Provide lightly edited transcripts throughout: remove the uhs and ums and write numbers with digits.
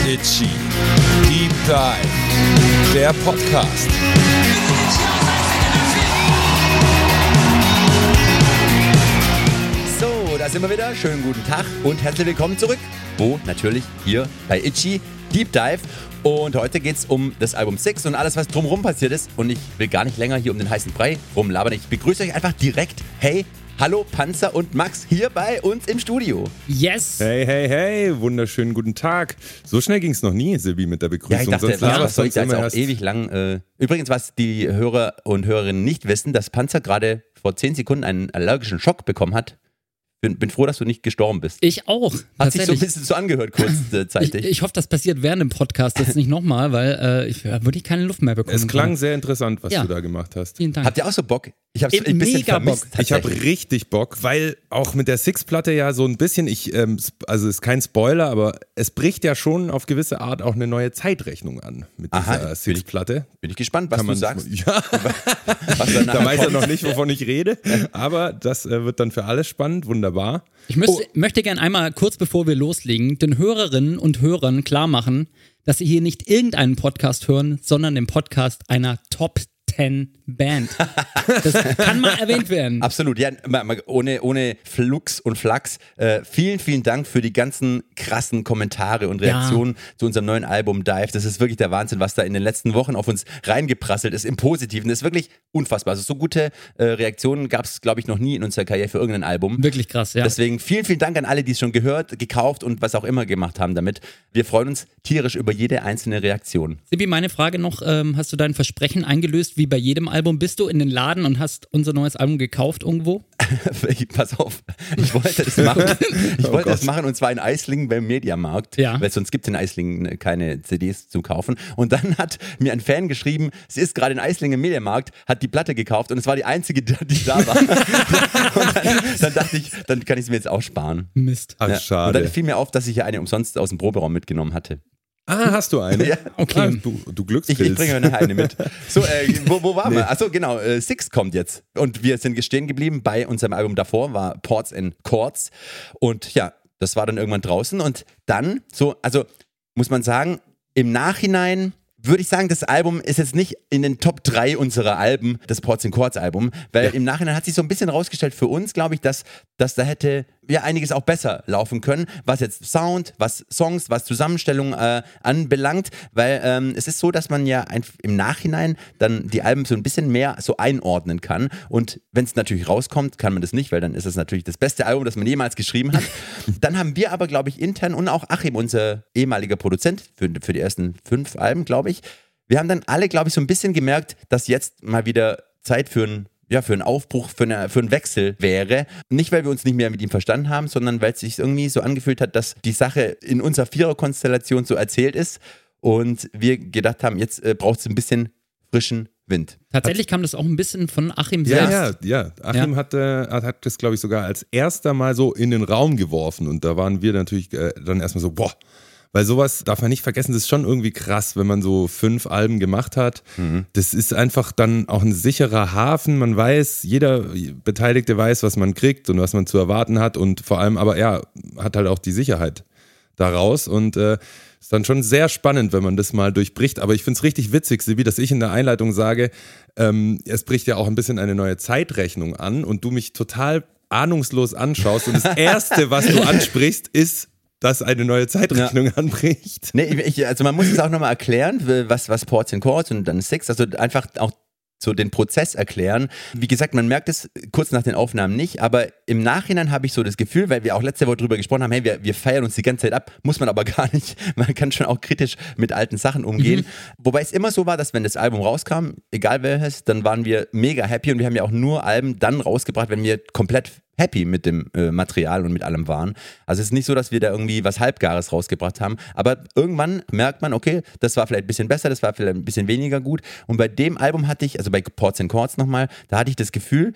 Itchy Deep Dive, der Podcast. So, da sind wir wieder. Schönen guten Tag und herzlich willkommen zurück. Wo? Natürlich hier bei Itchy Deep Dive. Und heute geht es um das Album Six und alles, was drumherum passiert ist. Und ich will gar nicht länger hier um den heißen Brei rumlabern. Ich begrüße euch einfach direkt. Hey, hallo Panzer und Max hier bei uns im Studio. Yes! Hey, wunderschönen guten Tag. So schnell ging es noch nie, Silbi, mit der Begrüßung. Ja, ich dachte, sonst das soll sonst jetzt immer auch erst ewig lang. Übrigens, was die Hörer und Hörerinnen nicht wissen, dass Panzer gerade vor 10 Sekunden einen allergischen Schock bekommen hat. Bin froh, dass du nicht gestorben bist. Ich auch. Hat sich so ein bisschen so angehört, kurzzeitig. Ich hoffe, das passiert während dem Podcast jetzt nicht nochmal, weil ich würde keine Luft mehr bekommen. Es klang sehr interessant, was du da gemacht hast. Vielen Dank. Habt ihr auch so Bock? Ich hab's ein bisschen mega vermisst. Bock. Ich habe richtig Bock, weil auch mit der Six-Platte ja so ein bisschen, also ist kein Spoiler, aber es bricht ja schon auf gewisse Art auch eine neue Zeitrechnung an mit dieser Six-Platte. Bin ich gespannt, was du sagst. Ja, Was da da weiß er noch nicht, wovon ich rede, aber das wird dann für alle spannend, wunderbar. Ich möchte gerne einmal kurz bevor wir loslegen, den Hörerinnen und Hörern klar machen, dass sie hier nicht irgendeinen Podcast hören, sondern den Podcast einer Top 10 Band. Das kann mal erwähnt werden. Absolut, ja, ohne Flux und Flachs. Vielen, vielen Dank für die ganzen krassen Kommentare und Reaktionen zu unserem neuen Album Dive. Das ist wirklich der Wahnsinn, was da in den letzten Wochen auf uns reingeprasselt ist, im Positiven. Das ist wirklich unfassbar. Also so gute Reaktionen gab es, glaube ich, noch nie in unserer Karriere für irgendein Album. Wirklich krass, ja. Deswegen vielen, vielen Dank an alle, die es schon gehört, gekauft und was auch immer gemacht haben damit. Wir freuen uns tierisch über jede einzelne Reaktion. Sibi, meine Frage noch, hast du dein Versprechen eingelöst, wie bei jedem Album? Bist du in den Laden und hast unser neues Album gekauft irgendwo? Pass auf, ich wollte das machen. Das machen und zwar in Eislingen beim Mediamarkt, weil sonst gibt es in Eislingen keine CDs zu kaufen. Und dann hat mir ein Fan geschrieben, sie ist gerade in Eislingen im Mediamarkt, hat die Platte gekauft und es war die einzige, die da war. Und dann dachte ich, dann kann ich es mir jetzt auch sparen. Mist. Ach, schade. Und dann fiel mir auf, dass ich ja eine umsonst aus dem Proberaum mitgenommen hatte. Ah, hast du eine? Ja. Okay. Du Glückspilz. Ich bringe nachher eine mit. So, wo waren wir? Achso, genau, Six kommt jetzt. Und wir sind stehen geblieben bei unserem Album davor, war Ports and Chords. Und ja, das war dann irgendwann draußen. Und dann, muss man sagen, im Nachhinein würde ich sagen, das Album ist jetzt nicht in den Top 3 unserer Alben, das Ports and Chords Album, weil im Nachhinein hat sich so ein bisschen rausgestellt für uns, glaube ich, dass da hätte einiges auch besser laufen können, was jetzt Sound, was Songs, was Zusammenstellung anbelangt, weil es ist so, dass man ja im Nachhinein dann die Alben so ein bisschen mehr so einordnen kann und wenn es natürlich rauskommt, kann man das nicht, weil dann ist es natürlich das beste Album, das man jemals geschrieben hat. Dann haben wir aber, glaube ich, intern und auch Achim, unser ehemaliger Produzent für die ersten 5 Alben, glaube ich, wir haben dann alle, glaube ich, so ein bisschen gemerkt, dass jetzt mal wieder Zeit für einen Aufbruch, für einen Wechsel wäre. Nicht, weil wir uns nicht mehr mit ihm verstanden haben, sondern weil es sich irgendwie so angefühlt hat, dass die Sache in unserer Viererkonstellation so erzählt ist und wir gedacht haben, jetzt braucht es ein bisschen frischen Wind. Tatsächlich kam das auch ein bisschen von Achim selbst. Ja. Achim hat das, glaube ich, sogar als erster Mal so in den Raum geworfen und da waren wir natürlich dann erstmal so, boah. Weil sowas darf man nicht vergessen, das ist schon irgendwie krass, wenn man so 5 Alben gemacht hat. Das ist einfach dann auch ein sicherer Hafen. Man weiß, jeder Beteiligte weiß, was man kriegt und was man zu erwarten hat. Und vor allem aber hat halt auch die Sicherheit daraus. Und ist dann schon sehr spannend, wenn man das mal durchbricht. Aber ich finde es richtig witzig, Sibi, dass ich in der Einleitung sage, es bricht ja auch ein bisschen eine neue Zeitrechnung an und du mich total ahnungslos anschaust. Und das Erste, was du ansprichst, ist, dass eine neue Zeitrechnung anbricht. Nee, also man muss es auch nochmal erklären, was Ports and Chords und dann Six, also einfach auch so den Prozess erklären. Wie gesagt, man merkt es kurz nach den Aufnahmen nicht, aber im Nachhinein habe ich so das Gefühl, weil wir auch letzte Woche drüber gesprochen haben, hey, wir feiern uns die ganze Zeit ab, muss man aber gar nicht. Man kann schon auch kritisch mit alten Sachen umgehen. Wobei es immer so war, dass wenn das Album rauskam, egal welches, dann waren wir mega happy und wir haben ja auch nur Alben dann rausgebracht, wenn wir komplett happy mit dem Material und mit allem waren. Also es ist nicht so, dass wir da irgendwie was Halbgares rausgebracht haben, aber irgendwann merkt man, okay, das war vielleicht ein bisschen besser, das war vielleicht ein bisschen weniger gut und bei dem Album hatte ich, also bei Ports and Chords nochmal, da hatte ich das Gefühl,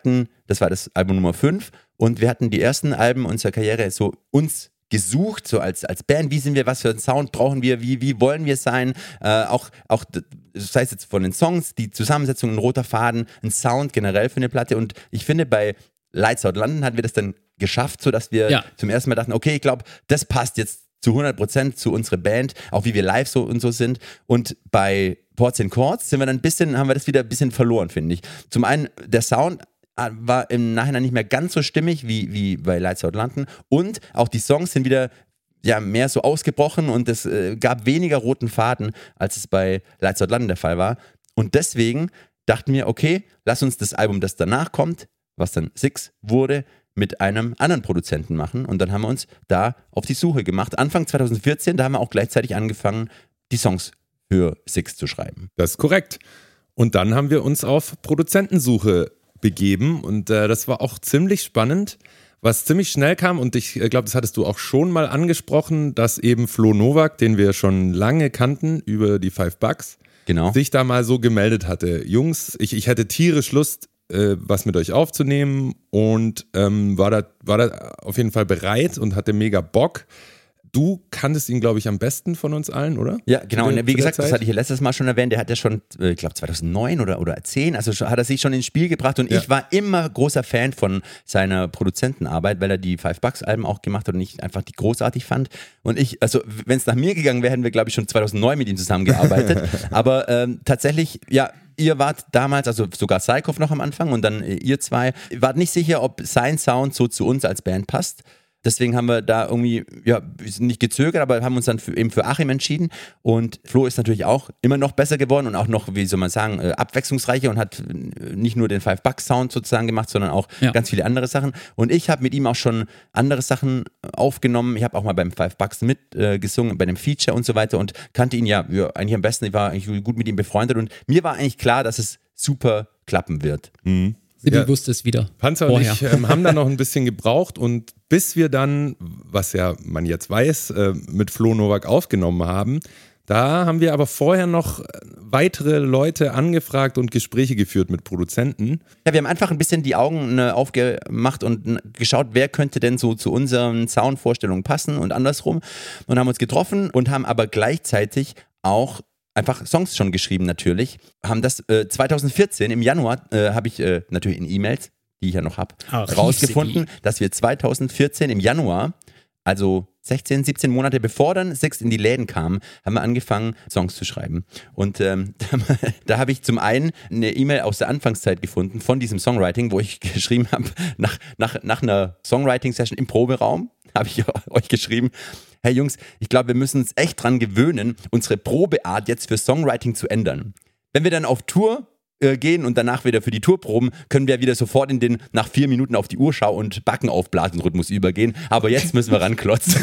das war das Album Nummer 5 und wir hatten die ersten Alben unserer Karriere so uns gesucht, so als Band, wie sind wir, was für einen Sound brauchen wir, wie wollen wir sein, auch das heißt jetzt von den Songs, die Zusammensetzung, ein roter Faden, ein Sound generell für eine Platte und ich finde bei Lights Out London hatten wir das dann geschafft, sodass wir zum ersten Mal dachten, okay, ich glaube, das passt jetzt zu 100% zu unserer Band, auch wie wir live so und so sind. Und bei Ports and Chords haben wir das wieder ein bisschen verloren, finde ich. Zum einen, der Sound war im Nachhinein nicht mehr ganz so stimmig wie bei Lights Out London und auch die Songs sind wieder mehr so ausgebrochen und es gab weniger roten Faden, als es bei Lights Out London der Fall war. Und deswegen dachten wir, okay, lass uns das Album, das danach kommt, was dann Six wurde, mit einem anderen Produzenten machen. Und dann haben wir uns da auf die Suche gemacht. Anfang 2014, da haben wir auch gleichzeitig angefangen, die Songs für Six zu schreiben. Das ist korrekt. Und dann haben wir uns auf Produzentensuche begeben und das war auch ziemlich spannend, was ziemlich schnell kam und ich glaube, das hattest du auch schon mal angesprochen, dass eben Flo Nowak, den wir schon lange kannten über die Five Bucks, genau, sich da mal so gemeldet hatte. Jungs, ich hätte tierisch Lust, was mit euch aufzunehmen und war da auf jeden Fall bereit und hatte mega Bock. Du kanntest ihn, glaube ich, am besten von uns allen, oder? Ja, genau. Und wie gesagt, das hatte ich ja letztes Mal schon erwähnt, der hat ja schon, ich glaube 2009 oder 2010, also hat er sich schon ins Spiel gebracht und ich war immer großer Fan von seiner Produzentenarbeit, weil er die Five Bucks Alben auch gemacht hat und ich einfach die großartig fand. Und also wenn es nach mir gegangen wäre, hätten wir, glaube ich, schon 2009 mit ihm zusammengearbeitet. Aber tatsächlich, ja, ihr wart damals, also sogar Psychoff noch am Anfang und dann ihr zwei, wart nicht sicher, ob sein Sound so zu uns als Band passt. Deswegen haben wir da irgendwie, nicht gezögert, aber haben uns dann für Achim entschieden. Und Flo ist natürlich auch immer noch besser geworden und auch noch, wie soll man sagen, abwechslungsreicher und hat nicht nur den Five Bucks Sound sozusagen gemacht, sondern auch ganz viele andere Sachen. Und ich habe mit ihm auch schon andere Sachen aufgenommen. Ich habe auch mal beim Five Bucks mitgesungen, bei einem Feature und so weiter und kannte ihn ja eigentlich am besten. Ich war eigentlich gut mit ihm befreundet und mir war eigentlich klar, dass es super klappen wird. Mhm. Sibi wusste es wieder. Panzer vorher. Und ich haben da noch ein bisschen gebraucht und bis wir dann, was ja man jetzt weiß, mit Flo Nowak aufgenommen haben, da haben wir aber vorher noch weitere Leute angefragt und Gespräche geführt mit Produzenten. Ja, wir haben einfach ein bisschen die Augen aufgemacht und geschaut, wer könnte denn so zu unseren Soundvorstellungen passen und andersrum und haben uns getroffen und haben aber gleichzeitig auch einfach Songs schon geschrieben natürlich, haben das 2014 im Januar, habe ich natürlich in E-Mails, die ich ja noch habe, rausgefunden, dass wir 2014 im Januar, also 16, 17 Monate bevor dann Six in die Läden kam, haben wir angefangen, Songs zu schreiben. Und da habe ich zum einen eine E-Mail aus der Anfangszeit gefunden von diesem Songwriting, wo ich geschrieben habe, nach einer Songwriting-Session im Proberaum, habe ich euch geschrieben, hey Jungs, ich glaube, wir müssen uns echt dran gewöhnen, unsere Probeart jetzt für Songwriting zu ändern. Wenn wir dann auf Tour gehen und danach wieder für die Tour proben, können wir wieder sofort in den nach 4 Minuten auf die Uhr schauen und Backen aufblasen Rhythmus übergehen. Aber jetzt müssen wir ranklotzen.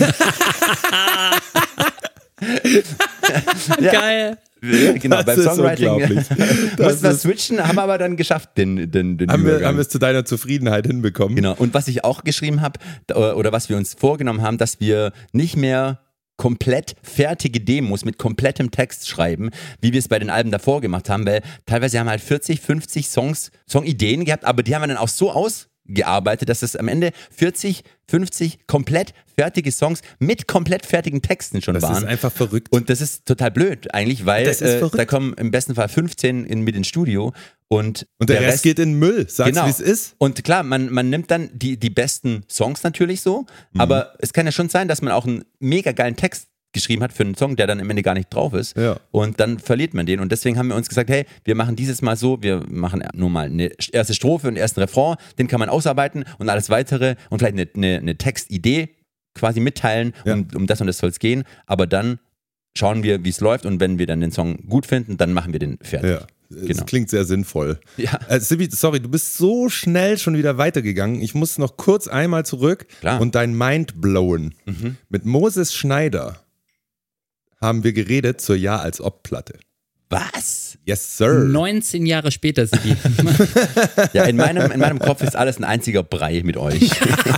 Geil. Ja, genau, beim Songwriting mussten wir switchen, haben aber dann geschafft, den haben wir es zu deiner Zufriedenheit hinbekommen. Genau, und was ich auch geschrieben habe, oder was wir uns vorgenommen haben, dass wir nicht mehr komplett fertige Demos mit komplettem Text schreiben, wie wir es bei den Alben davor gemacht haben, weil teilweise haben wir halt 40, 50 Songideen gehabt, aber die haben wir dann auch so ausgearbeitet, dass es am Ende 40, 50 komplett fertige Songs mit komplett fertigen Texten schon waren. Das ist einfach verrückt. Und das ist total blöd eigentlich, weil da kommen im besten Fall 15 mit ins Studio und der Rest geht in Müll, sagst du, wie es ist? Und klar, man nimmt dann die besten Songs natürlich so, aber es kann ja schon sein, dass man auch einen mega geilen Text geschrieben hat für einen Song, der dann am Ende gar nicht drauf ist. Ja. Und dann verliert man den. Und deswegen haben wir uns gesagt, hey, wir machen dieses Mal so, wir machen nur mal eine erste Strophe und einen ersten Refrain, den kann man ausarbeiten und alles weitere und vielleicht eine Textidee quasi mitteilen, um das und das soll es gehen. Aber dann schauen wir, wie es läuft und wenn wir dann den Song gut finden, dann machen wir den fertig. Ja. Genau. Das klingt sehr sinnvoll. Ja. Sibi, sorry, du bist so schnell schon wieder weitergegangen. Ich muss noch kurz einmal zurück und dein Mind blowen. Mit Moses Schneider haben wir geredet zur Ja als Ob-Platte. Was? Yes, sir. 19 Jahre später, Sibi. Ja, in meinem Kopf ist alles ein einziger Brei mit euch.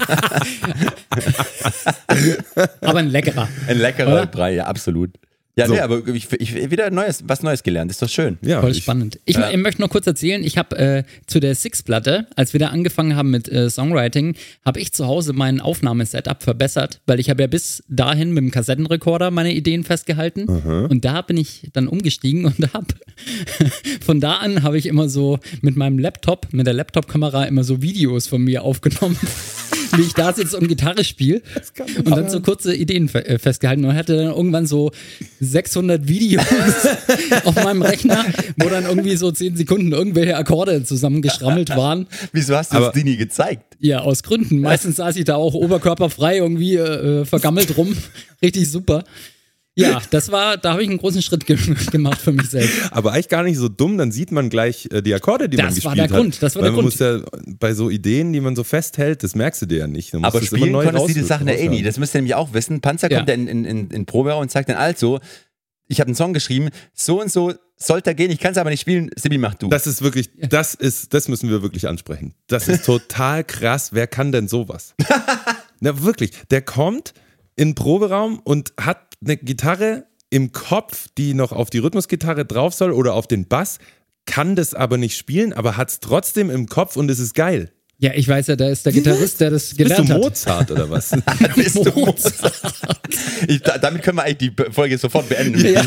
Aber ein leckerer. Ein leckerer Brei, ja, absolut. Ja, so. Nee, aber ich wieder was Neues gelernt, ist doch schön. Ja, voll spannend. Ich möchte noch kurz erzählen, ich habe zu der Six-Platte, als wir da angefangen haben mit Songwriting, habe ich zu Hause mein Aufnahmesetup verbessert, weil ich habe ja bis dahin mit dem Kassettenrekorder meine Ideen festgehalten und da bin ich dann umgestiegen und von da an habe ich immer so mit meinem Laptop, mit der Laptop-Kamera immer so Videos von mir aufgenommen. wie ich da sitze und Gitarre spiele und dann so kurze Ideen festgehalten und hatte dann irgendwann so 600 Videos auf meinem Rechner, wo dann irgendwie so 10 Sekunden irgendwelche Akkorde zusammengeschrammelt waren. Wieso hast du das nie gezeigt? Ja, aus Gründen. Meistens saß ich da auch oberkörperfrei irgendwie vergammelt rum. Richtig super. Ja, da habe ich einen großen Schritt gemacht für mich selbst. Aber eigentlich gar nicht so dumm, dann sieht man gleich die Akkorde, die man gespielt hat. Das war der Grund. Man muss ja bei so Ideen, die man so festhält, das merkst du dir ja nicht. Aber spielen konntest du die Sachen ja eh nie. Das müsst ihr nämlich auch wissen. Panzer kommt in Proberaum und sagt dann also, ich habe einen Song geschrieben, so und so sollte er gehen, ich kann es aber nicht spielen, Sibi, mach du. Das ist wirklich, das müssen wir wirklich ansprechen. Das ist total krass. Wer kann denn sowas? Na wirklich, der kommt in den Proberaum und hat eine Gitarre im Kopf, die noch auf die Rhythmusgitarre drauf soll oder auf den Bass, kann das aber nicht spielen, aber hat es trotzdem im Kopf und es ist geil. Ja, ich weiß ja, da ist der Gitarrist, der das gelernt hat. Bist du Mozart oder was? Bist du Mozart? Damit können wir eigentlich die Folge sofort beenden. Ja.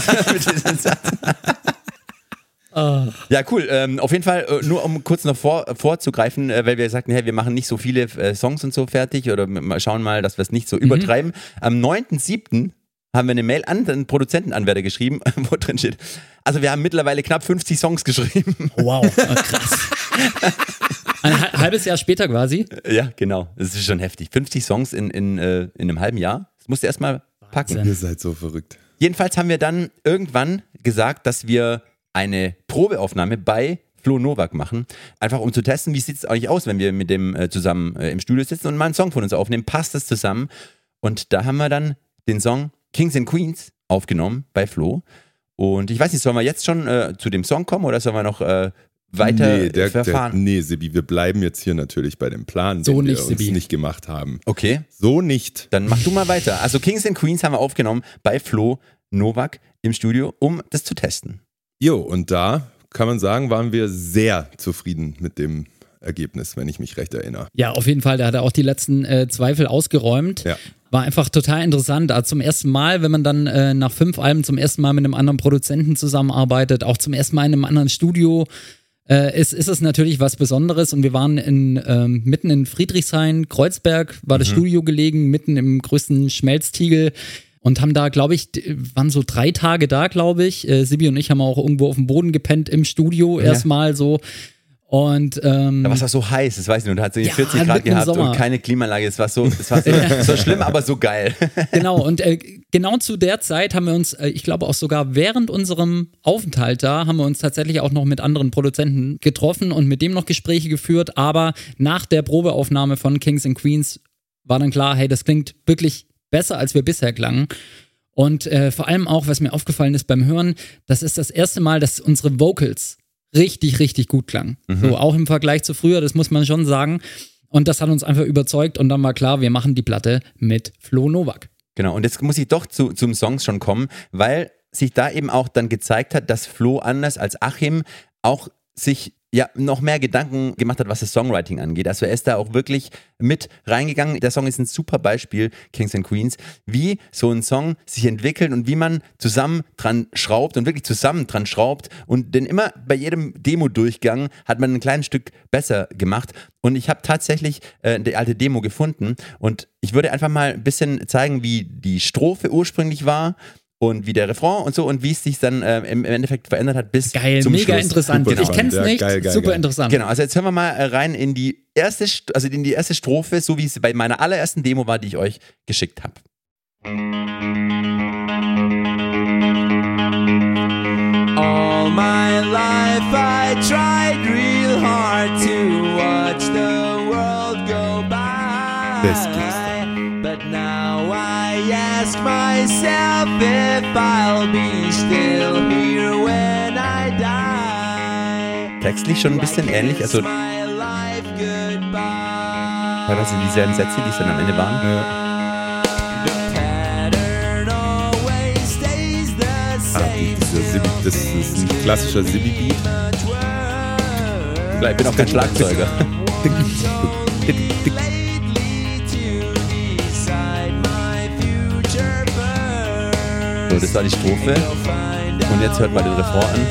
Ja, cool. Auf jeden Fall, nur um kurz noch vorzugreifen, weil wir sagten, hey, wir machen nicht so viele Songs und so fertig oder schauen mal, dass wir es nicht so übertreiben. Am 9.7. haben wir eine Mail an den Produzentenanwärter geschrieben, wo drin steht, also wir haben mittlerweile knapp 50 Songs geschrieben. Wow, krass. Ein halbes Jahr später quasi? Ja, genau. Das ist schon heftig. 50 Songs in einem halben Jahr. Das musst du erstmal packen. Ihr seid so verrückt. Jedenfalls haben wir dann irgendwann gesagt, dass wir eine Probeaufnahme bei Flo Novak machen, einfach um zu testen, wie sieht es eigentlich aus, wenn wir mit dem zusammen im Studio sitzen und mal einen Song von uns aufnehmen, passt das zusammen? Und da haben wir dann den Song Kings and Queens aufgenommen bei Flo und ich weiß nicht, sollen wir jetzt schon zu dem Song kommen oder sollen wir noch weiter verfahren? Nee, Sibi, wir bleiben jetzt hier natürlich bei dem Plan, den wir uns nicht gemacht haben. Okay. So nicht. Dann mach du mal weiter. Also Kings and Queens haben wir aufgenommen bei Flo Novak im Studio, um das zu testen. Jo, und da kann man sagen, waren wir sehr zufrieden mit dem Ergebnis, wenn ich mich recht erinnere. Ja, auf jeden Fall, da hat er auch die letzten Zweifel ausgeräumt. Ja. War einfach total interessant. Also zum ersten Mal, wenn man dann nach 5 Alben zum ersten Mal mit einem anderen Produzenten zusammenarbeitet, auch zum ersten Mal in einem anderen Studio, ist es natürlich was Besonderes. Und wir waren mitten in Friedrichshain, Kreuzberg, war das Studio gelegen, mitten im größten Schmelztiegel. Und haben da, glaube ich, waren so 3 Tage da, glaube ich. Sibi und ich haben auch irgendwo auf dem Boden gepennt im Studio erstmal so. Und da war es auch so heiß, das weiß ich nicht. Und hat so 40 Grad gehabt und keine Klimaanlage. Es war so schlimm, aber so geil. Genau, und genau zu der Zeit haben wir uns, ich glaube auch sogar während unserem Aufenthalt da, haben wir uns tatsächlich auch noch mit anderen Produzenten getroffen und mit dem noch Gespräche geführt. Aber nach der Probeaufnahme von Kings and Queens war dann klar, hey, das klingt wirklich besser, als wir bisher klangen. Und vor allem auch, was mir aufgefallen ist beim Hören, das ist das erste Mal, dass unsere Vocals richtig, richtig gut klangen. So, auch im Vergleich zu früher, das muss man schon sagen. Und das hat uns einfach überzeugt und dann war klar, wir machen die Platte mit Flo Novak. Genau, und jetzt muss ich doch zum Song schon kommen, weil sich da eben auch dann gezeigt hat, dass Flo anders als Achim auch sich noch mehr Gedanken gemacht hat, was das Songwriting angeht. Also er ist da auch wirklich mit reingegangen. Der Song ist ein super Beispiel, Kings and Queens, wie so ein Song sich entwickelt und wie man zusammen dran schraubt und wirklich zusammen dran schraubt. Und denn immer bei jedem Demo-Durchgang hat man ein kleines Stück besser gemacht. Und ich habe tatsächlich die alte Demo gefunden und ich würde einfach mal ein bisschen zeigen, wie die Strophe ursprünglich war. Und wie der Refrain und so und wie es sich dann im Endeffekt verändert hat bis zum mega Schluss. Interessant. Super ich kenn's nicht, geil, super interessant. Genau, also jetzt hören wir mal rein in die erste Strophe, so wie es bei meiner allerersten Demo war, die ich euch geschickt habe. All my life I tried real hard to watch the world go by. But now I ask myself if I'll be still here when I die. Textlich schon ein bisschen ähnlich, also teilweise dieselben Sätze, die es dann am Ende waren. Ja. Das ist ein klassischer Sibi-Beat. Ich bin auch kein Schlagzeuger. So, das war die Strophe. Und jetzt hört mal den Refrain an.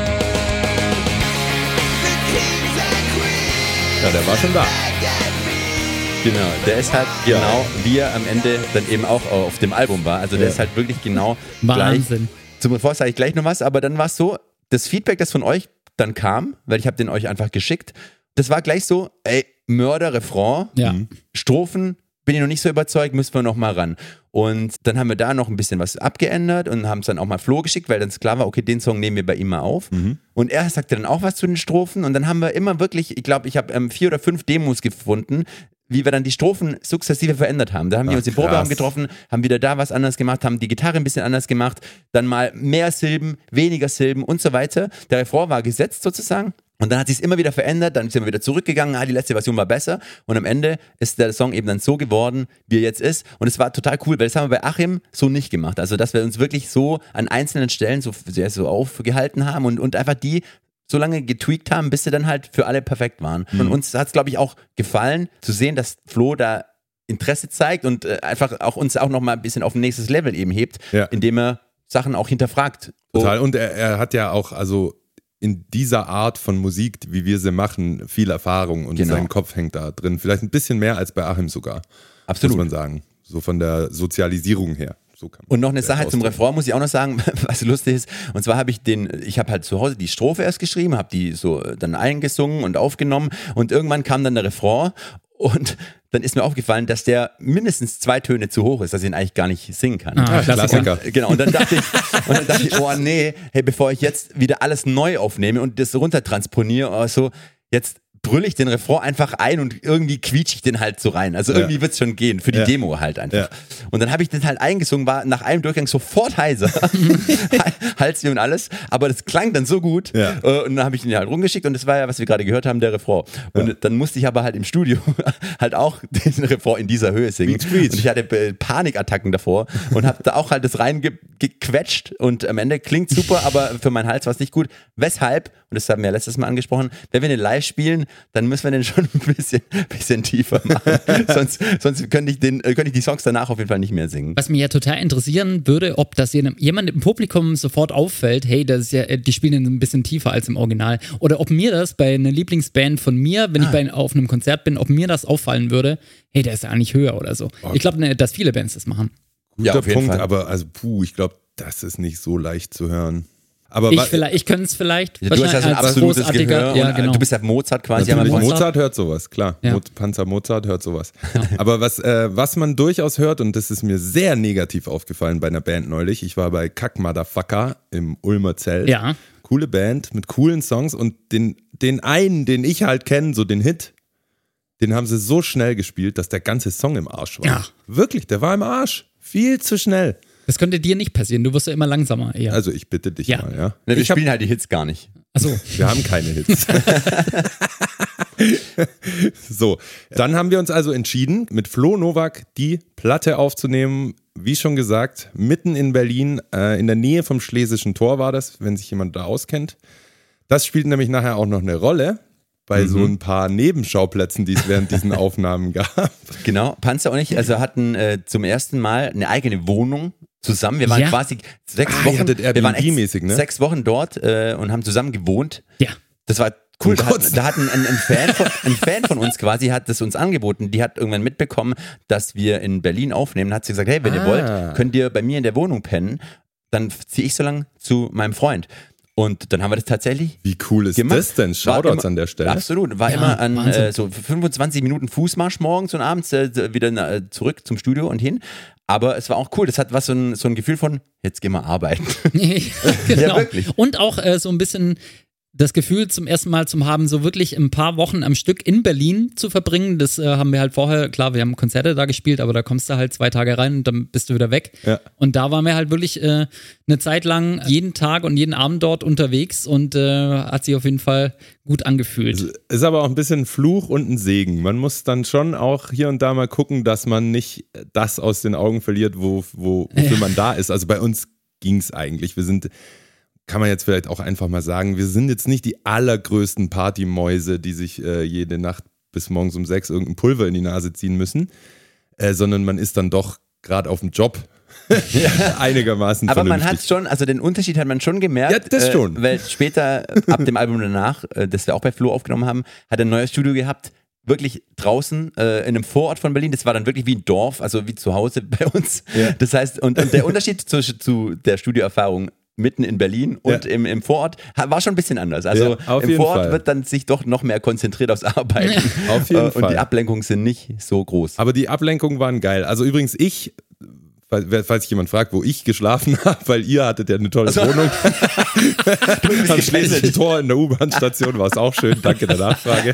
Ja, der war schon da. Genau, der ist halt genau, wie er am Ende dann eben auch auf dem Album war. Also der ist halt wirklich genau Wahnsinn. gleich. Zum Refrain sage ich gleich noch was, aber dann war es so, das Feedback, das von euch dann kam, weil ich habe den euch einfach geschickt, das war gleich so, ey, Mörder, Refrain, Ja. Strophen, bin ich noch nicht so überzeugt, müssen wir noch mal ran. Und dann haben wir da noch ein bisschen was abgeändert und haben es dann auch mal Flo geschickt, weil dann klar war, okay, den Song nehmen wir bei ihm mal auf. Und er sagte dann auch was zu den Strophen und dann haben wir immer wirklich, ich glaube, ich habe 4 oder 5 Demos gefunden, wie wir dann die Strophen sukzessive verändert haben. Da haben wir uns im Proberaum getroffen, haben wieder da was anderes gemacht, haben die Gitarre ein bisschen anders gemacht, dann mal mehr Silben, weniger Silben und so weiter. Der Refrain war gesetzt sozusagen. Und dann hat sich es immer wieder verändert, dann sind wir wieder zurückgegangen, die letzte Version war besser und am Ende ist der Song eben dann so geworden, wie er jetzt ist und es war total cool, weil das haben wir bei Achim so nicht gemacht, also dass wir uns wirklich so an einzelnen Stellen so aufgehalten haben und einfach die so lange getweakt haben, bis sie dann halt für alle perfekt waren. Und uns hat es, glaube ich, auch gefallen zu sehen, dass Flo da Interesse zeigt und einfach auch uns auch nochmal ein bisschen auf ein nächstes Level eben hebt, indem er Sachen auch hinterfragt. Total, und er hat ja auch, also in dieser Art von Musik, wie wir sie machen, viel Erfahrung und sein Kopf hängt da drin. Vielleicht ein bisschen mehr als bei Achim sogar. Absolut. Muss man sagen. So von der Sozialisierung her. So kann man und noch eine Sache zum Refrain muss ich auch noch sagen, was lustig ist. Und zwar habe ich habe halt zu Hause die Strophe erst geschrieben, habe die so dann eingesungen und aufgenommen und irgendwann kam dann der Refrain und dann ist mir aufgefallen, dass der mindestens 2 Töne zu hoch ist, dass ich ihn eigentlich gar nicht singen kann. Klassiker. Genau, und dann dachte ich, oh nee, hey, bevor ich jetzt wieder alles neu aufnehme und das runtertransponiere, so, jetzt brülle ich den Refrain einfach ein und irgendwie quietsche ich den halt so rein. Also irgendwie wird es schon gehen, für die Demo halt einfach. Und dann habe ich den halt eingesungen, war nach einem Durchgang sofort heiser. Hals und alles. Aber das klang dann so gut. Und dann habe ich ihn halt rumgeschickt und das war ja, was wir gerade gehört haben, der Refrain. Und dann musste ich aber halt im Studio halt auch den Refrain in dieser Höhe singen. Und ich hatte Panikattacken davor und habe da auch halt das reingequetscht und am Ende klingt super, aber für meinen Hals war es nicht gut. Weshalb, und das haben wir ja letztes Mal angesprochen, wenn wir den live spielen, dann müssen wir den schon ein bisschen tiefer machen. sonst könnte ich die Songs danach auf jeden Fall nicht mehr singen. Was mich ja total interessieren würde, ob das jemand im Publikum sofort auffällt, hey, das ist ja, die spielen ein bisschen tiefer als im Original. Oder ob mir das bei einer Lieblingsband von mir, wenn ich auf einem Konzert bin, ob mir das auffallen würde, hey, der ist ja eigentlich höher oder so. Okay. Ich glaube, dass viele Bands das machen. Guter auf jeden Punkt, Fall. aber also ich glaube, das ist nicht so leicht zu hören. Aber ich könnte es vielleicht. Ja, du hast ja so ein absolutes Gehör. Ja, genau. Du bist ja Mozart quasi. Mozart hört sowas, klar. Ja. Panzer Mozart hört sowas. Ja. Aber was man durchaus hört, und das ist mir sehr negativ aufgefallen bei einer Band neulich, ich war bei Kack Motherfucker im Ulmer Zelt. Ja. Coole Band mit coolen Songs und den einen, den ich halt kenne, so den Hit, den haben sie so schnell gespielt, dass der ganze Song im Arsch war. Ja. Wirklich, der war im Arsch. Viel zu schnell. Das könnte dir nicht passieren, du wirst ja immer langsamer eher. Also ich bitte dich mal, ja. Ne, wir spielen halt die Hits gar nicht. Achso. Wir haben keine Hits. So, dann haben wir uns also entschieden, mit Flo Nowak die Platte aufzunehmen. Wie schon gesagt, mitten in Berlin, in der Nähe vom Schlesischen Tor war das, wenn sich jemand da auskennt. Das spielt nämlich nachher auch noch eine Rolle bei so ein paar Nebenschauplätzen, die es während diesen Aufnahmen gab. Genau, Panzer und ich hatten zum ersten Mal eine eigene Wohnung zusammen. Wir waren quasi 6 Wochen. Wir waren echt 6 Wochen dort und haben zusammen gewohnt. Ja. Das war cool. Da hat ein Fan von uns quasi, hat das uns angeboten. Die hat irgendwann mitbekommen, dass wir in Berlin aufnehmen. Hat sie gesagt, hey, wenn ihr wollt, könnt ihr bei mir in der Wohnung pennen. Dann ziehe ich so lange zu meinem Freund. Und dann haben wir das tatsächlich Wie cool ist gemacht. Das denn? Shoutouts an der Stelle. Absolut. War immer an so 25 Minuten Fußmarsch morgens und abends wieder zurück zum Studio und hin. Aber es war auch cool. Das hat so ein Gefühl von, jetzt gehen wir arbeiten. Genau. Ja, wirklich. Und auch so ein bisschen das Gefühl zum ersten Mal zu haben, so wirklich ein paar Wochen am Stück in Berlin zu verbringen. Das haben wir halt vorher, klar, wir haben Konzerte da gespielt, aber da kommst du halt 2 Tage rein und dann bist du wieder weg. Ja. Und da waren wir halt wirklich eine Zeit lang jeden Tag und jeden Abend dort unterwegs und hat sich auf jeden Fall gut angefühlt. Ist aber auch ein bisschen ein Fluch und ein Segen. Man muss dann schon auch hier und da mal gucken, dass man nicht das aus den Augen verliert, wofür man da ist. Also bei uns ging es eigentlich. Kann man jetzt vielleicht auch einfach mal sagen, wir sind jetzt nicht die allergrößten Partymäuse, die sich jede Nacht bis morgens um 6 irgendein Pulver in die Nase ziehen müssen, sondern man ist dann doch gerade auf dem Job einigermaßen Aber vernünftig. man hat schon, also den Unterschied hat man schon gemerkt. Ja, das schon. Weil später, ab dem Album danach, das wir auch bei Flo aufgenommen haben, hat er ein neues Studio gehabt. wirklich draußen in einem Vorort von Berlin. Das war dann wirklich wie ein Dorf, also wie zu Hause bei uns. Ja. Das heißt, und der Unterschied zu der Studioerfahrung mitten in Berlin und im Vorort war schon ein bisschen anders. Also Ja, auf im jeden Vorort Fall. wird dann sich doch noch mehr konzentriert aufs Arbeiten. Auf jeden Und Fall. die Ablenkungen sind nicht so groß. Aber die Ablenkungen waren geil. Also übrigens falls sich jemand fragt, wo ich geschlafen habe, weil ihr hattet ja eine tolle Wohnung. Am Schlesischen Tor in der U-Bahn-Station war es auch schön. Danke der Nachfrage.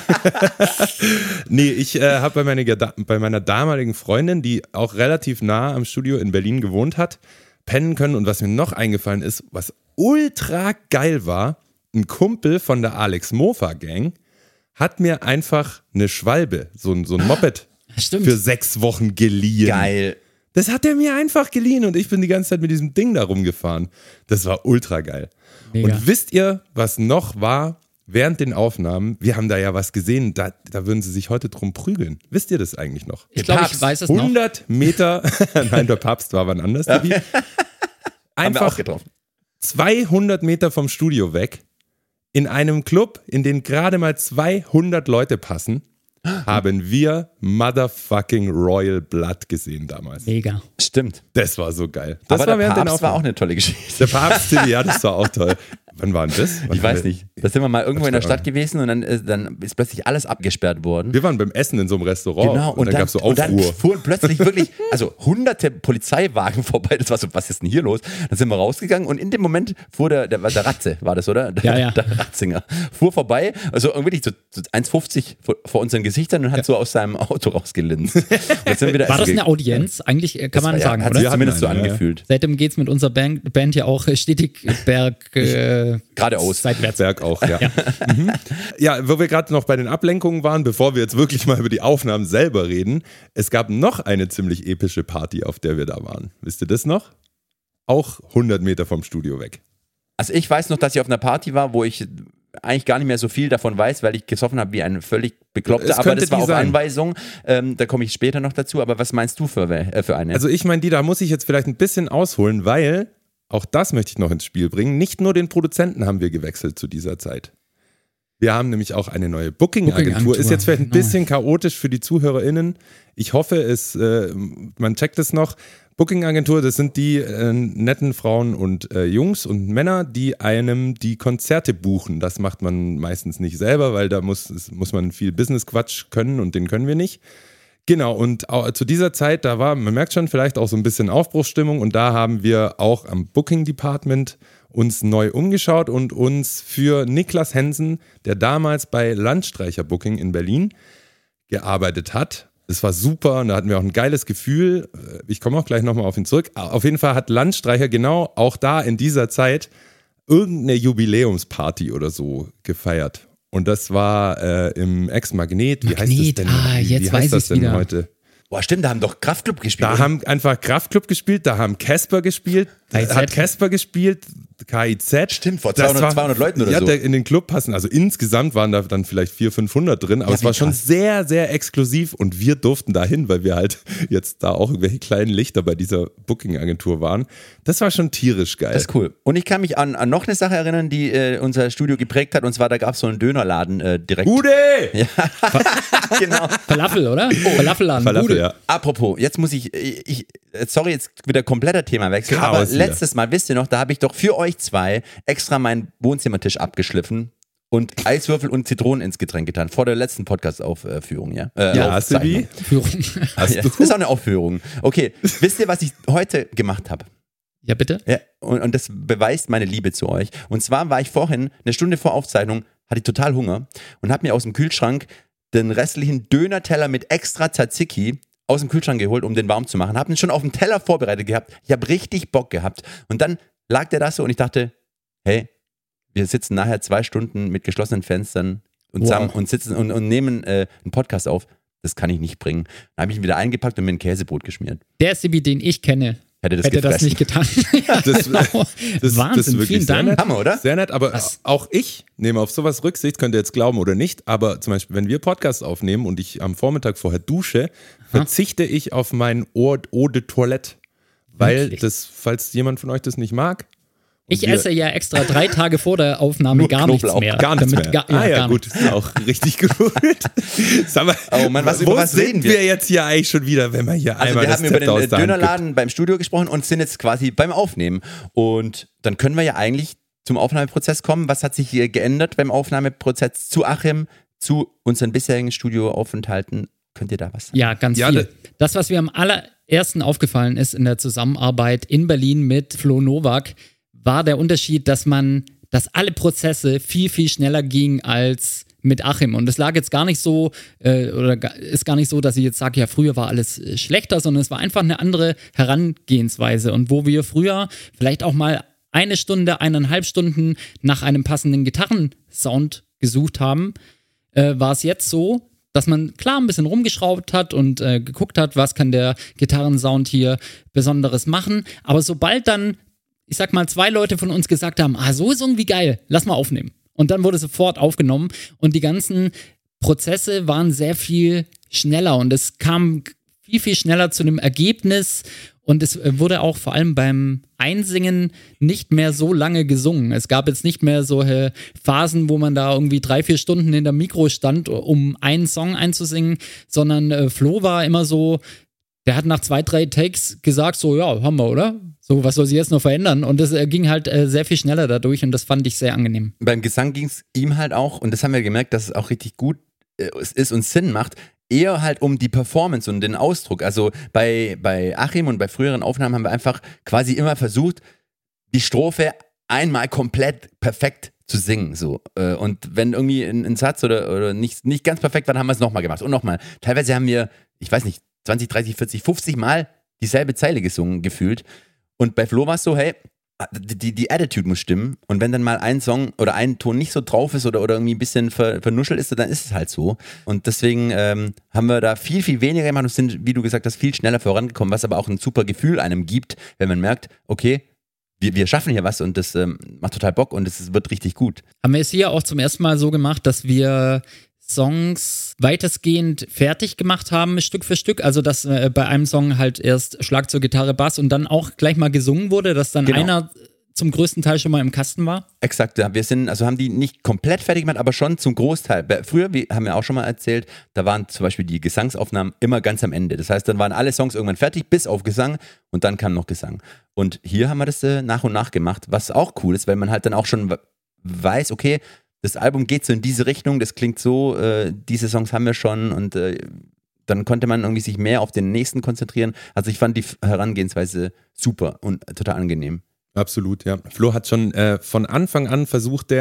Nee, ich habe bei meiner damaligen Freundin, die auch relativ nah am Studio in Berlin gewohnt hat, pennen können. Und was mir noch eingefallen ist, was ultra geil war, ein Kumpel von der Alex Mofa Gang hat mir einfach eine Schwalbe, so ein Moped, Stimmt. für 6 Wochen geliehen. Geil. Das hat er mir einfach geliehen und ich bin die ganze Zeit mit diesem Ding da rumgefahren. Das war ultra geil. Mega. Und wisst ihr, was noch war während den Aufnahmen? Wir haben da ja was gesehen, da würden sie sich heute drum prügeln. Wisst ihr das eigentlich noch? Ich glaube, ich Papst. weiß es noch. 100 Meter, nein, der Papst war wann anders. Haben wir auch Einfach getroffen. 200 Meter vom Studio weg, in einem Club, in den gerade mal 200 Leute passen, haben wir Motherfucking Royal Blood gesehen damals. Mega. Stimmt. Das war so geil. Das Aber war der während den Papst war Aufnahmen. auch eine tolle Geschichte. Der Papst, ja, das war auch toll. Wann war denn das? Ich weiß nicht. Da sind wir mal irgendwo in der Absperrung. Stadt gewesen und dann ist plötzlich alles abgesperrt worden. Wir waren beim Essen in so einem Restaurant Genau, und dann gab es so und dann Aufruhr. fuhren plötzlich wirklich, also hunderte Polizeiwagen vorbei. Das war so, was ist denn hier los? Dann sind wir rausgegangen und in dem Moment fuhr der Ratze, war das, oder? Ja. Der Ratzinger fuhr vorbei, also wirklich so 1,50 vor unseren Gesichtern und hat so aus seinem Auto rausgelinst. Und jetzt sind wir wieder War das essen eine Audienz? Eigentlich kann man sagen, hat oder? sich zumindest so hatten einen, ja. angefühlt. Seitdem geht's mit unserer Band ja auch stetig Geradeaus. seitwärts. Berg auch, ja. Mhm. Ja, wo wir gerade noch bei den Ablenkungen waren, bevor wir jetzt wirklich mal über die Aufnahmen selber reden, es gab noch eine ziemlich epische Party, auf der wir da waren. Wisst ihr das noch? Auch 100 Meter vom Studio weg. Also ich weiß noch, dass ich auf einer Party war, wo ich eigentlich gar nicht mehr so viel davon weiß, weil ich gesoffen habe wie ein völlig Bekloppter, Es aber könnte das war die auf sein. Anweisung. Da komme ich später noch dazu, aber was meinst du für eine? Also ich meine, da muss ich jetzt vielleicht ein bisschen ausholen, weil, auch das möchte ich noch ins Spiel bringen, nicht nur den Produzenten haben wir gewechselt zu dieser Zeit. Wir haben nämlich auch eine neue Booking-Agentur. Booking-Agentur, Ist jetzt vielleicht ein genau. bisschen chaotisch für die ZuhörerInnen. Ich hoffe, man checkt es noch. Booking-Agentur, das sind die netten Frauen und Jungs und Männer, die einem die Konzerte buchen. Das macht man meistens nicht selber, weil da muss man viel Business-Quatsch können und den können wir nicht. Genau, und zu dieser Zeit, da war, man merkt schon, vielleicht auch so ein bisschen Aufbruchsstimmung und da haben wir auch am Booking-Department uns neu umgeschaut und uns für Niklas Hensen, der damals bei Landstreicher Booking in Berlin gearbeitet hat. Das war super und da hatten wir auch ein geiles Gefühl. Ich komme auch gleich nochmal auf ihn zurück. Auf jeden Fall hat Landstreicher genau auch da in dieser Zeit irgendeine Jubiläumsparty oder so gefeiert. Und das war im Ex-Magnet. Wie heißt das Magnet, denn? jetzt wie weiß heißt das ich's denn wieder. heute? Boah, stimmt, da haben doch Kraftclub gespielt. Da haben einfach Kraftklub gespielt, da haben Casper gespielt, KIZ. hat Casper gespielt, KIZ. Stimmt, vor Das 200 Leuten oder ja, so. der in den Club passen, also insgesamt waren da dann vielleicht 400-500 drin, aber Ja, es war wie schon krass. sehr, sehr exklusiv und wir durften da hin, weil wir halt jetzt da auch irgendwelche kleinen Lichter bei dieser Booking-Agentur waren. Das war schon tierisch geil. Das ist cool. Und ich kann mich an noch eine Sache erinnern, die unser Studio geprägt hat. Und zwar, da gab es so einen Dönerladen direkt. Bude! Genau. Falafel, oder? Falafelladen. Falafel, Bude. ja. Apropos, jetzt muss ich sorry, jetzt wieder kompletter Themawechsel, Chaos aber wieder. letztes Mal, wisst ihr noch, da habe ich doch für euch zwei extra meinen Wohnzimmertisch abgeschliffen und Eiswürfel und Zitronen ins Getränk getan, vor der letzten Podcast-Aufführung, ja? Ja, hast du die? Führung. Hast Ja, du? das ist auch eine Aufführung. Okay, wisst ihr, was ich heute gemacht habe? Ja, bitte? Ja, und das beweist meine Liebe zu euch. Und zwar war ich vorhin, eine Stunde vor Aufzeichnung, hatte ich total Hunger und habe mir aus dem Kühlschrank den restlichen Dönerteller mit extra Tzatziki aus dem Kühlschrank geholt, um den warm zu machen. Habe ihn schon auf dem Teller vorbereitet gehabt. Ich habe richtig Bock gehabt. Und dann lag der da so und ich dachte, hey, wir sitzen nachher 2 Stunden mit geschlossenen Fenstern und, zusammen und sitzen und nehmen einen Podcast auf. Das kann ich nicht bringen. Dann habe ich ihn wieder eingepackt und mir ein Käsebrot geschmiert. Der Sibi, den ich kenne, Hätte das hätte das gefressen. nicht getan. Ja, Das- genau. das Wahnsinn, ist wirklich vielen sehr Dank. nett. Hammer, oder? Sehr nett, aber Was? auch ich nehme auf sowas Rücksicht, könnt ihr jetzt glauben oder nicht, aber zum Beispiel, wenn wir Podcasts aufnehmen und ich am Vormittag vorher dusche, verzichte ich auf mein Eau de Toilette, weil Wirklich? das, falls jemand von euch das nicht mag Ich esse ja extra 3 Tage vor der Aufnahme Nur gar Knoblauch. nichts mehr. Gar nichts mehr. Gar gut, nichts. das ist auch richtig gut. Sag mal, Oh Mann, über was sind reden wir wir? jetzt hier eigentlich schon wieder, wenn wir hier Also einmal wir das haben über Zepter aus den der Hand gibt? Dönerladen beim Studio gesprochen und sind jetzt quasi beim Aufnehmen. Und dann können wir ja eigentlich zum Aufnahmeprozess kommen. Was hat sich hier geändert beim Aufnahmeprozess zu Achim, zu unseren bisherigen Studioaufenthalten? Könnt ihr da was sagen? Ja, ganz Ja, viel. Das, was mir am allerersten aufgefallen ist in der Zusammenarbeit in Berlin mit Flo Nowak, war der Unterschied, dass alle Prozesse viel, viel schneller gingen als mit Achim. Und es lag jetzt gar nicht so, ist gar nicht so, dass ich jetzt sage, ja, früher war alles schlechter, sondern es war einfach eine andere Herangehensweise. Und wo wir früher vielleicht auch mal 1 Stunde, 1,5 Stunden nach einem passenden Gitarrensound gesucht haben, war es jetzt so, dass man klar ein bisschen rumgeschraubt hat und geguckt hat, was kann der Gitarrensound hier Besonderes machen. Aber sobald dann, ich sag mal, 2 Leute von uns gesagt haben, so ist irgendwie geil, lass mal aufnehmen. Und dann wurde sofort aufgenommen und die ganzen Prozesse waren sehr viel schneller und es kam viel, viel schneller zu einem Ergebnis und es wurde auch vor allem beim Einsingen nicht mehr so lange gesungen. Es gab jetzt nicht mehr solche Phasen, wo man da irgendwie 3-4 Stunden hinter Mikro stand, um einen Song einzusingen, sondern Flo war immer so, der hat nach 2-3 Takes gesagt, so, ja, haben wir, oder? So, was soll sich jetzt noch verändern? Und das ging halt sehr viel schneller dadurch und das fand ich sehr angenehm. Beim Gesang ging es ihm halt auch, und das haben wir gemerkt, dass es auch richtig gut ist und Sinn macht, eher halt um die Performance und den Ausdruck. Also bei Achim und bei früheren Aufnahmen haben wir einfach quasi immer versucht, die Strophe einmal komplett perfekt zu singen. So. Und wenn irgendwie ein Satz oder nicht ganz perfekt war, dann haben wir es nochmal gemacht und nochmal. Teilweise haben wir, ich weiß nicht, 20, 30, 40, 50 Mal dieselbe Zeile gesungen, gefühlt. Und bei Flo war es so, hey, die Attitude muss stimmen. Und wenn dann mal ein Song oder ein Ton nicht so drauf ist oder irgendwie ein bisschen vernuschelt ist, dann ist es halt so. Und deswegen haben wir da viel, viel weniger gemacht und sind, wie du gesagt hast, viel schneller vorangekommen, was aber auch ein super Gefühl einem gibt, wenn man merkt, okay, wir schaffen hier was und das macht total Bock und es wird richtig gut. Haben wir es hier auch zum ersten Mal so gemacht, dass wir Songs weitestgehend fertig gemacht haben, Stück für Stück. Also, dass bei einem Song halt erst Schlagzeug, Gitarre, Bass und dann auch gleich mal gesungen wurde, dass dann einer zum größten Teil schon mal im Kasten war? Exakt, ja. Haben die nicht komplett fertig gemacht, aber schon zum Großteil. Früher, haben wir auch schon mal erzählt, da waren zum Beispiel die Gesangsaufnahmen immer ganz am Ende. Das heißt, dann waren alle Songs irgendwann fertig, bis auf Gesang und dann kam noch Gesang. Und hier haben wir das nach und nach gemacht, was auch cool ist, weil man halt dann auch schon weiß, okay, das Album geht so in diese Richtung, das klingt so, diese Songs haben wir schon und dann konnte man irgendwie sich mehr auf den nächsten konzentrieren. Also ich fand die Herangehensweise super und total angenehm. Absolut, ja. Flo hat schon von Anfang an versucht,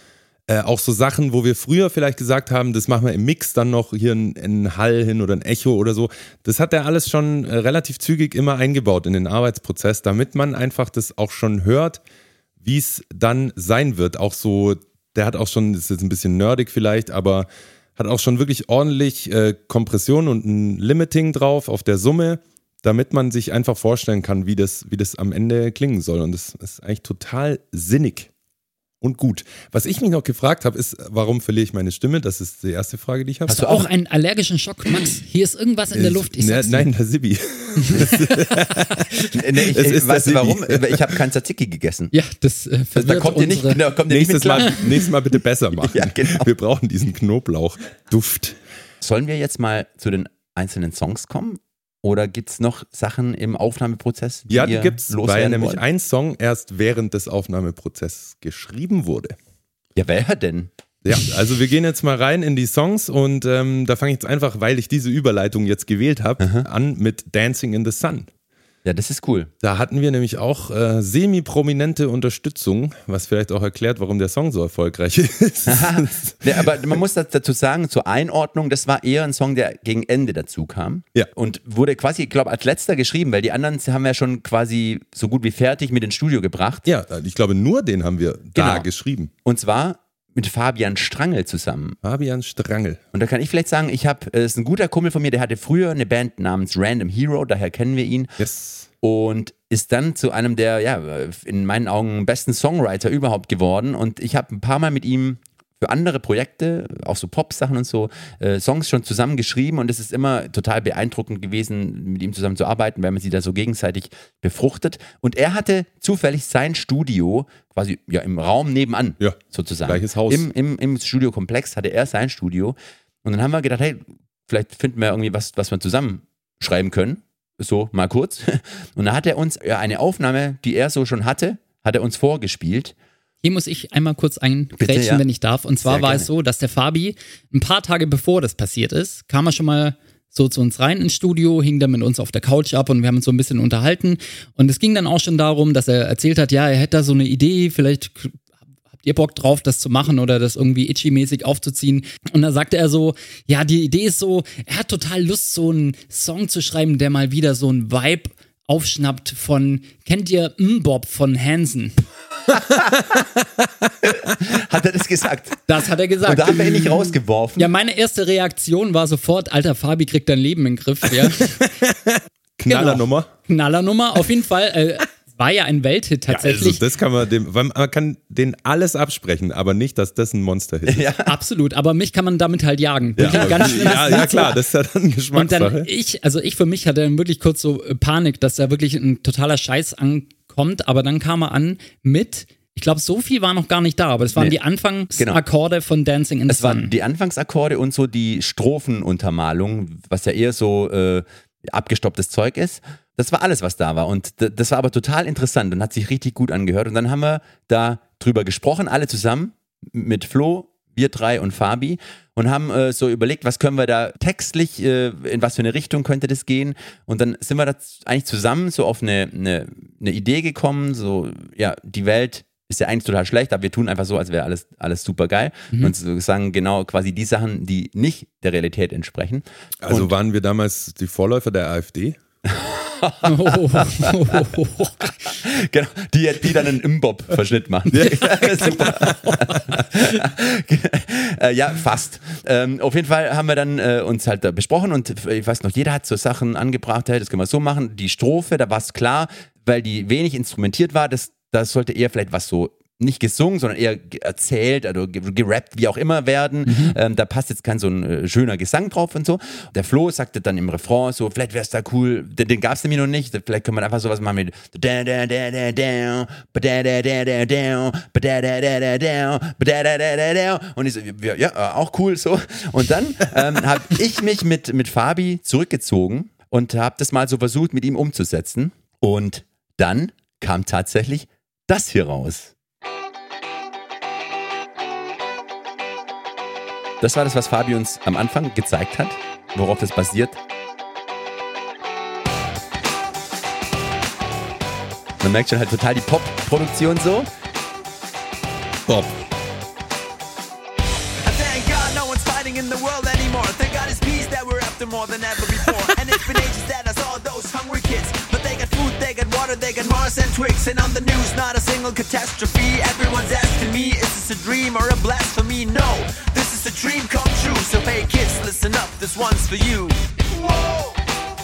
auch so Sachen, wo wir früher vielleicht gesagt haben, das machen wir im Mix dann noch hier ein Hall hin oder ein Echo oder so. Das hat er alles schon relativ zügig immer eingebaut in den Arbeitsprozess, damit man einfach das auch schon hört, wie es dann sein wird. Auch so, der hat auch schon, das ist jetzt ein bisschen nerdig vielleicht, aber hat auch schon wirklich ordentlich Kompression und ein Limiting drauf auf der Summe, damit man sich einfach vorstellen kann, wie das am Ende klingen soll. Und das ist eigentlich total sinnig und gut. Was ich mich noch gefragt habe, ist, warum verliere ich meine Stimme? Das ist die erste Frage, die ich habe. Hast du auch einen allergischen Schock, Max? Hier ist irgendwas in der Luft. Nein, der Sibi. Weißt du warum? Ich habe kein Tzatziki gegessen. Ja, das verwirrt da kommt ihr nicht Nächstes Mal bitte besser machen. Ja, genau. Wir brauchen diesen Knoblauchduft. Sollen wir jetzt mal zu den einzelnen Songs kommen? Oder gibt es noch Sachen im Aufnahmeprozess? Ja, die gibt es, weil nämlich wollt? ein Song erst während des Aufnahmeprozesses geschrieben wurde. Ja, wer denn? Ja, also wir gehen jetzt mal rein in die Songs und da fange ich jetzt einfach, weil ich diese Überleitung jetzt gewählt habe, an mit Dancing in the Sun. Ja, das ist cool. Da hatten wir nämlich auch semi-prominente Unterstützung, was vielleicht auch erklärt, warum der Song so erfolgreich ist. Ja, aber man muss dazu sagen, zur Einordnung, das war eher ein Song, der gegen Ende dazu kam. Ja. Und wurde quasi, ich glaube, als letzter geschrieben, weil die anderen haben wir schon quasi so gut wie fertig mit ins Studio gebracht. Ja, ich glaube, nur den haben wir da geschrieben. Und zwar mit Fabian Strangl zusammen. Fabian Strangl. Und da kann ich vielleicht sagen, ist ein guter Kumpel von mir, der hatte früher eine Band namens Random Hero, daher kennen wir ihn. Yes. Und ist dann zu einem der, ja, in meinen Augen besten Songwriter überhaupt geworden. Und ich habe ein paar Mal mit ihm für andere Projekte, auch so Pop-Sachen und so, Songs schon zusammen geschrieben und es ist immer total beeindruckend gewesen, mit ihm zusammen zu arbeiten, weil man sie da so gegenseitig befruchtet. Und er hatte zufällig sein Studio quasi im Raum nebenan, sozusagen. Gleiches Haus. Im Studiokomplex hatte er sein Studio und dann haben wir gedacht, hey, vielleicht finden wir irgendwie was wir zusammen schreiben können, so mal kurz. Und da hat er uns eine Aufnahme, die er so schon hatte, hat er uns vorgespielt. Hier muss ich einmal kurz eingrätschen, wenn ich darf. Und zwar war es so, dass der Fabi ein paar Tage bevor das passiert ist, kam er schon mal so zu uns rein ins Studio, hing dann mit uns auf der Couch ab und wir haben uns so ein bisschen unterhalten. Und es ging dann auch schon darum, dass er erzählt hat, ja, er hätte da so eine Idee, vielleicht habt ihr Bock drauf, das zu machen oder das irgendwie itchy-mäßig aufzuziehen. Und da sagte er so, ja, die Idee ist so, er hat total Lust, so einen Song zu schreiben, der mal wieder so einen Vibe aufschnappt von, kennt ihr Mbop von Hansen? Hat er das gesagt? Das hat er gesagt. Und da haben wir ihn nicht rausgeworfen. Ja, meine erste Reaktion war sofort, alter Fabi kriegt dein Leben in den Griff. Ja. Knallernummer. Genau. Knallernummer, auf jeden Fall. War ja ein Welthit tatsächlich. Ja, also das kann man kann den alles absprechen, aber nicht, dass das ein Monster-Hit ist. Ja. Absolut, aber mich kann man damit halt jagen. Ja, Ganz schnell ja, klar, das ist ja dann Geschmackssache. Und dann ich für mich hatte dann wirklich kurz so Panik, dass da wirklich ein totaler Scheiß ankommt, aber dann kam er an mit, ich glaube, so viel war noch gar nicht da, aber es waren die Anfangsakkorde von Dancing in the Sun. Es waren die Anfangsakkorde und so die Strophenuntermalung, was ja eher so abgestopptes Zeug ist. Das war alles, was da war und das war aber total interessant und hat sich richtig gut angehört und dann haben wir da drüber gesprochen, alle zusammen mit Flo, wir drei und Fabi und haben so überlegt, was können wir da textlich, in was für eine Richtung könnte das gehen und dann sind wir da eigentlich zusammen so auf eine Idee gekommen, so ja, die Welt ist ja eigentlich total schlecht, aber wir tun einfach so, als wäre alles super geil und sagen genau quasi die Sachen, die nicht der Realität entsprechen. Also waren wir damals die Vorläufer der AfD? Genau, die dann einen Mbop-Verschnitt machen. Super. Ja, fast. Auf jeden Fall haben wir dann uns halt da besprochen und ich weiß noch, jeder hat so Sachen angebracht, hey, das können wir so machen. Die Strophe, da war es klar, weil die wenig instrumentiert war, das sollte eher vielleicht was so nicht gesungen, sondern eher erzählt oder gerappt, wie auch immer werden. Da passt jetzt kein so ein schöner Gesang drauf und so. Der Flo sagte dann im Refrain so, vielleicht wäre es da cool, den gab es nämlich noch nicht, vielleicht können wir einfach sowas machen mit und ich so, ja, auch cool so. Und dann habe ich mich mit Fabi zurückgezogen und habe das mal so versucht, mit ihm umzusetzen. Und dann kam tatsächlich das hier raus. Das war das, was Fabi uns am Anfang gezeigt hat, worauf das basiert. Man merkt schon halt total die Pop-Produktion so. Pop. Thank God no one's fighting in the world anymore. Thank God it's peace that we're after more than ever before. And it's been ages that I saw those hungry kids. But they got food, they got water, they got Mars and Twix. And on the news, not a single catastrophe. Everyone's asking me, is this a dream or a blasphemy? No, this is a dream come true. So hey kids, listen up, this one's for you. Whoa.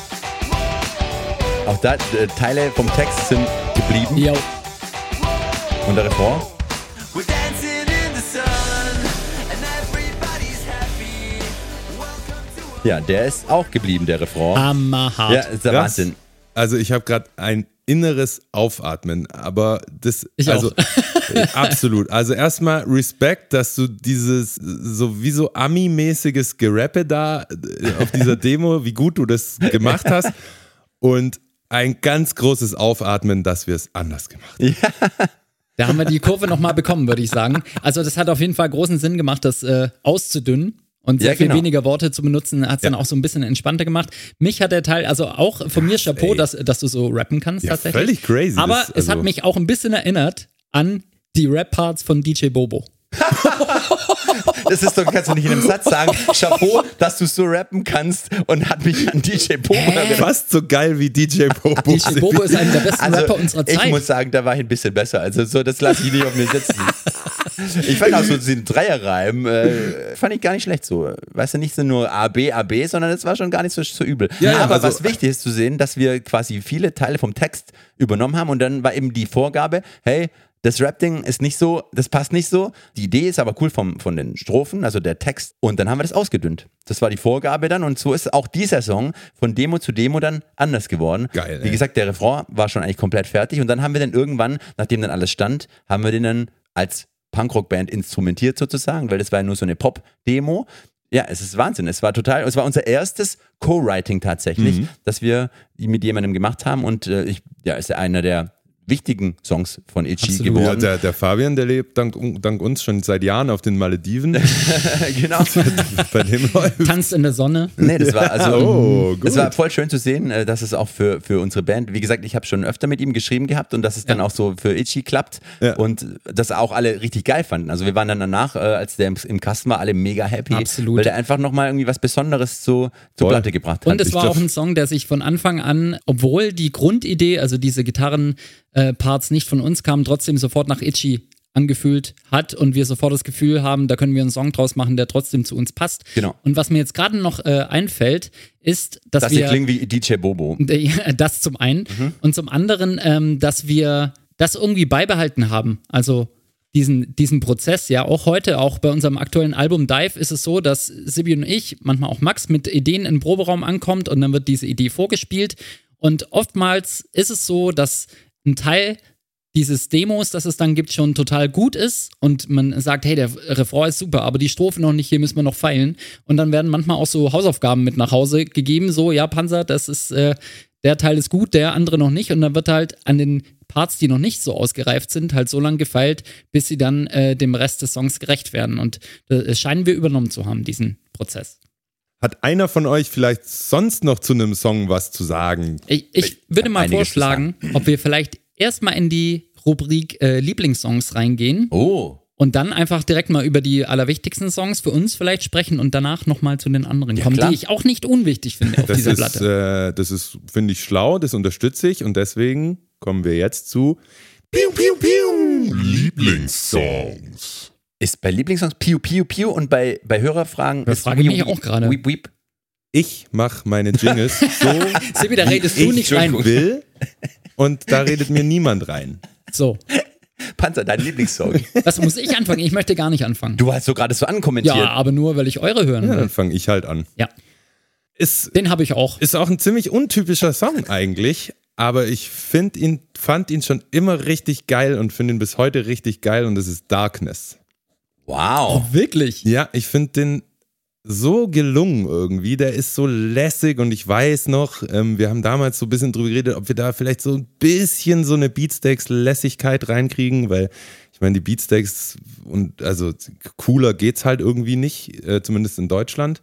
Auch da Teile vom Text sind geblieben. Jo. Und der Refrain. We're dancing in the sun and everybody's happy. Welcome to Ja, der ist auch geblieben, der Refrain. Hammerhart. Ja, ist der Krass. Wahnsinn. Also ich habe gerade ein inneres Aufatmen, aber das, Ich also auch. absolut. Also erstmal Respekt, dass du dieses sowieso Ami-mäßiges Gerappe da auf dieser Demo, wie gut du das gemacht hast und ein ganz großes Aufatmen, dass wir es anders gemacht haben. Da haben wir die Kurve nochmal bekommen, würde ich sagen. Also das hat auf jeden Fall großen Sinn gemacht, das auszudünnen. Und sehr viel weniger Worte zu benutzen, hat es dann auch so ein bisschen entspannter gemacht. Mich hat der Teil, also auch von mir Chapeau, dass du so rappen kannst tatsächlich. Völlig crazy. Aber es hat mich auch ein bisschen erinnert an die Rap-Parts von DJ Bobo. Das ist doch, kannst du nicht in einem Satz sagen, Chapeau, dass du so rappen kannst und hat mich an DJ Bobo erinnert. Fast so geil wie DJ Bobo. DJ Bobo ist einer der besten Rapper unserer Zeit. Ich muss sagen, da war ich ein bisschen besser. Also so, das lasse ich nicht auf mir sitzen. Ich fand auch so den Dreierreim, fand ich gar nicht schlecht so. Weißt du, nicht so nur A, B, sondern es war schon gar nicht so übel. Ja, aber also, was wichtig ist zu sehen, dass wir quasi viele Teile vom Text übernommen haben und dann war eben die Vorgabe, hey, Das Rap-Ding ist nicht so, das passt nicht so. Die Idee ist aber cool von den Strophen, also der Text. Und dann haben wir das ausgedünnt. Das war die Vorgabe dann und so ist auch dieser Song von Demo zu Demo dann anders geworden. Geil, Wie ey. gesagt, der Refrain war schon eigentlich komplett fertig und dann haben wir dann irgendwann, nachdem dann alles stand, haben wir den dann als Punkrock-Band instrumentiert sozusagen, weil das war ja nur so eine Pop-Demo. Ja, es ist Wahnsinn. Es war unser erstes Co-Writing tatsächlich, das wir mit jemandem gemacht haben und ist ja einer der wichtigen Songs von Itchy Absolut. geworden. Ja, der Fabian, der lebt dank uns schon seit Jahren auf den Malediven. Genau. Bei dem läuft. Tanzt in der Sonne. Nee, das war gut. es war voll schön zu sehen, dass es auch für unsere Band, wie gesagt, ich habe schon öfter mit ihm geschrieben gehabt und dass es dann auch so für Itchy klappt und dass auch alle richtig geil fanden. Also wir waren dann danach, als der im Kasten war, alle mega happy, Absolut. weil der einfach nochmal irgendwie was Besonderes zur Platte gebracht hat. Und es war auch ein Song, der sich von Anfang an, obwohl die Grundidee, also diese Gitarrenparts nicht von uns kamen, trotzdem sofort nach Itchy angefühlt hat und wir sofort das Gefühl haben, da können wir einen Song draus machen, der trotzdem zu uns passt. Genau. Und was mir jetzt gerade noch einfällt, ist, dass das wir... hier klingt wie DJ Bobo. Das zum einen. Und zum anderen, dass wir das irgendwie beibehalten haben. Also diesen Prozess, ja, auch heute, auch bei unserem aktuellen Album Dive ist es so, dass Sibi und ich, manchmal auch Max, mit Ideen in den Proberaum ankommt und dann wird diese Idee vorgespielt. Und oftmals ist es so, dass ein Teil dieses Demos, das es dann gibt, schon total gut ist und man sagt, hey, der Refrain ist super, aber die Strophe noch nicht, hier müssen wir noch feilen. Und dann werden manchmal auch so Hausaufgaben mit nach Hause gegeben, so, ja, Panzer, das ist, der Teil ist gut, der andere noch nicht. Und dann wird halt an den Parts, die noch nicht so ausgereift sind, halt so lange gefeilt, bis sie dann dem Rest des Songs gerecht werden. Und das scheinen wir übernommen zu haben, diesen Prozess. Hat einer von euch vielleicht sonst noch zu einem Song was zu sagen? Ich würde mal einiges vorschlagen, ob wir vielleicht erstmal in die Rubrik Lieblingssongs reingehen Oh. und dann einfach direkt mal über die allerwichtigsten Songs für uns vielleicht sprechen und danach nochmal zu den anderen kommen, klar. die ich auch nicht unwichtig finde auf dieser Platte. Das ist, finde ich, schlau, das unterstütze ich und deswegen kommen wir jetzt zu Piu Piu Piu Lieblingssongs. Ist bei Lieblingssongs Piu Piu Piu und bei Hörerfragen Das ist frage ich Weep, mich auch gerade. Weep Weep. Ich mache meine Jingles so, Sibi, da redest du ich nicht rein. will und da redet mir niemand rein. So, Panzer, dein Lieblingssong. was muss ich anfangen? Ich möchte gar nicht anfangen. Du hast so gerade so ankommentiert. Ja, aber nur, weil ich eure hören Ja, will. dann fange ich halt an. Ja, Ist den habe ich auch. auch ein ziemlich untypischer Song eigentlich, aber ich fand ihn schon immer richtig geil und finde ihn bis heute richtig geil und das ist Darkness. Wow. Wirklich? Ja, ich finde den so gelungen irgendwie, der ist so lässig und ich weiß noch, wir haben damals so ein bisschen drüber geredet, ob wir da vielleicht so ein bisschen so eine Beatsteaks-Lässigkeit reinkriegen, weil ich meine, die Beatsteaks und also cooler geht's halt irgendwie nicht, zumindest in Deutschland.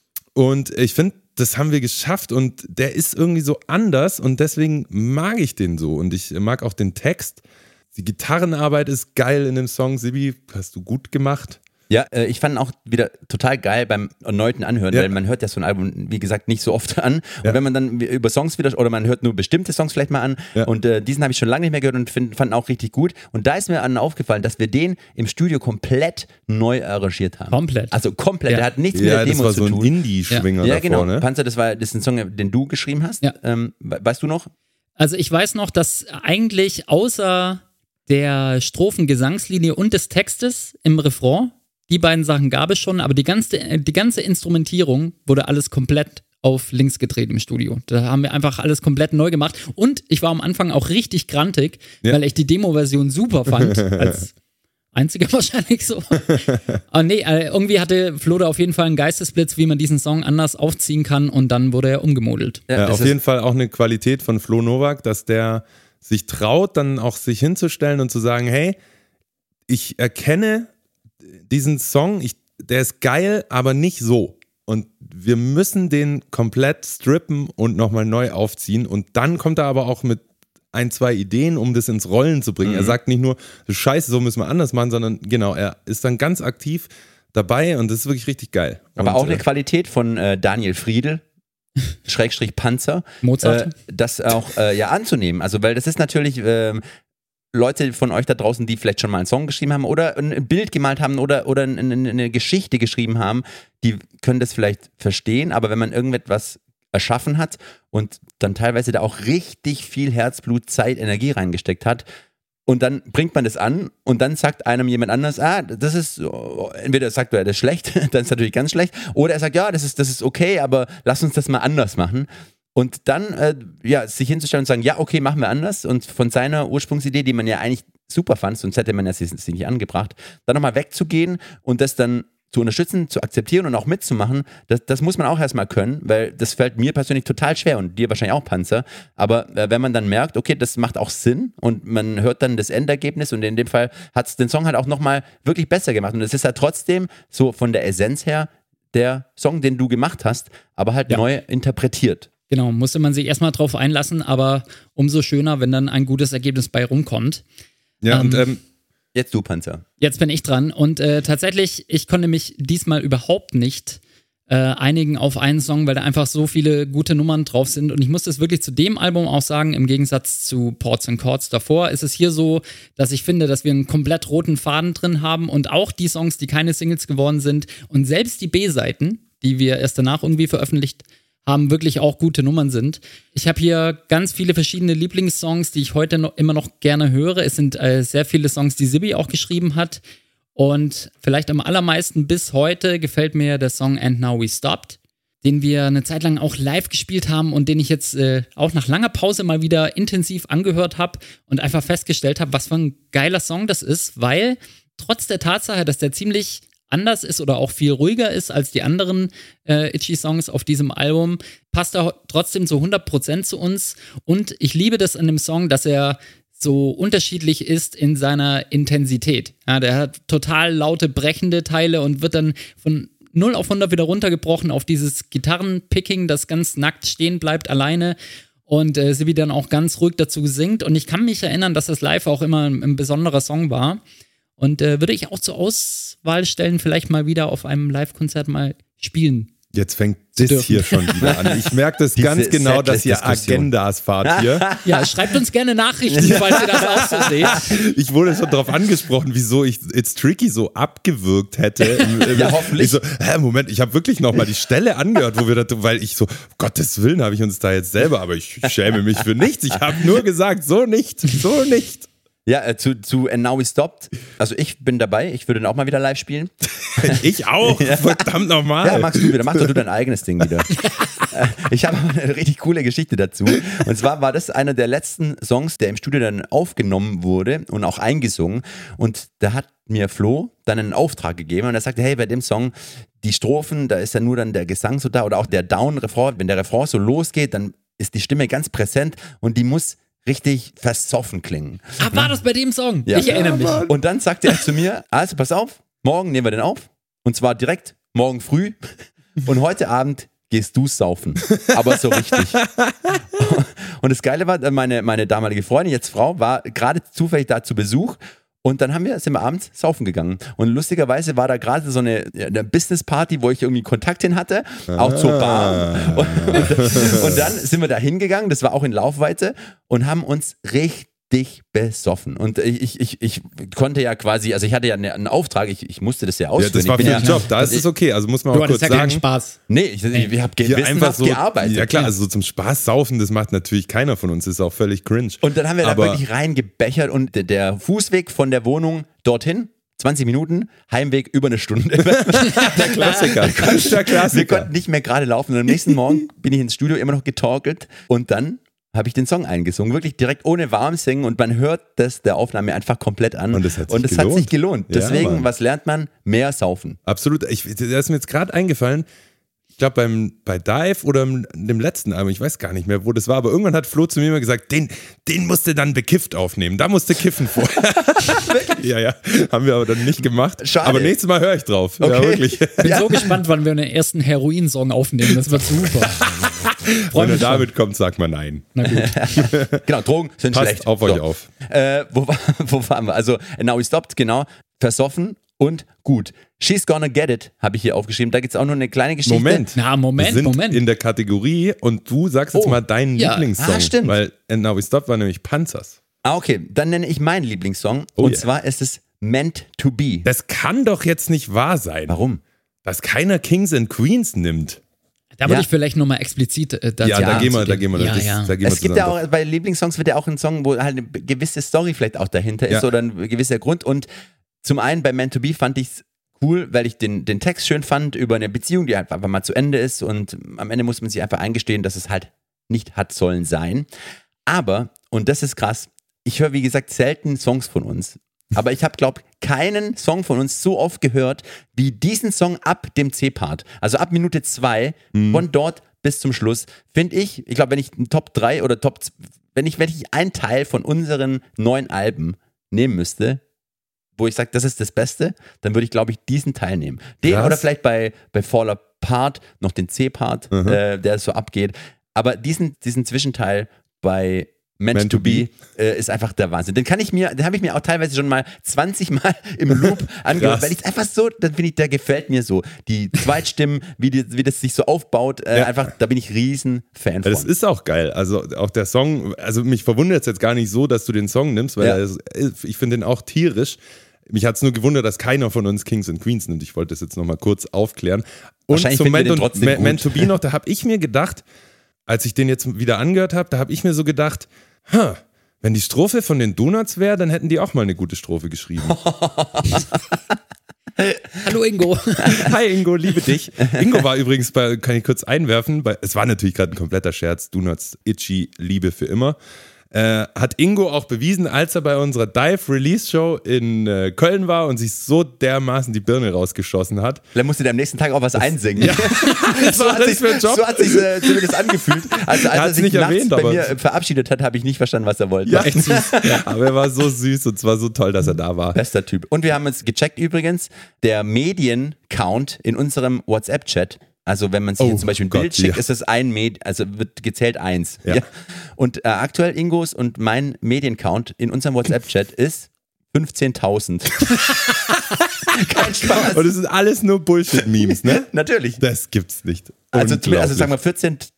Und ich finde, das haben wir geschafft und der ist irgendwie so anders und deswegen mag ich den so und ich mag auch den Text. Die Gitarrenarbeit ist geil in dem Song. Sibi, hast du gut gemacht. Ja, ich fand ihn auch wieder total geil beim erneuten Anhören, weil man hört ja so ein Album, wie gesagt, nicht so oft an. Und wenn man dann über Songs wieder, oder man hört nur bestimmte Songs vielleicht mal an und diesen habe ich schon lange nicht mehr gehört und fand ihn auch richtig gut. Und da ist mir aufgefallen, dass wir den im Studio komplett neu arrangiert haben. Komplett. Also komplett, Ja. der hat nichts mit Ja, der das Demo war zu so ein tun. Indie-Schwinger Ja, davor, genau. ne? Panzer, das ist ein Song, den du geschrieben hast. Ja. Weißt du noch? Also ich weiß noch, dass eigentlich außer der Strophen-Gesangslinie und des Textes im Refrain, die beiden Sachen gab es schon, aber die ganze Instrumentierung wurde alles komplett auf links gedreht im Studio. Da haben wir einfach alles komplett neu gemacht. Und ich war am Anfang auch richtig grantig, weil ich die Demo-Version super fand. Als einziger wahrscheinlich so. Aber nee, irgendwie hatte Flo da auf jeden Fall einen Geistesblitz, wie man diesen Song anders aufziehen kann und dann wurde er umgemodelt. Ja, Auf jeden Fall auch eine Qualität von Flo Nowak, dass der sich traut, dann auch sich hinzustellen und zu sagen, hey, ich erkenne diesen Song, der ist geil, aber nicht so. Und wir müssen den komplett strippen und nochmal neu aufziehen. Und dann kommt er aber auch mit ein, zwei Ideen, um das ins Rollen zu bringen. Er sagt nicht nur, scheiße, so müssen wir anders machen, sondern genau, er ist dann ganz aktiv dabei und das ist wirklich richtig geil. Aber und, auch eine Qualität von Daniel Friedl, Schrägstrich Panzer, Mozart. das auch anzunehmen. Also, weil das ist natürlich Leute von euch da draußen, die vielleicht schon mal einen Song geschrieben haben oder ein Bild gemalt haben oder eine Geschichte geschrieben haben, die können das vielleicht verstehen, aber wenn man irgendetwas erschaffen hat und dann teilweise da auch richtig viel Herzblut, Zeit, Energie reingesteckt hat, Und dann bringt man das an und dann sagt einem jemand anders, das ist, entweder sagt er, das ist schlecht, dann ist natürlich ganz schlecht, oder er sagt, ja, das ist okay, aber lass uns das mal anders machen. Und dann, sich hinzustellen und sagen, ja, okay, machen wir anders. Und von seiner Ursprungsidee, die man ja eigentlich super fand, sonst hätte man ja sie nicht angebracht, dann nochmal wegzugehen und das dann zu unterstützen, zu akzeptieren und auch mitzumachen, das muss man auch erstmal können, weil das fällt mir persönlich total schwer und dir wahrscheinlich auch, Panzer. Aber wenn man dann merkt, okay, das macht auch Sinn und man hört dann das Endergebnis und in dem Fall hat es den Song halt auch nochmal wirklich besser gemacht. Und es ist halt trotzdem so von der Essenz her der Song, den du gemacht hast, aber halt neu interpretiert. Genau, musste man sich erstmal drauf einlassen, aber umso schöner, wenn dann ein gutes Ergebnis bei rumkommt. Ja, und jetzt du, Panzer. Jetzt bin ich dran und tatsächlich, ich konnte mich diesmal überhaupt nicht einigen auf einen Song, weil da einfach so viele gute Nummern drauf sind und ich muss das wirklich zu dem Album auch sagen, im Gegensatz zu Ports and Chords davor ist es hier so, dass ich finde, dass wir einen komplett roten Faden drin haben und auch die Songs, die keine Singles geworden sind und selbst die B-Seiten, die wir erst danach irgendwie veröffentlicht haben, wirklich auch gute Nummern sind. Ich habe hier ganz viele verschiedene Lieblingssongs, die ich heute immer noch gerne höre. Es sind sehr viele Songs, die Sibi auch geschrieben hat. Und vielleicht am allermeisten bis heute gefällt mir der Song And Now We Stopped, den wir eine Zeit lang auch live gespielt haben und den ich jetzt auch nach langer Pause mal wieder intensiv angehört habe und einfach festgestellt habe, was für ein geiler Song das ist, weil trotz der Tatsache, dass der ziemlich anders ist oder auch viel ruhiger ist als die anderen Itchy-Songs auf diesem Album, passt er trotzdem zu 100% zu uns. Und ich liebe das an dem Song, dass er so unterschiedlich ist in seiner Intensität. Ja, der hat total laute, brechende Teile und wird dann von 0 auf 100 wieder runtergebrochen auf dieses Gitarrenpicking, das ganz nackt stehen bleibt alleine. Und Sibi dann auch ganz ruhig dazu singt. Und ich kann mich erinnern, dass das live auch immer ein besonderer Song war. Und würde ich auch zur Auswahl stellen, vielleicht mal wieder auf einem Live-Konzert mal spielen. Jetzt fängt das hier schon wieder an. Ich merke das ganz genau, dass ihr Agendas fahrt hier. Ja, schreibt uns gerne Nachrichten, falls ihr das auch so seht. Ich wurde schon darauf angesprochen, wieso ich It's Tricky so abgewürgt hätte. Ja, hoffentlich. Ich so, Moment, ich habe wirklich nochmal die Stelle angehört, wo wir da, weil ich so, Gottes Willen, habe ich uns da jetzt selber, aber ich schäme mich für nichts. Ich habe nur gesagt, so nicht. Ja, zu And Now We Stopped. Also ich bin dabei, ich würde den auch mal wieder live spielen. Ich auch, verdammt nochmal. Ja, magst du wieder, mach doch du dein eigenes Ding wieder. Ich habe eine richtig coole Geschichte dazu. Und zwar war das einer der letzten Songs, der im Studio dann aufgenommen wurde und auch eingesungen. Und da hat mir Flo dann einen Auftrag gegeben und er sagte, hey, bei dem Song, die Strophen, da ist ja nur dann der Gesang so da oder auch der Down-Refrain, wenn der Refrain so losgeht, dann ist die Stimme ganz präsent und die muss richtig versoffen klingen. War das bei dem Song? Ja. Ich erinnere mich. Und dann sagte er zu mir, also pass auf, morgen nehmen wir den auf und zwar direkt morgen früh und heute Abend gehst du saufen, aber so richtig. Und das Geile war, meine damalige Freundin, jetzt Frau, war gerade zufällig da zu Besuch. Und dann sind wir abends saufen gegangen. Und lustigerweise war da gerade so eine Business-Party, wo ich irgendwie Kontakt hin hatte, auch zur Bar. Und dann sind wir da hingegangen, das war auch in Laufweite, und haben uns richtig besoffen. Und ich konnte ja quasi, also ich hatte ja einen Auftrag, ich musste das ja ausführen. Ja, das war für den Job, da ist es okay, also muss man auch kurz sagen. Du hattest ja keinen Spaß. Nee, ich habe einfach so gearbeitet. Ja klar, also so zum Spaß saufen, das macht natürlich keiner von uns, das ist auch völlig cringe. Und dann haben wir da wirklich reingebechert und der Fußweg von der Wohnung dorthin, 20 Minuten, Heimweg über eine Stunde. Der Klassiker. Wir konnten nicht mehr gerade laufen und am nächsten Morgen bin ich ins Studio immer noch getorkelt und dann habe ich den Song eingesungen, wirklich direkt ohne Warmsingen und man hört das der Aufnahme einfach komplett an. Und es hat sich gelohnt. Deswegen, ja, was lernt man? Mehr saufen. Absolut. Das ist mir jetzt gerade eingefallen, ich glaube bei Dive oder dem letzten Album, ich weiß gar nicht mehr, wo das war, aber irgendwann hat Flo zu mir mal gesagt, den musst du dann bekifft aufnehmen, da musst du kiffen vorher. Ja, haben wir aber dann nicht gemacht. Schade. Aber nächstes Mal höre ich drauf. Okay. Ja, wirklich. Ich bin so gespannt, wann wir einen ersten Heroin-Song aufnehmen, das wird super. Wenn er damit kommt, sagt man nein. Na gut. Genau, Drogen sind Passt schlecht. auf euch auf. Wo waren wir? Also, Now We Stopped, genau, versoffen und gut. She's Gonna Get It, habe ich hier aufgeschrieben. Da gibt es auch nur eine kleine Geschichte. Moment. Wir sind in der Kategorie und du sagst jetzt mal deinen Lieblingssong. Stimmt. Weil And Now We Stopped war nämlich Panzers. Okay, dann nenne ich meinen Lieblingssong. Zwar ist es Meant to Be. Das kann doch jetzt nicht wahr sein. Warum? Dass keiner Kings and Queens nimmt. Da würde ich vielleicht nochmal explizit dazu da gehen wir. Es gibt ja auch, bei Lieblingssongs wird ja auch ein Song, wo halt eine gewisse Story vielleicht auch dahinter ist oder ein gewisser Grund. Und zum einen bei Meant to Be fand ich es cool, weil ich den Text schön fand über eine Beziehung, die halt einfach mal zu Ende ist und am Ende muss man sich einfach eingestehen, dass es halt nicht hat sollen sein. Aber, und das ist krass, ich höre wie gesagt selten Songs von uns. Aber ich habe, glaube ich, keinen Song von uns so oft gehört wie diesen Song ab dem C-Part. Also ab Minute 2, von dort bis zum Schluss, finde ich glaube, wenn ich ein Top 3 oder wenn ich einen Teil von unseren 9 Alben nehmen müsste, wo ich sage, das ist das Beste, dann würde ich, glaube ich, diesen Teil nehmen. Den oder vielleicht bei Fall Apart noch den C-Part, der so abgeht. Aber diesen Zwischenteil bei Meant to Be ist einfach der Wahnsinn. Den habe ich mir auch teilweise schon mal 20 Mal im Loop angehört, weil ich es einfach so, dann finde ich, der gefällt mir so. Die Zweitstimmen, wie das sich so aufbaut, einfach, da bin ich riesen Fan von. Das ist auch geil. Also auch der Song, also mich verwundert es jetzt gar nicht so, dass du den Song nimmst, weil ich finde den auch tierisch. Mich hat es nur gewundert, dass keiner von uns Kings and Queens nimmt. Ich wollte das jetzt nochmal kurz aufklären. Und zum Meant to Be noch, da habe ich mir gedacht, als ich den jetzt wieder angehört habe, da habe ich mir so gedacht, wenn die Strophe von den Donuts wäre, dann hätten die auch mal eine gute Strophe geschrieben. Hallo Ingo. Hi Ingo, liebe dich. Ingo war übrigens kann ich kurz einwerfen, es war natürlich gerade ein kompletter Scherz, Donuts, Itchy, Liebe für immer. Hat Ingo auch bewiesen, als er bei unserer Dive-Release-Show in Köln war und sich so dermaßen die Birne rausgeschossen hat. Dann musste der am nächsten Tag auch was einsingen. Ja. so hat sich zumindest angefühlt. Also als er sich nachts bei mir verabschiedet hat, habe ich nicht verstanden, was er wollte. Ja, echt süß. Aber er war so süß und zwar so toll, dass er da war. Bester Typ. Und wir haben uns gecheckt übrigens, der Medien-Count in unserem WhatsApp-Chat. Also wenn man sich jetzt zum Beispiel ein Bild schickt, ist das wird gezählt 1. Ja. Und aktuell Ingos und mein Mediencount in unserem WhatsApp-Chat ist 15.000. Kein Spaß. Und es sind alles nur Bullshit-Memes, ne? Natürlich. Das gibt's nicht. Also sagen wir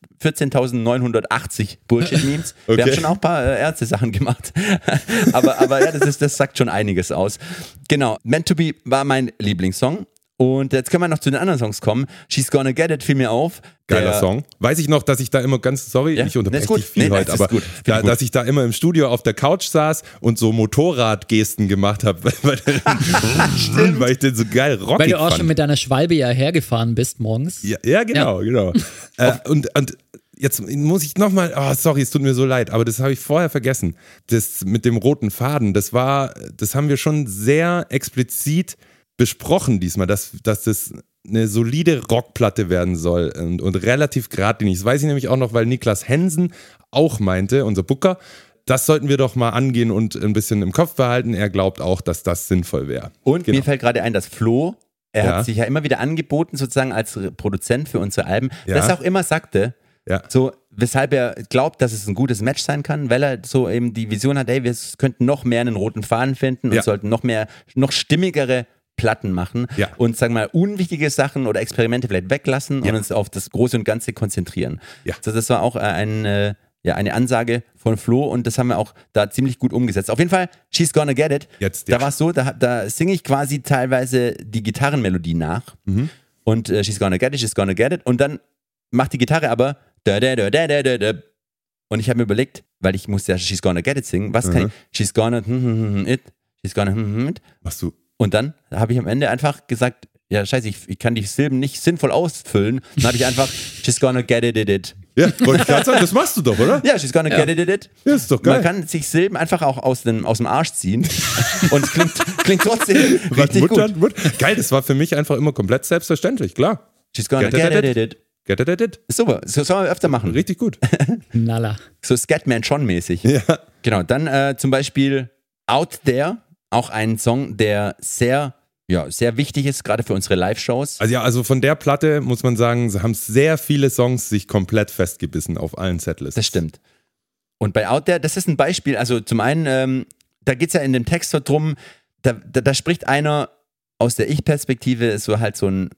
14.980 Bullshit-Memes. Okay. Wir haben schon auch ein paar Ärzte-Sachen gemacht. aber ja, das sagt schon einiges aus. Genau, Meant to Be war mein Lieblingssong. Und jetzt können wir noch zu den anderen Songs kommen. She's Gonna Get It fiel mir auf. Geiler Song. Weiß ich noch, dass ich da immer ich unterbreche dich viel heute, aber dass ich da immer im Studio auf der Couch saß und so Motorradgesten gemacht habe, weil ich den so geil rockig fand. Weil du auch schon mit deiner Schwalbe ja hergefahren bist morgens. Ja, genau. Und jetzt muss ich nochmal, sorry, es tut mir so leid, aber das habe ich vorher vergessen. Das mit dem roten Faden, das haben wir schon sehr explizit besprochen diesmal, dass das eine solide Rockplatte werden soll und relativ geradlinig. Das weiß ich nämlich auch noch, weil Niklas Hensen auch meinte, unser Booker, das sollten wir doch mal angehen und ein bisschen im Kopf behalten. Er glaubt auch, dass das sinnvoll wäre. Und mir fällt gerade ein, dass Flo, hat sich ja immer wieder angeboten, sozusagen als Produzent für unsere Alben, dass er auch immer sagte, so, weshalb er glaubt, dass es ein gutes Match sein kann, weil er so eben die Vision hat, wir könnten noch mehr einen roten Faden finden und sollten noch stimmigere Platten machen und, sagen wir mal, unwichtige Sachen oder Experimente vielleicht weglassen und uns auf das Große und Ganze konzentrieren. Ja. Also das war auch eine Ansage von Flo und das haben wir auch da ziemlich gut umgesetzt. Auf jeden Fall, She's Gonna Get It. Da war es so, da singe ich quasi teilweise die Gitarrenmelodie nach und She's Gonna Get It und dann macht die Gitarre aber da, da, da, da, da, da, da. Und ich habe mir überlegt, weil ich muss ja She's Gonna Get It singen, was kann ich? She's Gonna it, She's Gonna it. Machst du? Und dann habe ich am Ende einfach gesagt, ja scheiße, ich kann die Silben nicht sinnvoll ausfüllen. Dann habe ich einfach She's Gonna Get It. Ja, wollte ich gerade sagen, das machst du doch, oder? Ja, She's Gonna Get It. Ja, ist doch geil. Man kann sich Silben einfach auch aus dem Arsch ziehen und klingt trotzdem richtig gut. Geil, das war für mich einfach immer komplett selbstverständlich, klar. She's Gonna Get It. Get it. Super, so sollen wir öfter machen. Richtig gut. Nalla. So Scatman schon mäßig. Ja. Genau, dann zum Beispiel Out There. Auch ein Song, der sehr wichtig ist, gerade für unsere Live-Shows. Also von der Platte muss man sagen, haben sehr viele Songs sich komplett festgebissen auf allen Setlisten. Das stimmt. Und bei Out There, das ist ein Beispiel, also zum einen, da geht es ja in dem Text so drum, da spricht einer aus der Ich-Perspektive, so halt so ein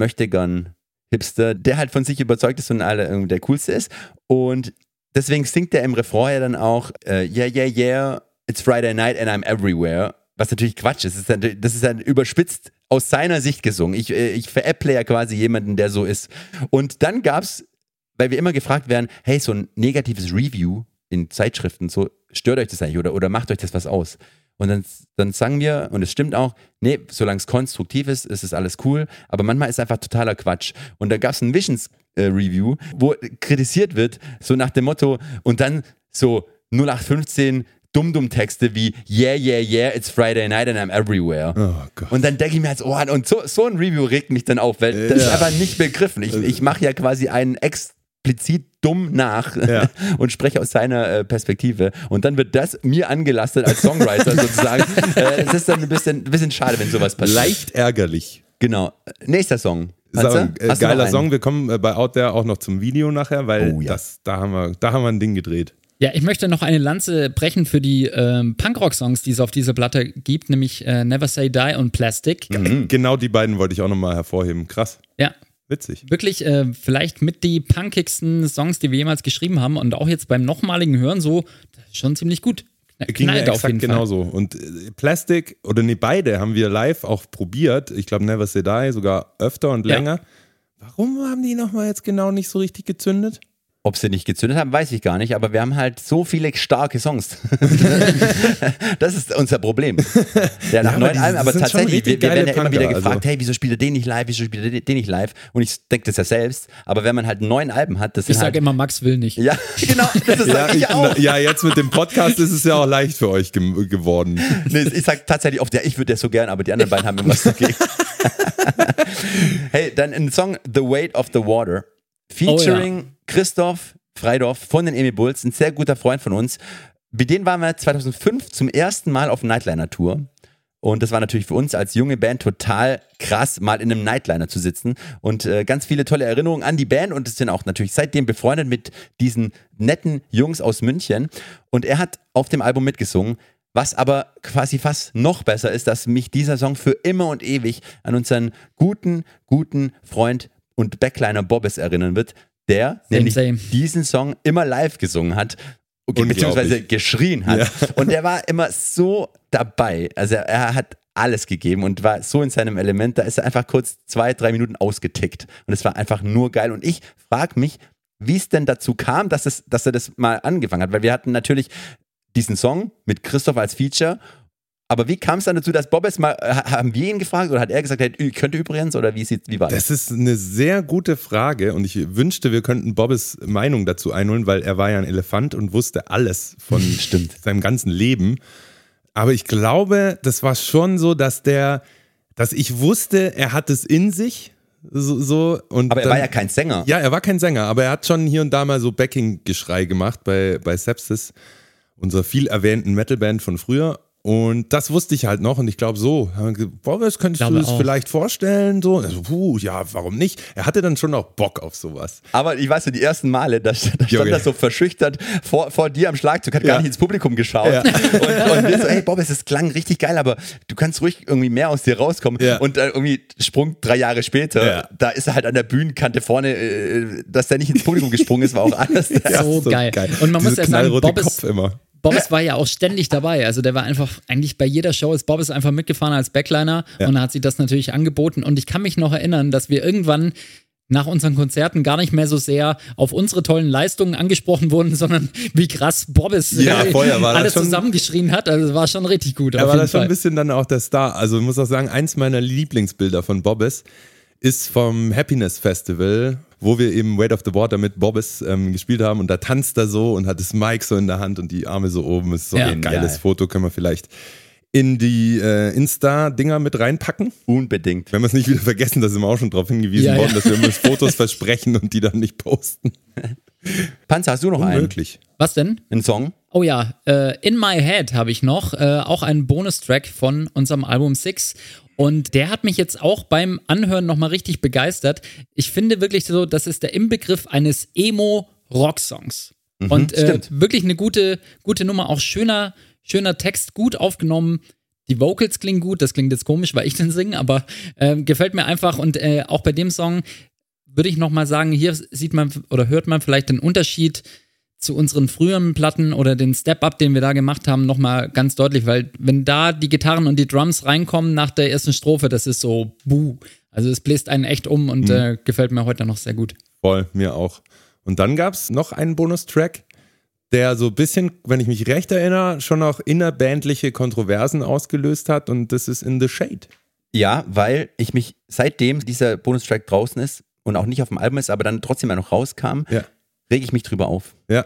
Möchtegern-Hipster, der halt von sich überzeugt ist und der Coolste ist. Und deswegen singt er im Refrain ja dann auch, yeah, it's Friday night and I'm everywhere. Was natürlich Quatsch ist. Das ist dann überspitzt aus seiner Sicht gesungen. Ich veräpple ja quasi jemanden, der so ist. Und dann gab's, weil wir immer gefragt werden, hey, so ein negatives Review in Zeitschriften, so stört euch das eigentlich oder macht euch das was aus? Und dann sagen wir, und es stimmt auch, nee, solange es konstruktiv ist, ist es alles cool, aber manchmal ist es einfach totaler Quatsch. Und da gab es ein Visions-Review, wo kritisiert wird, so nach dem Motto, und dann so 0815 Dumm-Dumm-Texte wie Yeah, yeah, yeah, it's Friday night and I'm everywhere. Oh Gott. Und dann denke ich mir halt, und so ein Review regt mich dann auf, weil das ist einfach nicht begriffen. Ich mache ja quasi einen explizit dumm nach und spreche aus seiner Perspektive. Und dann wird das mir angelastet als Songwriter sozusagen. Es ist dann ein bisschen schade, wenn sowas passiert. Leicht ärgerlich. Genau. Nächster Song. Geiler Song. Wir kommen bei Out There auch noch zum Video nachher, weil Oh, ja. da haben wir ein Ding gedreht. Ja, ich möchte noch eine Lanze brechen für die Punkrock-Songs, die es auf dieser Platte gibt, nämlich Never Say Die und Plastic. Genau die beiden wollte ich auch nochmal hervorheben. Krass. Ja, Witzig. wirklich vielleicht mit die punkigsten Songs, die wir jemals geschrieben haben und auch jetzt beim nochmaligen Hören so, das ist schon ziemlich gut. Ging mir Knallt auf exakt jeden Fall. genauso. Und Plastic, oder nee, beide haben wir live auch probiert. Ich glaube Never Say Die sogar öfter und Ja. länger. Warum haben die nochmal jetzt genau nicht so richtig gezündet? Ob sie nicht gezündet haben, weiß ich gar nicht, aber wir haben halt so viele starke Songs. Das ist unser Problem. Ja, nach aber 9 die Alben, aber sind schon tatsächlich, wir richtig werden ja geile immer wieder Punker, gefragt, also. hey, wieso spielt er den nicht live, wieso spielt er den nicht live? Und ich denke das ja selbst, aber wenn man halt 9 Alben hat, das Ich sind sage halt... immer, Max will nicht. Ja, genau, das sage ich auch. Ja, jetzt mit dem Podcast ist es ja auch leicht für euch geworden. Nee, ich sag tatsächlich oft, ja, ich würde das so gern, aber die anderen beiden haben immer was dagegen. Hey, dann ein Song The Weight of the Water, featuring Christoph Freidorf von den Emi Bulls, ein sehr guter Freund von uns. Mit denen waren wir 2005 zum ersten Mal auf Nightliner-Tour. Und das war natürlich für uns als junge Band total krass, mal in einem Nightliner zu sitzen. Und ganz viele tolle Erinnerungen an die Band. Und es sind auch natürlich seitdem befreundet mit diesen netten Jungs aus München. Und er hat auf dem Album mitgesungen. Was aber quasi fast noch besser ist, dass mich dieser Song für immer und ewig an unseren guten Freund und Backliner Bobbes erinnern wird, der nämlich diesen Song immer live gesungen hat, beziehungsweise geschrien hat. Ja. Und er war immer so dabei. Also er hat alles gegeben und war so in seinem Element. Da ist er einfach kurz 2-3 Minuten ausgetickt. Und es war einfach nur geil. Und ich frage mich, wie es denn dazu kam, dass er das mal angefangen hat. Weil wir hatten natürlich diesen Song mit Christoph als Feature. Aber wie kam es dann dazu, dass Bobbes mal, haben wir ihn gefragt oder hat er gesagt, hey, könnte übrigens oder wie war das? Das ist eine sehr gute Frage und ich wünschte, wir könnten Bobbes Meinung dazu einholen, weil er war ja ein Elefant und wusste alles von seinem ganzen Leben. Aber ich glaube, das war schon so, dass ich wusste, er hat es in sich. Und aber er war ja kein Sänger. Ja, er war kein Sänger, aber er hat schon hier und da mal so Backing-Geschrei gemacht bei Sepsis, unserer viel erwähnten Metalband von früher. Und das wusste ich halt noch und ich glaube so, Bobbes, könntest du das vielleicht vorstellen? So, also, ja, warum nicht? Er hatte dann schon auch Bock auf sowas. Aber ich weiß so, die ersten Male, da stand er so verschüchtert vor dir am Schlagzeug, hat gar nicht ins Publikum geschaut. Ja. Und wir so, hey Bobbes, das klang richtig geil, aber du kannst ruhig irgendwie mehr aus dir rauskommen. Ja. Und irgendwie Sprung 3 Jahre später, da ist er halt an der Bühnenkante vorne, dass der nicht ins Publikum gesprungen ist, war auch alles. So geil. Und man muss ja sagen, Bobbes war ja auch ständig dabei. Also der war einfach, eigentlich bei jeder Show ist Bobbes einfach mitgefahren als Backliner und er hat sich das natürlich angeboten. Und ich kann mich noch erinnern, dass wir irgendwann nach unseren Konzerten gar nicht mehr so sehr auf unsere tollen Leistungen angesprochen wurden, sondern wie krass Bobbes alles zusammengeschrien hat. Also war schon richtig gut. Er war da schon ein bisschen dann auch der Star. Also ich muss auch sagen, eins meiner Lieblingsbilder von Bobbes ist vom Happiness Festival, wo wir eben Weight of the Water mit Bobbes gespielt haben und da tanzt er so und hat das Mic so in der Hand und die Arme so oben. Das ist so ein geiles Foto, können wir vielleicht in die Insta-Dinger mit reinpacken. Unbedingt. Wenn wir es nicht wieder vergessen, da sind wir auch schon darauf hingewiesen worden, dass wir immer Fotos versprechen und die dann nicht posten. Panzer, hast du noch Unmöglich. einen? Was denn? Ein Song? Oh ja, In My Head habe ich noch, auch einen Bonustrack von unserem Album 6. Und der hat mich jetzt auch beim Anhören nochmal richtig begeistert. Ich finde wirklich so, das ist der Inbegriff eines Emo-Rock-Songs. Und wirklich eine gute Nummer, auch schöner Text, gut aufgenommen. Die Vocals klingen gut, das klingt jetzt komisch, weil ich den singe, aber gefällt mir einfach. Und auch bei dem Song würde ich nochmal sagen, hier sieht man oder hört man vielleicht den Unterschied zu unseren früheren Platten oder den Step-Up, den wir da gemacht haben, nochmal ganz deutlich, weil wenn da die Gitarren und die Drums reinkommen nach der ersten Strophe, das ist so buh. Also es bläst einen echt um und gefällt mir heute noch sehr gut. Voll, mir auch. Und dann gab es noch einen Bonustrack, der so ein bisschen, wenn ich mich recht erinnere, schon auch innerbandliche Kontroversen ausgelöst hat und das ist In the Shade. Ja, weil ich mich, seitdem dieser Bonustrack draußen ist und auch nicht auf dem Album ist, aber dann trotzdem ja noch rauskam, rege ich mich drüber auf. Ja,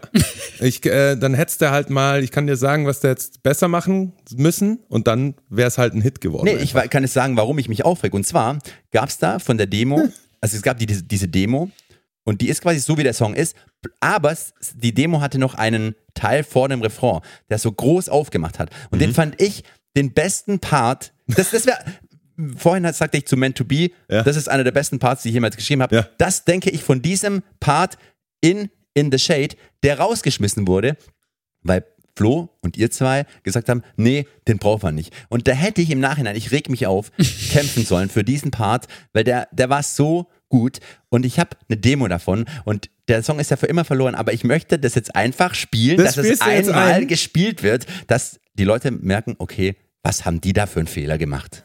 dann hättest du halt mal, ich kann dir sagen, was du jetzt besser machen müssen und dann wäre es halt ein Hit geworden. Nee, ich kann es sagen, warum ich mich aufrege. Und zwar gab es da von der Demo, also es gab diese Demo und die ist quasi so, wie der Song ist, aber die Demo hatte noch einen Teil vor dem Refrain, der so groß aufgemacht hat. Und den fand ich den besten Part, das wäre... Vorhin sagte ich zu Meant to Be, das ist einer der besten Parts, die ich jemals geschrieben habe. Ja. Das denke ich von diesem Part in the Shade, der rausgeschmissen wurde, weil Flo und ihr zwei gesagt haben, nee, den braucht man nicht. Und da hätte ich im Nachhinein, ich reg mich auf, kämpfen sollen für diesen Part, weil der war so gut und ich habe eine Demo davon und der Song ist ja für immer verloren, aber ich möchte das jetzt einfach spielen, dass es einmal gespielt wird, dass die Leute merken, okay, was haben die da für einen Fehler gemacht?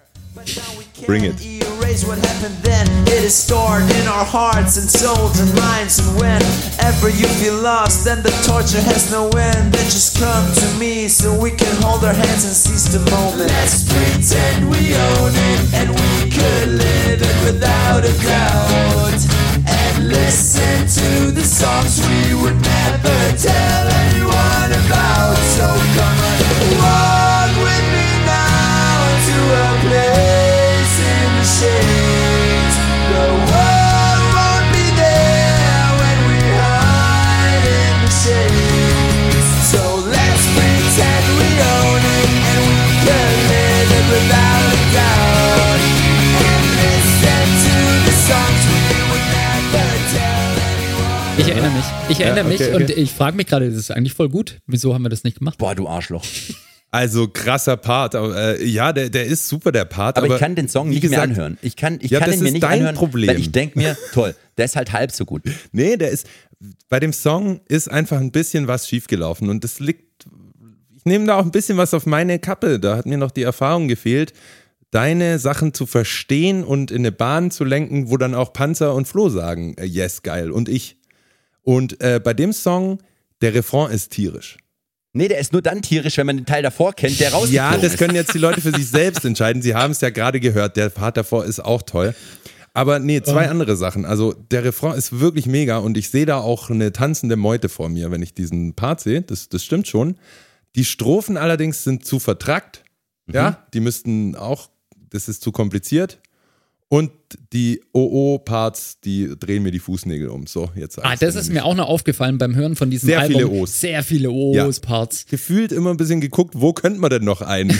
Bring it. Erase what happened then. It is stored in our hearts and souls and minds. And whenever you feel lost, then the torture has no end. Then just come to me so we can hold our hands and seize the moment. Let's pretend we own it and we could live it without a doubt. And listen to the songs we would never tell anyone about. So come on, walk with me now to a place in the shades. The world won't be there when we hide in the shades. So let's pretend we own it and we can live it without a doubt. And listen to the songs we would never tell anyone. Ich erinnere mich und ich frage mich gerade, das ist eigentlich voll gut. Wieso haben wir das nicht gemacht? Boah, du Arschloch. Also krasser Part, ja, der ist super, der Part. Aber ich kann den Song nicht mehr anhören. Ich kann ihn mir nicht anhören, Problem. Weil ich denke mir, toll, der ist halt halb so gut. Nee, bei dem Song ist einfach ein bisschen was schiefgelaufen und das liegt, ich nehme da auch ein bisschen was auf meine Kappe, da hat mir noch die Erfahrung gefehlt, deine Sachen zu verstehen und in eine Bahn zu lenken, wo dann auch Panzer und Flo sagen, yes, geil, und ich. Und bei dem Song, der Refrain ist tierisch. Nee, der ist nur dann tierisch, wenn man den Teil davor kennt, der rausgeflogen Ja, das ist. können jetzt die Leute für sich selbst entscheiden. Sie haben es ja gerade gehört, der Part davor ist auch toll. Aber nee, zwei andere Sachen. Also der Refrain ist wirklich mega und ich sehe da auch eine tanzende Meute vor mir, wenn ich diesen Part sehe. Das stimmt schon. Die Strophen allerdings sind zu vertrackt. Ja, die müssten auch, das ist zu kompliziert. Und die OO-Parts, die drehen mir die Fußnägel um. So, jetzt das ist mir auch noch aufgefallen beim Hören von diesem Album. Sehr viele O's. Sehr viele O's-Parts. Gefühlt immer ein bisschen geguckt, wo könnte man denn noch einen?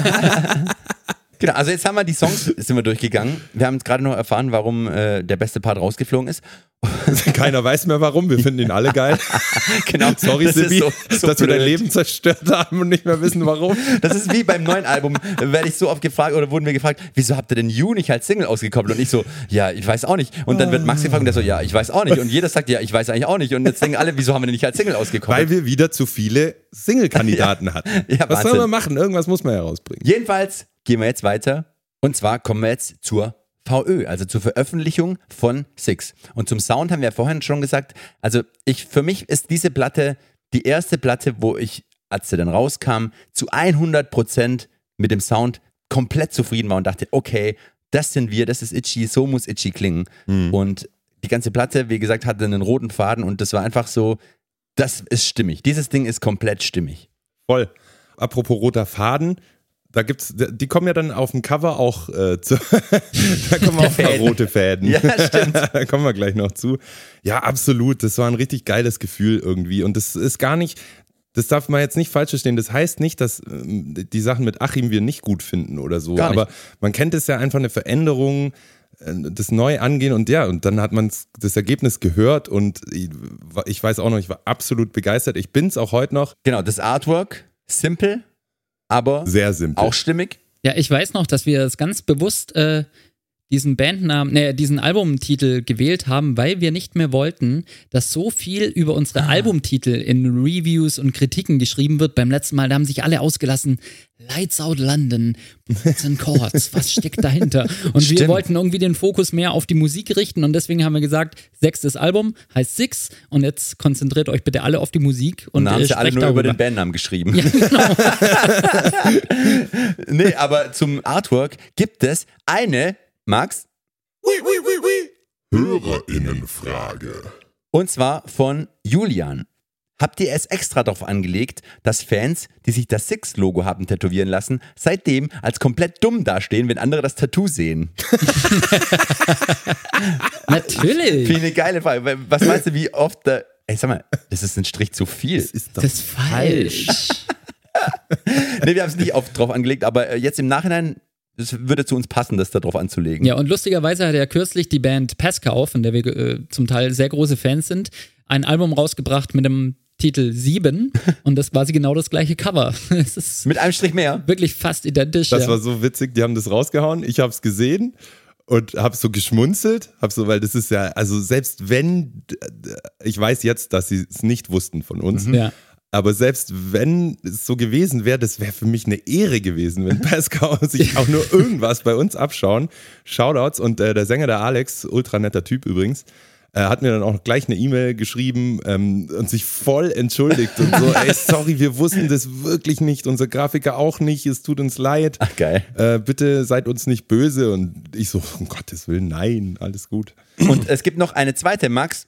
Genau, also jetzt haben wir die Songs, sind wir durchgegangen. Wir haben gerade noch erfahren, warum der beste Part rausgeflogen ist. Keiner weiß mehr warum, wir finden ihn alle geil. Genau. Sorry, Sibi, so dass wir dein Leben zerstört haben und nicht mehr wissen warum. Das ist wie beim neuen Album, werde ich so oft gefragt oder wurden wir gefragt, wieso habt ihr denn You nicht als Single ausgekoppelt? Und ich so, ja, ich weiß auch nicht. Und dann wird Max gefragt und der so, ja, ich weiß auch nicht. Und jeder sagt, ja, ich weiß eigentlich auch nicht. Und jetzt denken alle, wieso haben wir denn nicht als Single ausgekoppelt? Weil wir wieder zu viele Single-Kandidaten hatten. Ja, was soll man machen? Irgendwas muss man herausbringen. Jedenfalls gehen wir jetzt weiter. Und zwar kommen wir jetzt zur VÖ, also zur Veröffentlichung von Six. Und zum Sound haben wir ja vorhin schon gesagt, also für mich ist diese Platte die erste Platte, wo ich, als sie dann rauskam, zu 100% mit dem Sound komplett zufrieden war und dachte, okay, das sind wir, das ist Itchy, so muss Itchy klingen. Und die ganze Platte, wie gesagt, hatte einen roten Faden und das war einfach so, das ist stimmig. Dieses Ding ist komplett stimmig. Voll. Apropos roter Faden, die kommen ja dann auf dem Cover auch da kommen auch mal rote Fäden. Ja, stimmt. Da kommen wir gleich noch zu. Ja, absolut. Das war ein richtig geiles Gefühl irgendwie. Und das ist gar nicht, das darf man jetzt nicht falsch verstehen. Das heißt nicht, dass die Sachen mit Achim wir nicht gut finden oder so. Gar nicht. Aber man kennt es ja einfach eine Veränderung, das neu angehen und dann hat man das Ergebnis gehört und ich weiß auch noch, ich war absolut begeistert. Ich bin's auch heute noch. Genau, das Artwork, simpel. Aber sehr simpel. Auch stimmig. Ja, ich weiß noch, dass wir es ganz bewusst diesen Bandnamen, diesen Albumtitel gewählt haben, weil wir nicht mehr wollten, dass so viel über unsere Albumtitel in Reviews und Kritiken geschrieben wird. Beim letzten Mal, da haben sich alle ausgelassen. Lights Out London, Poets and Chords, was steckt dahinter? Und wir wollten irgendwie den Fokus mehr auf die Musik richten und deswegen haben wir gesagt, 6. Album heißt Six und jetzt konzentriert euch bitte alle auf die Musik. Und dann haben sie alle nur darüber. über den Bandnamen geschrieben. Ja, genau. Nee, aber zum Artwork gibt es eine, Max? HörerInnenfrage. Und zwar von Julian. Habt ihr es extra darauf angelegt, dass Fans, die sich das Six-Logo haben tätowieren lassen, seitdem als komplett dumm dastehen, wenn andere das Tattoo sehen? Natürlich. Finde ich eine geile Frage. Was meinst du, wie oft da... Ey, sag mal, das ist ein Strich zu viel. Das ist falsch. Nee, wir haben es nicht oft drauf angelegt, aber jetzt im Nachhinein, es würde zu uns passen, das da drauf anzulegen. Ja, und lustigerweise hat ja kürzlich die Band Pascal, von der wir zum Teil sehr große Fans sind, ein Album rausgebracht mit dem Titel 7 und das quasi genau das gleiche Cover. Es ist Mit einem Strich mehr. wirklich fast identisch. Das war so witzig, die haben das rausgehauen, ich habe es gesehen und habe so geschmunzelt, weil das ist ja, also selbst wenn, ich weiß jetzt, dass sie es nicht wussten von uns, Ja. aber selbst wenn es so gewesen wäre, das wäre für mich eine Ehre gewesen, wenn Pascal sich auch nur irgendwas bei uns abschauen. Shoutouts und der Sänger, der Alex, ultra netter Typ übrigens, hat mir dann auch gleich eine E-Mail geschrieben und sich voll entschuldigt und so, ey, sorry, wir wussten das wirklich nicht, unser Grafiker auch nicht, es tut uns leid. Ach, geil. Bitte seid uns nicht böse. Und ich so, um Gottes Willen, nein, alles gut. Und es gibt noch eine zweite, Max,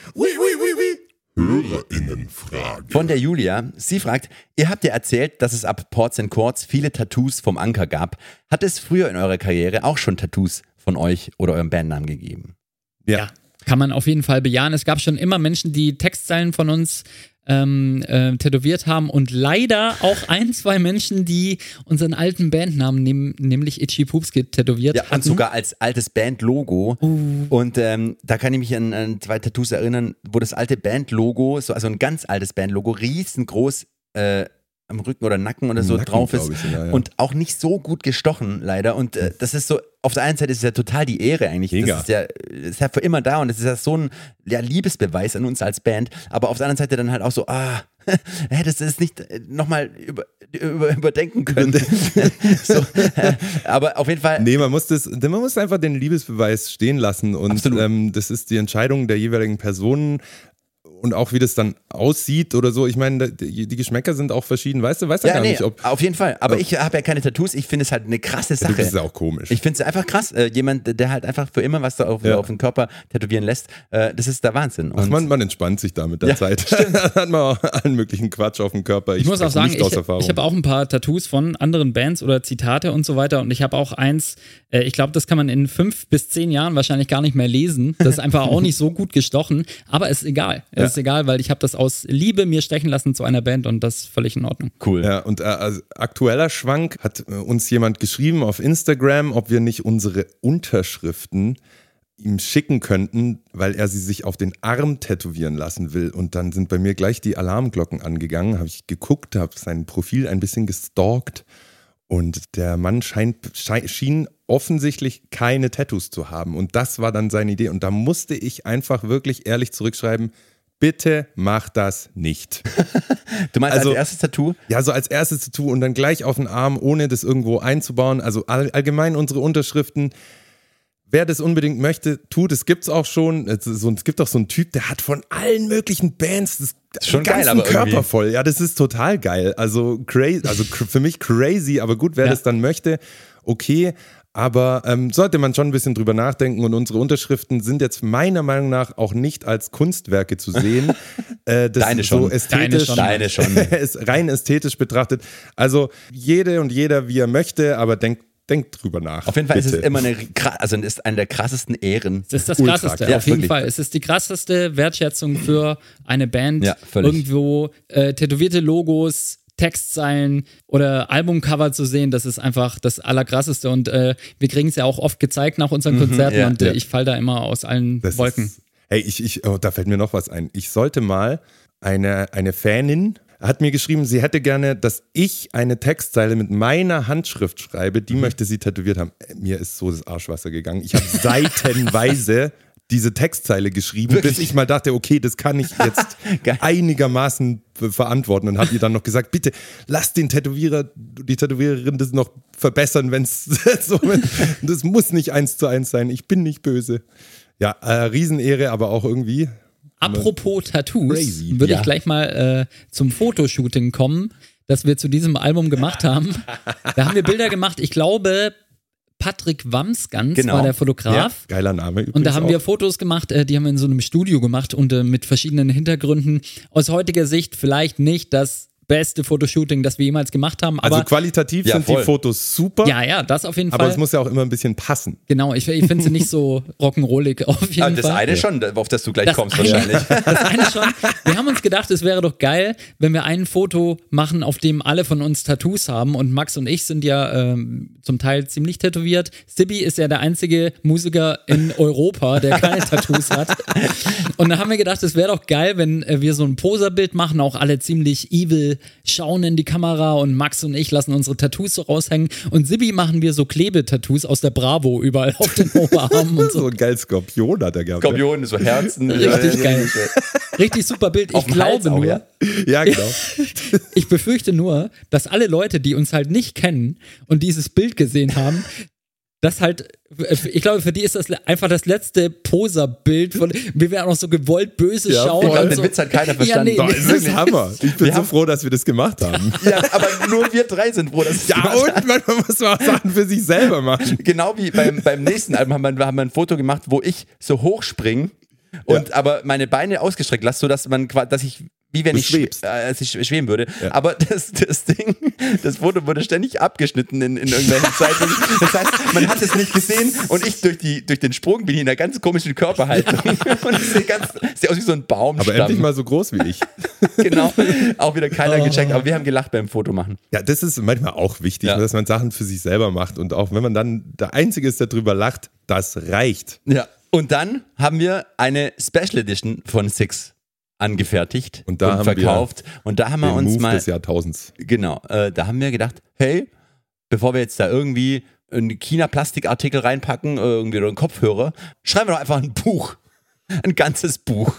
HörerInnenfrage. von der Julia. Sie fragt, ihr habt ja erzählt, dass es ab Ports and Chords viele Tattoos vom Anker gab. Hat es früher in eurer Karriere auch schon Tattoos von euch oder eurem Bandnamen gegeben? Ja, kann man auf jeden Fall bejahen. Es gab schon immer Menschen, die Textzeilen von uns tätowiert haben und leider auch 1-2 Menschen, die unseren alten Bandnamen, nämlich Itchy Poopskid, tätowiert Ja, hatten. und sogar als altes Bandlogo. Und da kann ich mich an 2 Tattoos erinnern, wo das alte Bandlogo, also ein ganz altes Bandlogo, riesengroß am Rücken oder Nacken oder so Nacken, drauf ist. glaub ich, ja. Und auch nicht so gut gestochen, leider. Und das ist so, auf der einen Seite ist es ja total die Ehre eigentlich. Mega. Das ist ja für immer da und das ist ja so ein Liebesbeweis an uns als Band. Aber auf der anderen Seite dann halt auch so, hättest du es nicht nochmal überdenken können. So, aber auf jeden Fall. Nee, man muss einfach den Liebesbeweis stehen lassen und Absolut. das ist die Entscheidung der jeweiligen Personen. Und auch wie das dann aussieht oder so. Ich meine, die Geschmäcker sind auch verschieden. Weißt du gar nicht, ob... auf jeden Fall. Aber ich habe ja keine Tattoos. Ich finde es halt eine krasse Sache. Das ist ja auch komisch. Ich finde es einfach krass. Jemand, der halt einfach für immer was da auf den Körper tätowieren lässt, das ist der Wahnsinn. Ach, Und man entspannt sich da mit der Zeit. Dann hat man auch allen möglichen Quatsch auf dem Körper. Ich muss auch spreche sagen, nicht aus Erfahrung. ich habe auch ein paar Tattoos von anderen Bands oder Zitate und so weiter und ich habe auch eins, ich glaube, das kann man in 5 bis 10 Jahren wahrscheinlich gar nicht mehr lesen. Das ist einfach auch nicht so gut gestochen, aber es ist egal. Es ist egal, weil ich habe das aus Liebe mir stechen lassen zu einer Band und das ist völlig in Ordnung. cool. Ja, und als aktueller Schwank hat uns jemand geschrieben auf Instagram, ob wir nicht unsere Unterschriften ihm schicken könnten, weil er sie sich auf den Arm tätowieren lassen will. Und dann sind bei mir gleich die Alarmglocken angegangen, habe ich geguckt, habe sein Profil ein bisschen gestalkt und der Mann schien offensichtlich keine Tattoos zu haben. Und das war dann seine Idee. Und da musste ich einfach wirklich ehrlich zurückschreiben, bitte mach das nicht. Du meinst Also- als erstes Tattoo? Ja, so als erstes Tattoo und dann gleich auf den Arm, ohne das irgendwo einzubauen. Also allgemein unsere Unterschriften. Wer das unbedingt möchte, tut. Es gibt's auch schon. Es gibt auch so einen Typ, der hat von allen möglichen Bands das schon den geil, ganzen aber Körper irgendwie. voll. Ja, das ist total geil. Also crazy, für mich crazy, aber gut, wer das dann möchte, okay. Aber sollte man schon ein bisschen drüber nachdenken und unsere Unterschriften sind jetzt meiner Meinung nach auch nicht als Kunstwerke zu sehen. Das Deine ist schon. so ästhetisch. Deine schon. Ist rein ästhetisch betrachtet. Also jede und jeder, wie er möchte, aber denkt drüber nach. Auf jeden Fall ist es bitte. immer ist eine der krassesten Ehren. Das ist das Ultra Krasseste, krass. auf jeden Ja, Fall. Es ist die krasseste Wertschätzung für eine Band. Ja, völlig. Irgendwo tätowierte Logos, Textzeilen oder Albumcover zu sehen, das ist einfach das Allerkrasseste. Und wir kriegen es ja auch oft gezeigt nach unseren Konzerten ja, und ja. ich falle da immer aus allen Wolken. Hey, da fällt mir noch was ein. Ich sollte mal eine Fanin hat mir geschrieben, sie hätte gerne, dass ich eine Textzeile mit meiner Handschrift schreibe, die möchte sie tätowiert haben. Mir ist so das Arschwasser gegangen. Ich habe seitenweise diese Textzeile geschrieben, bis ich mal dachte, okay, das kann ich jetzt einigermaßen verantworten und habe ihr dann noch gesagt, bitte lass den Tätowierer, die Tätowiererin das noch verbessern, wenn es so, das muss nicht 1:1 sein, ich bin nicht böse. Ja, Riesenehre, aber auch irgendwie. Apropos Tattoos, Crazy. würde ich gleich mal zum Fotoshooting kommen, das wir zu diesem Album gemacht haben. Da haben wir Bilder gemacht, ich glaube, Patrick Wamsgans war der Fotograf. Ja, geiler Name übrigens. Und da haben wir auch Fotos gemacht, die haben wir in so einem Studio gemacht und mit verschiedenen Hintergründen. Aus heutiger Sicht vielleicht nicht das beste Fotoshooting, das wir jemals gemacht haben. Aber also qualitativ sind die Fotos super. Ja, das auf jeden Fall. Aber es muss ja auch immer ein bisschen passen. Genau, ich finde sie nicht so rock'n'rollig auf jeden Fall. Das eine schon, auf das du gleich kommst wahrscheinlich. Das eine schon. Wir haben uns gedacht, es wäre doch geil, wenn wir ein Foto machen, auf dem alle von uns Tattoos haben. Und Max und ich sind ja zum Teil ziemlich tätowiert. Sibby ist ja der einzige Musiker in Europa, der keine Tattoos hat. Und da haben wir gedacht, es wäre doch geil, wenn wir so ein Poserbild machen, auch alle ziemlich evil schauen in die Kamera und Max und ich lassen unsere Tattoos so raushängen. Und Sibby machen wir so Klebetattoos aus der Bravo überall auf den Oberarmen und so. So ein geil Skorpion hat er gehabt. Skorpion, so Herzen. Richtig geil. Richtig super Bild. Auf Ich dem Hals glaube auch, nur, ja? Ja, genau. ich befürchte nur, dass alle Leute, die uns halt nicht kennen und dieses Bild gesehen haben, das halt, ich glaube, für die ist das einfach das letzte Poserbild von, wir werden auch noch so gewollt böse schauen. Ich glaube, den so. Witz hat keiner verstanden. Ja, nee, Das ist Hammer. Ich bin so froh, dass wir das gemacht haben. Ja, aber nur wir drei sind froh, dass es Ja, und man muss auch Sachen für sich selber machen. Genau wie beim nächsten Album haben wir ein Foto gemacht, wo ich so hoch springe und aber meine Beine ausgestreckt lasse, sodass ich wie wenn ich schweben würde. Ja. Aber das Foto wurde ständig abgeschnitten in irgendwelchen Zeitungen. Das heißt, man hat es nicht gesehen und ich durch den Sprung bin ich in einer ganz komischen Körperhaltung und ich sehe aus wie so ein Baumstamm. Aber endlich mal so groß wie ich. Genau, auch wieder keiner gecheckt, aber wir haben gelacht beim Fotomachen. Ja, das ist manchmal auch wichtig, dass man Sachen für sich selber macht und auch wenn man dann der Einzige ist, der drüber lacht, das reicht. Ja. Und dann haben wir eine Special Edition von Six angefertigt und haben verkauft. Und da haben wir uns Move mal des Jahrtausends. Genau, da haben wir gedacht, hey, bevor wir jetzt da irgendwie einen China-Plastikartikel reinpacken, irgendwie oder einen Kopfhörer, schreiben wir doch einfach ein Buch. Ein ganzes Buch.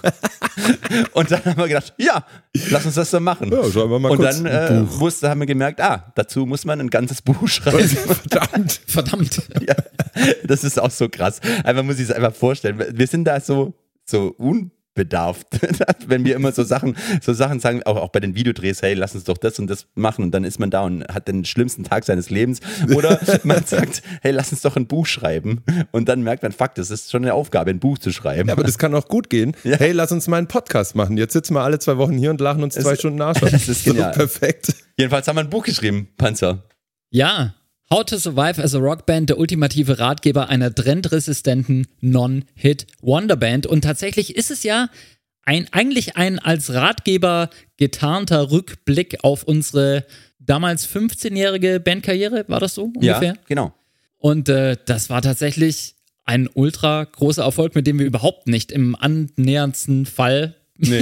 Und dann haben wir gedacht, ja, lass uns das so machen. Ja, schreiben wir mal und kurz dann ein Buch. haben wir gemerkt, dazu muss man ein ganzes Buch schreiben. Verdammt. Ja, das ist auch so krass. Einfach muss ich es einfach vorstellen. Wir sind da so unbedarft, wenn wir immer so Sachen sagen, auch bei den Videodrehs, hey, lass uns doch das und das machen und dann ist man da und hat den schlimmsten Tag seines Lebens. Oder man sagt, hey, lass uns doch ein Buch schreiben und dann merkt man, fuck, das ist schon eine Aufgabe, ein Buch zu schreiben. Ja, aber das kann auch gut gehen. Ja. Hey, lass uns mal einen Podcast machen. Jetzt sitzen wir alle 2 Wochen hier und lachen uns 2 Stunden Arsch ab. Das ist genial. So perfekt. Jedenfalls haben wir ein Buch geschrieben, Panzer. Ja. How to Survive as a Rockband, der ultimative Ratgeber einer trendresistenten Non-Hit-Wonderband. Und tatsächlich ist es ja eigentlich ein als Ratgeber getarnter Rückblick auf unsere damals 15-jährige Bandkarriere, war das so ungefähr? Ja, genau. Und das war tatsächlich ein ultra großer Erfolg, mit dem wir überhaupt nicht im annäherndsten Fall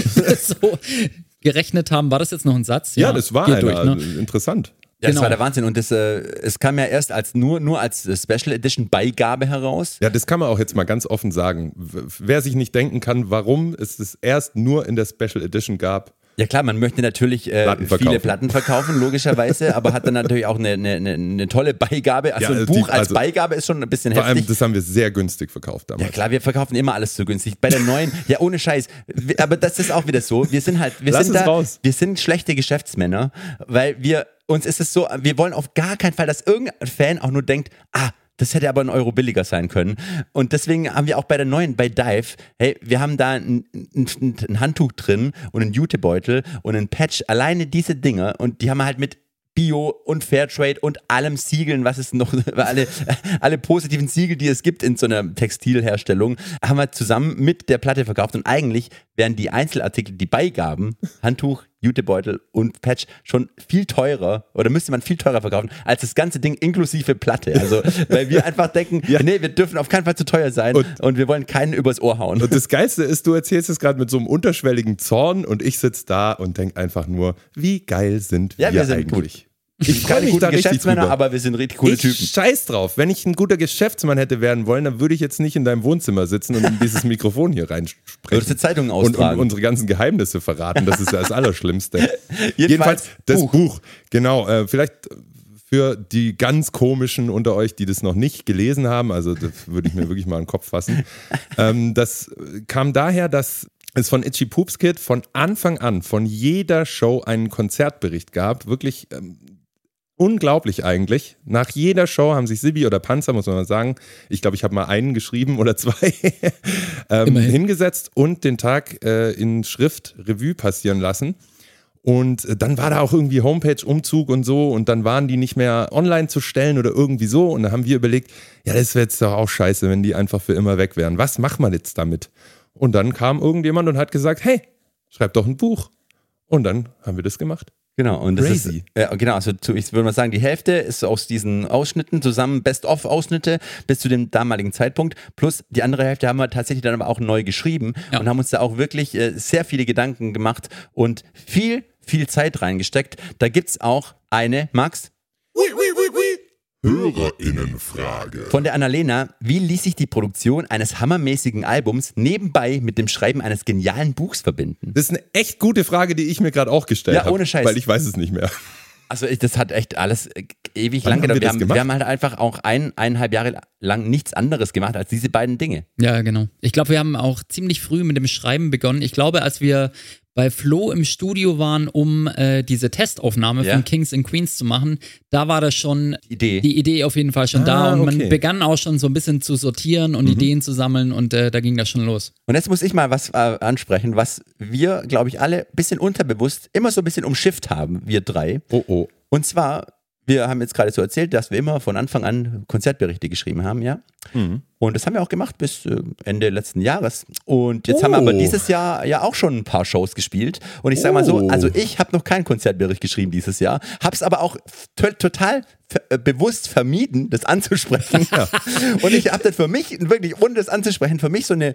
so gerechnet haben. War das jetzt noch ein Satz? Ja, das war interessant. Ja, das war der Wahnsinn und es kam ja erst als nur als Special Edition Beigabe heraus. Ja, das kann man auch jetzt mal ganz offen sagen. Wer sich nicht denken kann, warum es erst nur in der Special Edition gab. Ja klar, man möchte natürlich viele Platten verkaufen, logischerweise, aber hat dann natürlich auch eine tolle Beigabe. Also ein Buch als Beigabe ist schon ein bisschen heftig. Vor allem, das haben wir sehr günstig verkauft damals. Ja klar, wir verkaufen immer alles so günstig. Bei der neuen, ja ohne Scheiß. Aber das ist auch wieder so. Wir sind schlechte Geschäftsmänner, weil uns ist es so, wir wollen auf gar keinen Fall, dass irgendein Fan auch nur denkt, das hätte aber €1 billiger sein können. Und deswegen haben wir auch bei der neuen, bei Dive, hey, wir haben da ein Handtuch drin und einen Jutebeutel und einen Patch. Alleine diese Dinger und die haben wir halt mit Bio und Fairtrade und allem Siegeln, was es noch, alle positiven Siegel, die es gibt in so einer Textilherstellung, haben wir zusammen mit der Platte verkauft. Und eigentlich wären die Einzelartikel, die Beigaben, Handtuch, Jutebeutel und Patch schon viel teurer oder müsste man viel teurer verkaufen als das ganze Ding inklusive Platte. Also, weil wir einfach denken, nee, wir dürfen auf keinen Fall zu teuer sein und wir wollen keinen übers Ohr hauen. Und das Geilste ist, du erzählst es gerade mit so einem unterschwelligen Zorn und ich sitze da und denke einfach nur, wie geil sind wir sind eigentlich. Gut. Ich freue mich gute da richtig Geschäftsmänner, drüber. aber wir sind richtig coole Typen. Ich scheiß drauf. Wenn ich ein guter Geschäftsmann hätte werden wollen, dann würde ich jetzt nicht in deinem Wohnzimmer sitzen und in dieses Mikrofon hier reinsprechen. Würdest du Zeitungen Und austragen. unsere ganzen Geheimnisse verraten. Das ist ja das Allerschlimmste. Jedenfalls das Buch. Genau, vielleicht für die ganz Komischen unter euch, die das noch nicht gelesen haben, also das würde ich mir wirklich mal in den Kopf fassen. Das kam daher, dass es von Itchy Poops Kid von Anfang an, von jeder Show einen Konzertbericht gab. Wirklich unglaublich eigentlich. Nach jeder Show haben sich Sibi oder Panzer, muss man mal sagen, ich glaube, ich habe mal einen geschrieben oder zwei, hingesetzt und den Tag in Schrift Revue passieren lassen. Und dann war da auch irgendwie Homepage-Umzug und so und dann waren die nicht mehr online zu stellen oder irgendwie so und da haben wir überlegt, ja, das wäre jetzt doch auch scheiße, wenn die einfach für immer weg wären. Was macht man jetzt damit? Und dann kam irgendjemand und hat gesagt, hey, schreib doch ein Buch. Und dann haben wir das gemacht. Genau, und das Crazy. ist, genau, also ich würde mal sagen, die Hälfte ist aus diesen Ausschnitten zusammen, Best-of-Ausschnitte bis zu dem damaligen Zeitpunkt, plus die andere Hälfte haben wir tatsächlich dann aber auch neu geschrieben und haben uns da auch wirklich sehr viele Gedanken gemacht und viel Zeit reingesteckt. Da gibt's auch eine, Max? HörerInnenfrage. Von der Annalena, wie ließ sich die Produktion eines hammermäßigen Albums nebenbei mit dem Schreiben eines genialen Buchs verbinden? Das ist eine echt gute Frage, die ich mir gerade auch gestellt habe. Ja, ohne Scheiß. Weil ich weiß es nicht mehr. Also das hat echt alles ewig Wann lang gedauert. haben wir das gemacht? Wir haben halt einfach auch 1,5 Jahre lang nichts anderes gemacht als diese beiden Dinge. Ja, genau. Ich glaube, wir haben auch ziemlich früh mit dem Schreiben begonnen. Ich glaube, als wir bei Flo im Studio waren, um diese Testaufnahme von Kings and Queens zu machen, da war das schon die Idee auf jeden Fall schon da und man begann auch schon so ein bisschen zu sortieren und Ideen zu sammeln und da ging das schon los. Und jetzt muss ich mal was ansprechen, was wir, glaube ich, alle ein bisschen unterbewusst immer so ein bisschen umschifft haben, wir drei. Oh. Und zwar, wir haben jetzt gerade so erzählt, dass wir immer von Anfang an Konzertberichte geschrieben haben, ja. Und das haben wir auch gemacht bis Ende letzten Jahres. Und jetzt haben wir aber dieses Jahr ja auch schon ein paar Shows gespielt. Und ich sage mal so, also ich habe noch keinen Konzertbericht geschrieben dieses Jahr, habe es aber auch total bewusst vermieden, das anzusprechen. Ja. Und ich habe dann für mich, wirklich ohne das anzusprechen, für mich so eine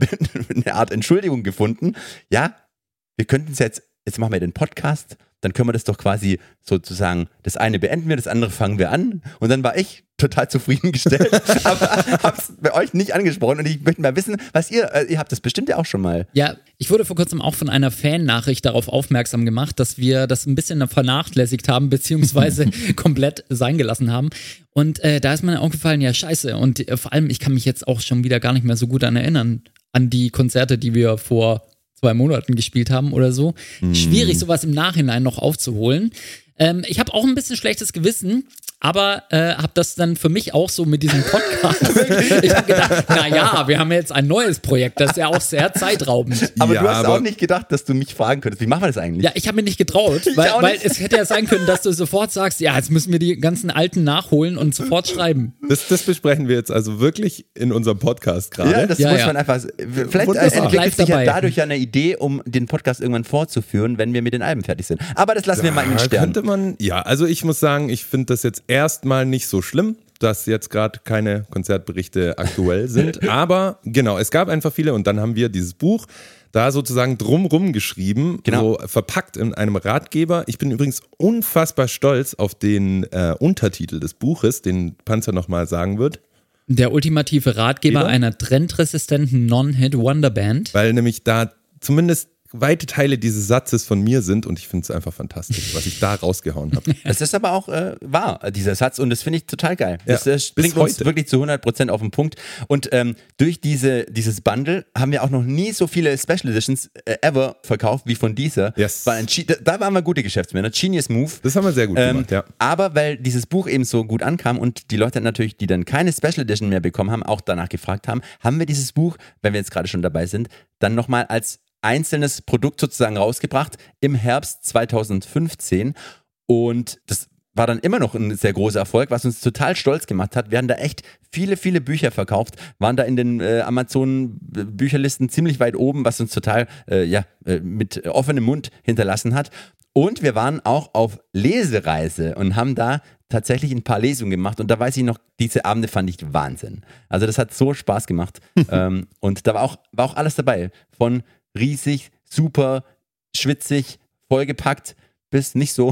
Art Entschuldigung gefunden. Ja, wir könnten es jetzt machen wir den Podcast, dann können wir das doch quasi sozusagen, das eine beenden wir, das andere fangen wir an. Und dann war ich total zufriedengestellt, aber hab's bei euch nicht angesprochen und ich möchte mal wissen, was ihr habt das bestimmt ja auch schon mal. Ja, ich wurde vor kurzem auch von einer Fan-Nachricht darauf aufmerksam gemacht, dass wir das ein bisschen vernachlässigt haben, beziehungsweise komplett sein gelassen haben. Und da ist mir aufgefallen, ja scheiße, und vor allem, ich kann mich jetzt auch schon wieder gar nicht mehr so gut erinnern an die Konzerte, die wir vor 2 Monaten gespielt haben oder so. Schwierig, sowas im Nachhinein noch aufzuholen. Ich habe auch ein bisschen schlechtes Gewissen, aber habe das dann für mich auch so mit diesem Podcast. Ich habe gedacht, naja, wir haben jetzt ein neues Projekt, das ist ja auch sehr zeitraubend. Aber du hast auch nicht gedacht, dass du mich fragen könntest, wie machen wir das eigentlich? Ja, ich habe mir nicht getraut, weil es hätte ja sein können, dass du sofort sagst, ja, jetzt müssen wir die ganzen alten nachholen und sofort schreiben. Das besprechen wir jetzt also wirklich in unserem Podcast gerade. Ja, das muss man einfach, vielleicht entwickelt sich ja dadurch ja eine Idee, um den Podcast irgendwann fortzuführen, wenn wir mit den Alben fertig sind. Aber das lassen wir mal in den Sternen. Also ich muss sagen, ich finde das jetzt erstmal nicht so schlimm, dass jetzt gerade keine Konzertberichte aktuell sind. Aber genau, es gab einfach viele und dann haben wir dieses Buch da sozusagen drumrum geschrieben, so verpackt in einem Ratgeber. Ich bin übrigens unfassbar stolz auf den Untertitel des Buches, den Panzer nochmal sagen wird. Der ultimative Ratgeber einer trendresistenten Non-Hit-Wonderband. Weil nämlich da zumindest weite Teile dieses Satzes von mir sind und ich finde es einfach fantastisch, was ich da rausgehauen habe. Das ist aber auch wahr, dieser Satz, und das finde ich total geil. Ja, das bringt uns wirklich zu 100% auf den Punkt. Und durch dieses Bundle haben wir auch noch nie so viele Special Editions ever verkauft wie von dieser. Yes. Da waren wir gute Geschäftsmänner, Genius Move. Das haben wir sehr gut gemacht, ja. Aber weil dieses Buch eben so gut ankam und die Leute natürlich, die dann keine Special Edition mehr bekommen haben, auch danach gefragt haben wir dieses Buch, wenn wir jetzt gerade schon dabei sind, dann nochmal als einzelnes Produkt sozusagen rausgebracht im Herbst 2015 und das war dann immer noch ein sehr großer Erfolg, was uns total stolz gemacht hat. Wir haben da echt viele, viele Bücher verkauft, waren da in den Amazon-Bücherlisten ziemlich weit oben, was uns total mit offenem Mund hinterlassen hat. Und wir waren auch auf Lesereise und haben da tatsächlich ein paar Lesungen gemacht. Und da weiß ich noch, diese Abende fand ich Wahnsinn. Also das hat so Spaß gemacht. Und da war auch alles dabei. Von riesig, super, schwitzig, vollgepackt bis nicht so.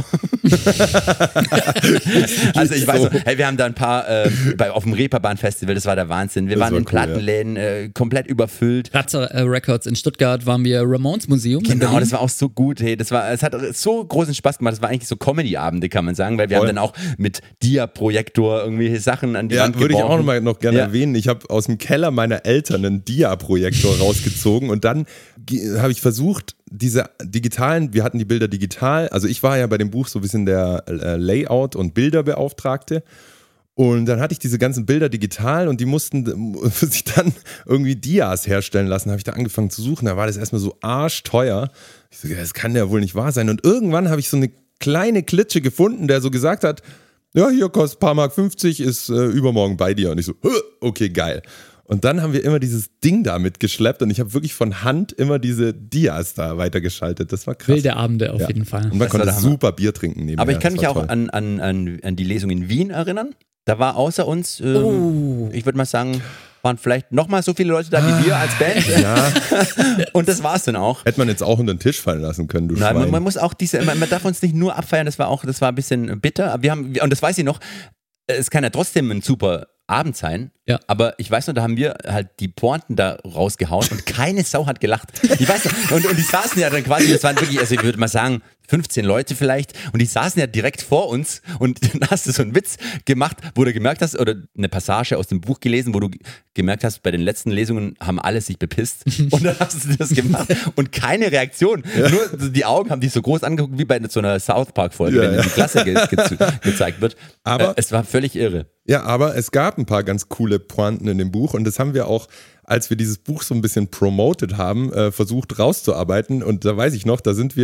Also ich weiß noch, hey, wir haben da ein paar auf dem Reeperbahn-Festival, das war der Wahnsinn. Wir waren in Plattenläden, komplett überfüllt. Ratzer Records in Stuttgart waren wir Ramones Museum. Genau, das war auch so gut. Hey, es hat so großen Spaß gemacht. Das war eigentlich so Comedy-Abende, kann man sagen, weil wir haben dann auch mit Dia-Projektor irgendwelche Sachen an die Wand geworfen. Würde ich auch noch gerne erwähnen. Ich habe aus dem Keller meiner Eltern einen Dia-Projektor rausgezogen und dann habe ich versucht, diese digitalen, wir hatten die Bilder digital, also ich war ja bei dem Buch so ein bisschen der Layout- und Bilderbeauftragte und dann hatte ich diese ganzen Bilder digital und die mussten sich dann irgendwie Dias herstellen lassen, habe ich da angefangen zu suchen, da war das erstmal so arschteuer. Ich so, das kann ja wohl nicht wahr sein und irgendwann habe ich so eine kleine Klitsche gefunden, der so gesagt hat, ja, hier kostet paar Mark 50, ist übermorgen bei dir und ich so, okay, geil. Und dann haben wir immer dieses Ding da mitgeschleppt und ich habe wirklich von Hand immer diese Dias da weitergeschaltet. Das war krass. Wilde Abende auf jeden Fall. Und man konnte super Bier trinken nebenher. Aber ich kann mich auch an die Lesung in Wien erinnern. Da war außer uns, ich würde mal sagen, waren vielleicht nochmal so viele Leute da wie wir als Band. Ja. Und das war's dann auch. Hätte man jetzt auch unter den Tisch fallen lassen können, du Nein, Schwein. man muss auch man darf uns nicht nur abfeiern, das war ein bisschen bitter. Und das weiß ich noch, es kann ja trotzdem ein super Abend sein, aber ich weiß noch, da haben wir halt die Pointen da rausgehauen und keine Sau hat gelacht. Ich weiß noch, und die saßen ja dann quasi, das waren wirklich, also ich würde mal sagen, 15 Leute vielleicht und die saßen ja direkt vor uns und dann hast du so einen Witz gemacht, wo du gemerkt hast, oder eine Passage aus dem Buch gelesen, wo du gemerkt hast, bei den letzten Lesungen haben alle sich bepisst und dann hast du das gemacht und keine Reaktion. Nur die Augen haben dich so groß angeguckt wie bei so einer South Park Folge, wenn die Klasse gezeigt wird. Aber es war völlig irre. Ja, aber es gab ein paar ganz coole Pointen in dem Buch und das haben wir auch, als wir dieses Buch so ein bisschen promoted haben, versucht rauszuarbeiten und da weiß ich noch, da haben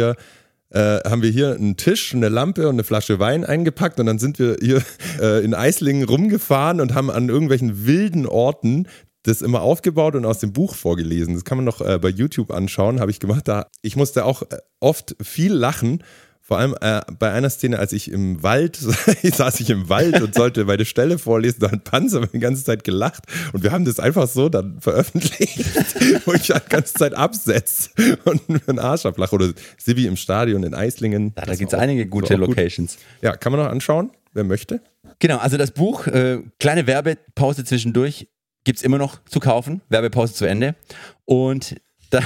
wir hier einen Tisch, eine Lampe und eine Flasche Wein eingepackt und dann sind wir hier in Eislingen rumgefahren und haben an irgendwelchen wilden Orten das immer aufgebaut und aus dem Buch vorgelesen. Das kann man noch bei YouTube anschauen, habe ich gemacht. Ich musste auch oft viel lachen. Vor allem bei einer Szene, als ich im Wald, saß ich im Wald und sollte meine Stelle vorlesen, da hat Panzer die ganze Zeit gelacht und wir haben das einfach so dann veröffentlicht, wo ich die ganze Zeit absetze und einen Arsch ablache. Oder Sibi im Stadion in Eislingen. Da gibt es einige gute Locations. Ja, kann man noch anschauen, wer möchte. Genau, also das Buch, kleine Werbepause zwischendurch, gibt es immer noch zu kaufen, Werbepause zu Ende und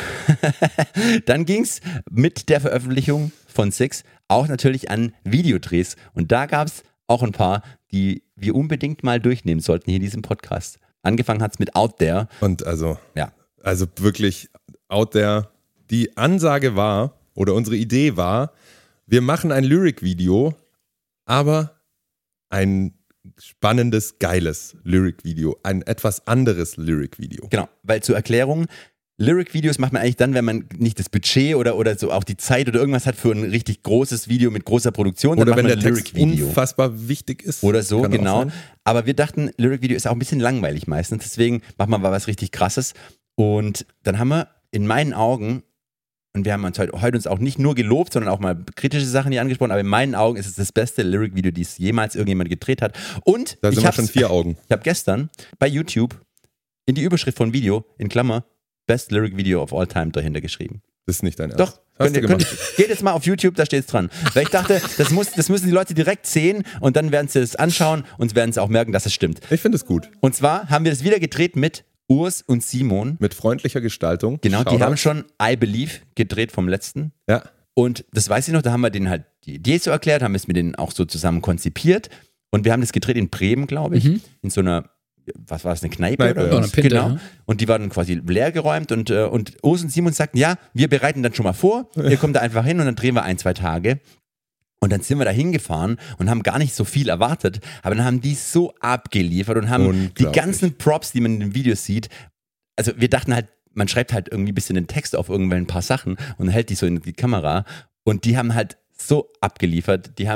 dann ging es mit der Veröffentlichung von Six auch natürlich an Videodrehs. Und da gab es auch ein paar, die wir unbedingt mal durchnehmen sollten hier in diesem Podcast. Angefangen hat es mit Out There. Und also wirklich Out There. Die Ansage war, oder unsere Idee war, wir machen ein Lyric-Video, aber ein spannendes, geiles Lyric-Video. Ein etwas anderes Lyric-Video. Genau, weil zur Erklärung, Lyric-Videos macht man eigentlich dann, wenn man nicht das Budget oder so auch die Zeit oder irgendwas hat für ein richtig großes Video mit großer Produktion. Dann oder wenn macht der man Text unfassbar wichtig ist. Oder so, Kann genau. Aber wir dachten, Lyric-Video ist auch ein bisschen langweilig meistens, deswegen machen wir mal was richtig Krasses. Und dann haben wir in meinen Augen, und wir haben uns heute uns auch nicht nur gelobt, sondern auch mal kritische Sachen hier angesprochen, aber in meinen Augen ist es das beste Lyric-Video, das jemals irgendjemand gedreht hat. Und da sind wir schon 4 Augen. Ich habe gestern bei YouTube in die Überschrift von Video, in Klammer, Best Lyric Video of All Time dahinter geschrieben. Das ist nicht dein Ernst. Doch, geht jetzt mal auf YouTube, da steht es dran. Weil ich dachte, das müssen die Leute direkt sehen und dann werden sie es anschauen und werden sie auch merken, dass es stimmt. Ich finde es gut. Und zwar haben wir das wieder gedreht mit Urs und Simon. Mit freundlicher Gestaltung. Genau, die haben schon I Believe gedreht vom letzten. Ja. Und das weiß ich noch, da haben wir denen halt die Idee so erklärt, haben es mit denen auch so zusammen konzipiert und wir haben das gedreht in Bremen, glaube ich, in so einer, was war das, eine Kneipe oder was? Eine Pinte, genau. ja. Und die waren quasi leergeräumt und Urs und Simon sagten, ja, wir bereiten dann schon mal vor, ihr kommt da einfach hin und dann drehen wir 1-2 Tage. Und dann sind wir da hingefahren und haben gar nicht so viel erwartet, aber dann haben die so abgeliefert und haben die ganzen Props, die man in den Videos sieht, also wir dachten halt, man schreibt halt irgendwie ein bisschen den Text auf irgendwelchen paar Sachen und hält die so in die Kamera und die haben halt so abgeliefert, die haben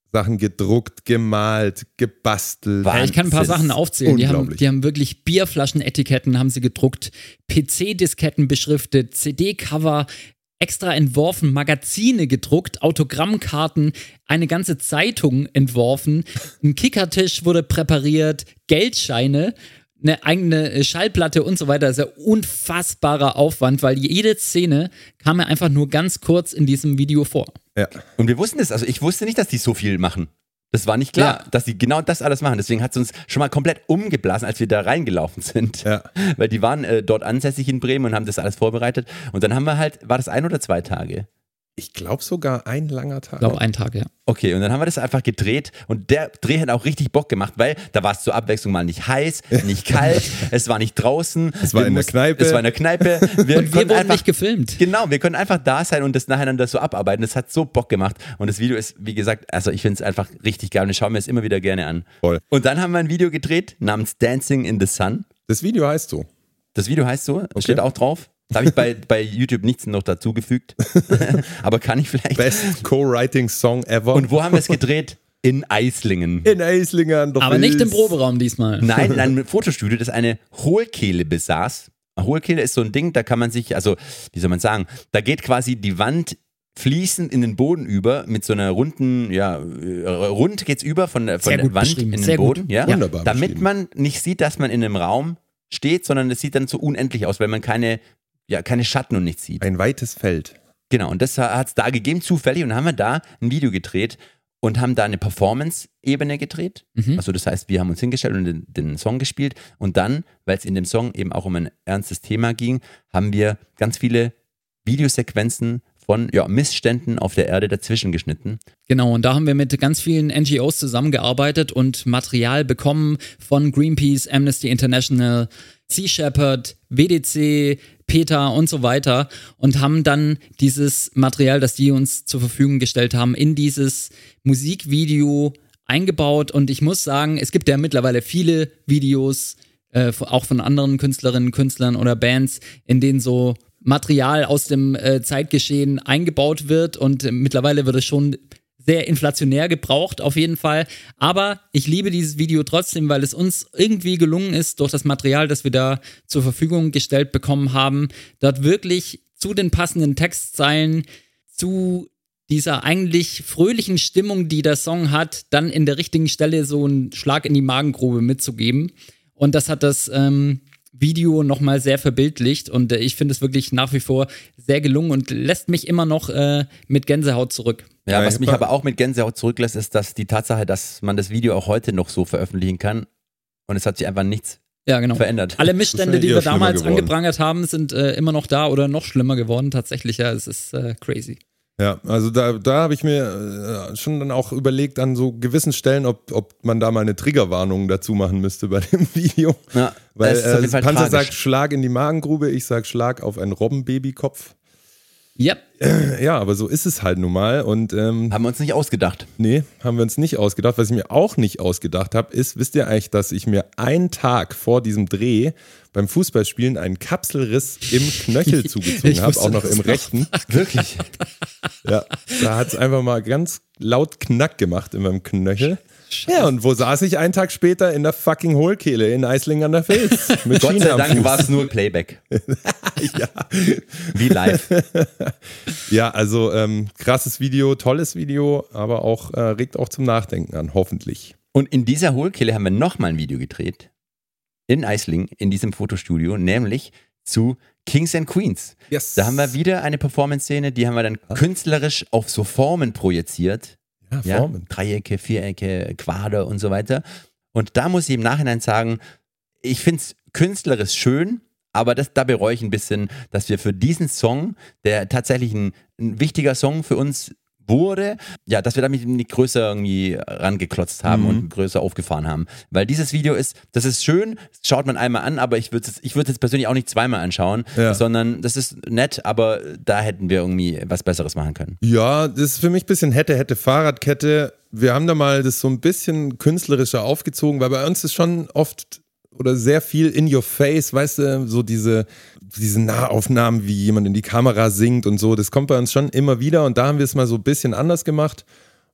Sachen gedruckt, gemalt, gebastelt. Ja, ich kann ein paar Wahnsinn. Sachen aufzählen. Die Unglaublich. haben wirklich Bierflaschenetiketten haben sie gedruckt, PC-Disketten beschriftet, CD-Cover extra entworfen, Magazine gedruckt, Autogrammkarten, eine ganze Zeitung entworfen, ein Kickertisch wurde präpariert, Geldscheine, eine eigene Schallplatte und so weiter. Das ist ja unfassbarer Aufwand, weil jede Szene kam ja einfach nur ganz kurz in diesem Video vor. Ja. Und wir wussten es, also ich wusste nicht, dass die so viel machen. Das war nicht klar, dass die genau das alles machen. Deswegen hat es uns schon mal komplett umgeblasen, als wir da reingelaufen sind. Ja. Weil die waren dort ansässig in Bremen und haben das alles vorbereitet. Und dann haben wir halt, war das 1 oder 2 Tage? Ich glaube sogar ein langer Tag. Ich glaube, einen Tag, ja. Okay, und dann haben wir das einfach gedreht und der Dreh hat auch richtig Bock gemacht, weil da war es zur Abwechslung mal nicht heiß, nicht kalt, es war nicht draußen. Es war in der Kneipe. Es war in der Kneipe. Und wir konnten wurden nicht gefilmt. Genau, wir können einfach da sein und das nacheinander so abarbeiten. Das hat so Bock gemacht. Und das Video ist, wie gesagt, also ich finde es einfach richtig geil und ich schaue mir es immer wieder gerne an. Voll. Und dann haben wir ein Video gedreht namens Dancing in the Sun. Das Video heißt so. Das Video heißt so, steht auch drauf. Da habe ich bei YouTube nichts noch dazugefügt. Aber kann ich vielleicht. Best Co-Writing-Song ever. Und wo haben wir es gedreht? In Eislingen. in Eislingen an der Aber nicht im Vils. Proberaum diesmal. Nein, in einem Fotostudio, das eine Hohlkehle besaß. Eine Hohlkehle ist so ein Ding, da kann man sich, also, wie soll man sagen, da geht quasi die Wand fließend in den Boden über mit so einer runden, rund geht's über von der Sehr gut Wand beschrieben, in den sehr gut. Boden. Ja? Wunderbar Damit beschrieben. man nicht sieht, dass man in einem Raum steht, sondern es sieht dann so unendlich aus, weil man keine Schatten und nichts sieht. Ein weites Feld. Genau, und das hat es da gegeben, zufällig, und dann haben wir da ein Video gedreht und haben da eine Performance-Ebene gedreht. Also das heißt, wir haben uns hingestellt und den Song gespielt und dann, weil es in dem Song eben auch um ein ernstes Thema ging, haben wir ganz viele Videosequenzen von Missständen auf der Erde dazwischen geschnitten. Genau, und da haben wir mit ganz vielen NGOs zusammengearbeitet und Material bekommen von Greenpeace, Amnesty International, Sea Shepherd, WDC, PETA und so weiter und haben dann dieses Material, das die uns zur Verfügung gestellt haben, in dieses Musikvideo eingebaut. Und ich muss sagen, es gibt ja mittlerweile viele Videos, auch von anderen Künstlerinnen, Künstlern oder Bands, in denen so Material aus dem Zeitgeschehen eingebaut wird und mittlerweile wird es schon sehr inflationär gebraucht, auf jeden Fall. Aber ich liebe dieses Video trotzdem, weil es uns irgendwie gelungen ist, durch das Material, das wir da zur Verfügung gestellt bekommen haben, dort wirklich zu den passenden Textzeilen, zu dieser eigentlich fröhlichen Stimmung, die der Song hat, dann in der richtigen Stelle so einen Schlag in die Magengrube mitzugeben. Und das hat das Video nochmal sehr verbildlicht und ich finde es wirklich nach wie vor sehr gelungen und lässt mich immer noch mit Gänsehaut zurück. Ja, Ja, was ich mich hab- aber auch mit Gänsehaut zurücklässt, ist, dass die Tatsache, dass man das Video auch heute noch so veröffentlichen kann und es hat sich einfach nichts Ja, genau. verändert. Alle Missstände, Das ist ja die eher wir schlimmer damals geworden. angeprangert haben, sind immer noch da oder noch schlimmer geworden. Tatsächlich, ja, es ist crazy. Ja, also da habe ich mir schon dann auch überlegt an so gewissen Stellen, ob man da mal eine Triggerwarnung dazu machen müsste bei dem Video. Ja, Weil das ist auf jeden Fall Panzer tragisch. sagt Schlag in die Magengrube, ich sag Schlag auf einen Robbenbabykopf. Ja, Ja, aber so ist es halt nun mal und Haben wir uns nicht ausgedacht. nee, haben wir uns nicht ausgedacht. Was ich mir auch nicht ausgedacht habe, ist, wisst ihr eigentlich, dass ich mir einen Tag vor diesem Dreh beim Fußballspielen einen Kapselriss im Knöchel zugezogen Ich habe, wusste auch noch das im noch. rechten. Wirklich? Ja, da hat es einfach mal ganz laut Knack gemacht in meinem Knöchel. Ja, und wo saß ich einen Tag später? In der fucking Hohlkehle in Eislingen an der Vils. Mit Gott Schiene sei am Dank Fuß. war es nur Playback. Ja. Wie live. Ja, also krasses Video, tolles Video, aber auch regt auch zum Nachdenken an, hoffentlich. Und in dieser Hohlkehle haben wir nochmal ein Video gedreht. In Eislingen, in diesem Fotostudio, nämlich zu Kings and Queens. Yes. Da haben wir wieder eine Performance-Szene, die haben wir dann künstlerisch auf so Formen projiziert. Ja, Formen. Dreiecke, Vierecke, Quader und so weiter. Und da muss ich im Nachhinein sagen, ich finde es künstlerisch schön, aber da bereue ich ein bisschen, dass wir für diesen Song, der tatsächlich ein wichtiger Song für uns wurde, ja, dass wir damit nicht größer irgendwie rangeklotzt haben und größer aufgefahren haben. Weil dieses Video das ist schön, das schaut man einmal an, aber ich würde es jetzt persönlich auch nicht zweimal anschauen, Ja. sondern das ist nett, aber da hätten wir irgendwie was Besseres machen können. Ja, das ist für mich ein bisschen hätte Fahrradkette. Wir haben da mal das so ein bisschen künstlerischer aufgezogen, weil bei uns ist schon oft oder sehr viel in your face, weißt du, so diese Nahaufnahmen, wie jemand in die Kamera singt und so, das kommt bei uns schon immer wieder und da haben wir es mal so ein bisschen anders gemacht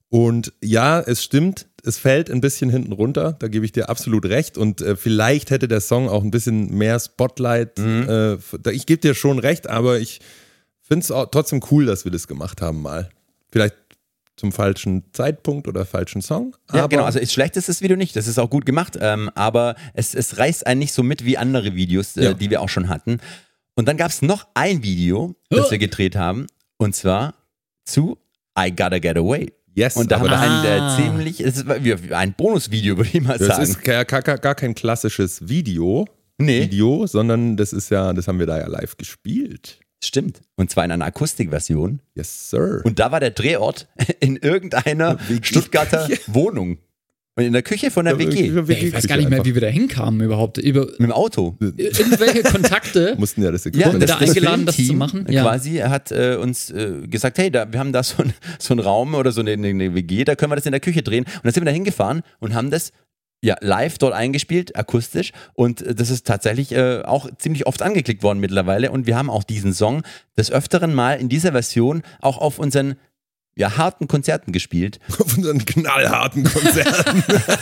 Und ja, es stimmt, es fällt ein bisschen hinten runter, da gebe ich dir absolut recht. Und vielleicht hätte der Song auch ein bisschen mehr Spotlight. Ich gebe dir schon recht, aber ich finde es trotzdem cool, dass wir das gemacht haben mal. Vielleicht zum falschen Zeitpunkt oder falschen Song. Ja, genau, also schlecht ist das Video nicht, das ist auch gut gemacht, aber es reißt einen nicht so mit wie andere Videos, die wir auch schon hatten. Und dann gab es noch ein Video, das wir gedreht haben, und zwar zu I Gotta Get Away. Yes, und da haben wir es ist ein Bonusvideo, würde ich mal sagen. Das ist gar kein klassisches Video, sondern das haben wir da ja live gespielt. Stimmt. Und zwar in einer Akustikversion. Yes, sir. Und da war der Drehort in irgendeiner Stuttgarter Wohnung. Und in der Küche von der WG. Ich weiß gar nicht mehr, wie wir da hinkamen überhaupt. Mit dem Auto. Irgendwelche Kontakte mussten ja das wurden wir da eingeladen, das zu machen. Ja. Quasi hat uns gesagt, hey, wir haben da so einen Raum oder so eine WG, da können wir das in der Küche drehen. Und dann sind wir da hingefahren und haben das live dort eingespielt, akustisch. Und das ist tatsächlich auch ziemlich oft angeklickt worden mittlerweile. Und wir haben auch diesen Song des Öfteren mal in dieser Version auch auf unseren harten Konzerten gespielt. Auf unseren knallharten Konzerten.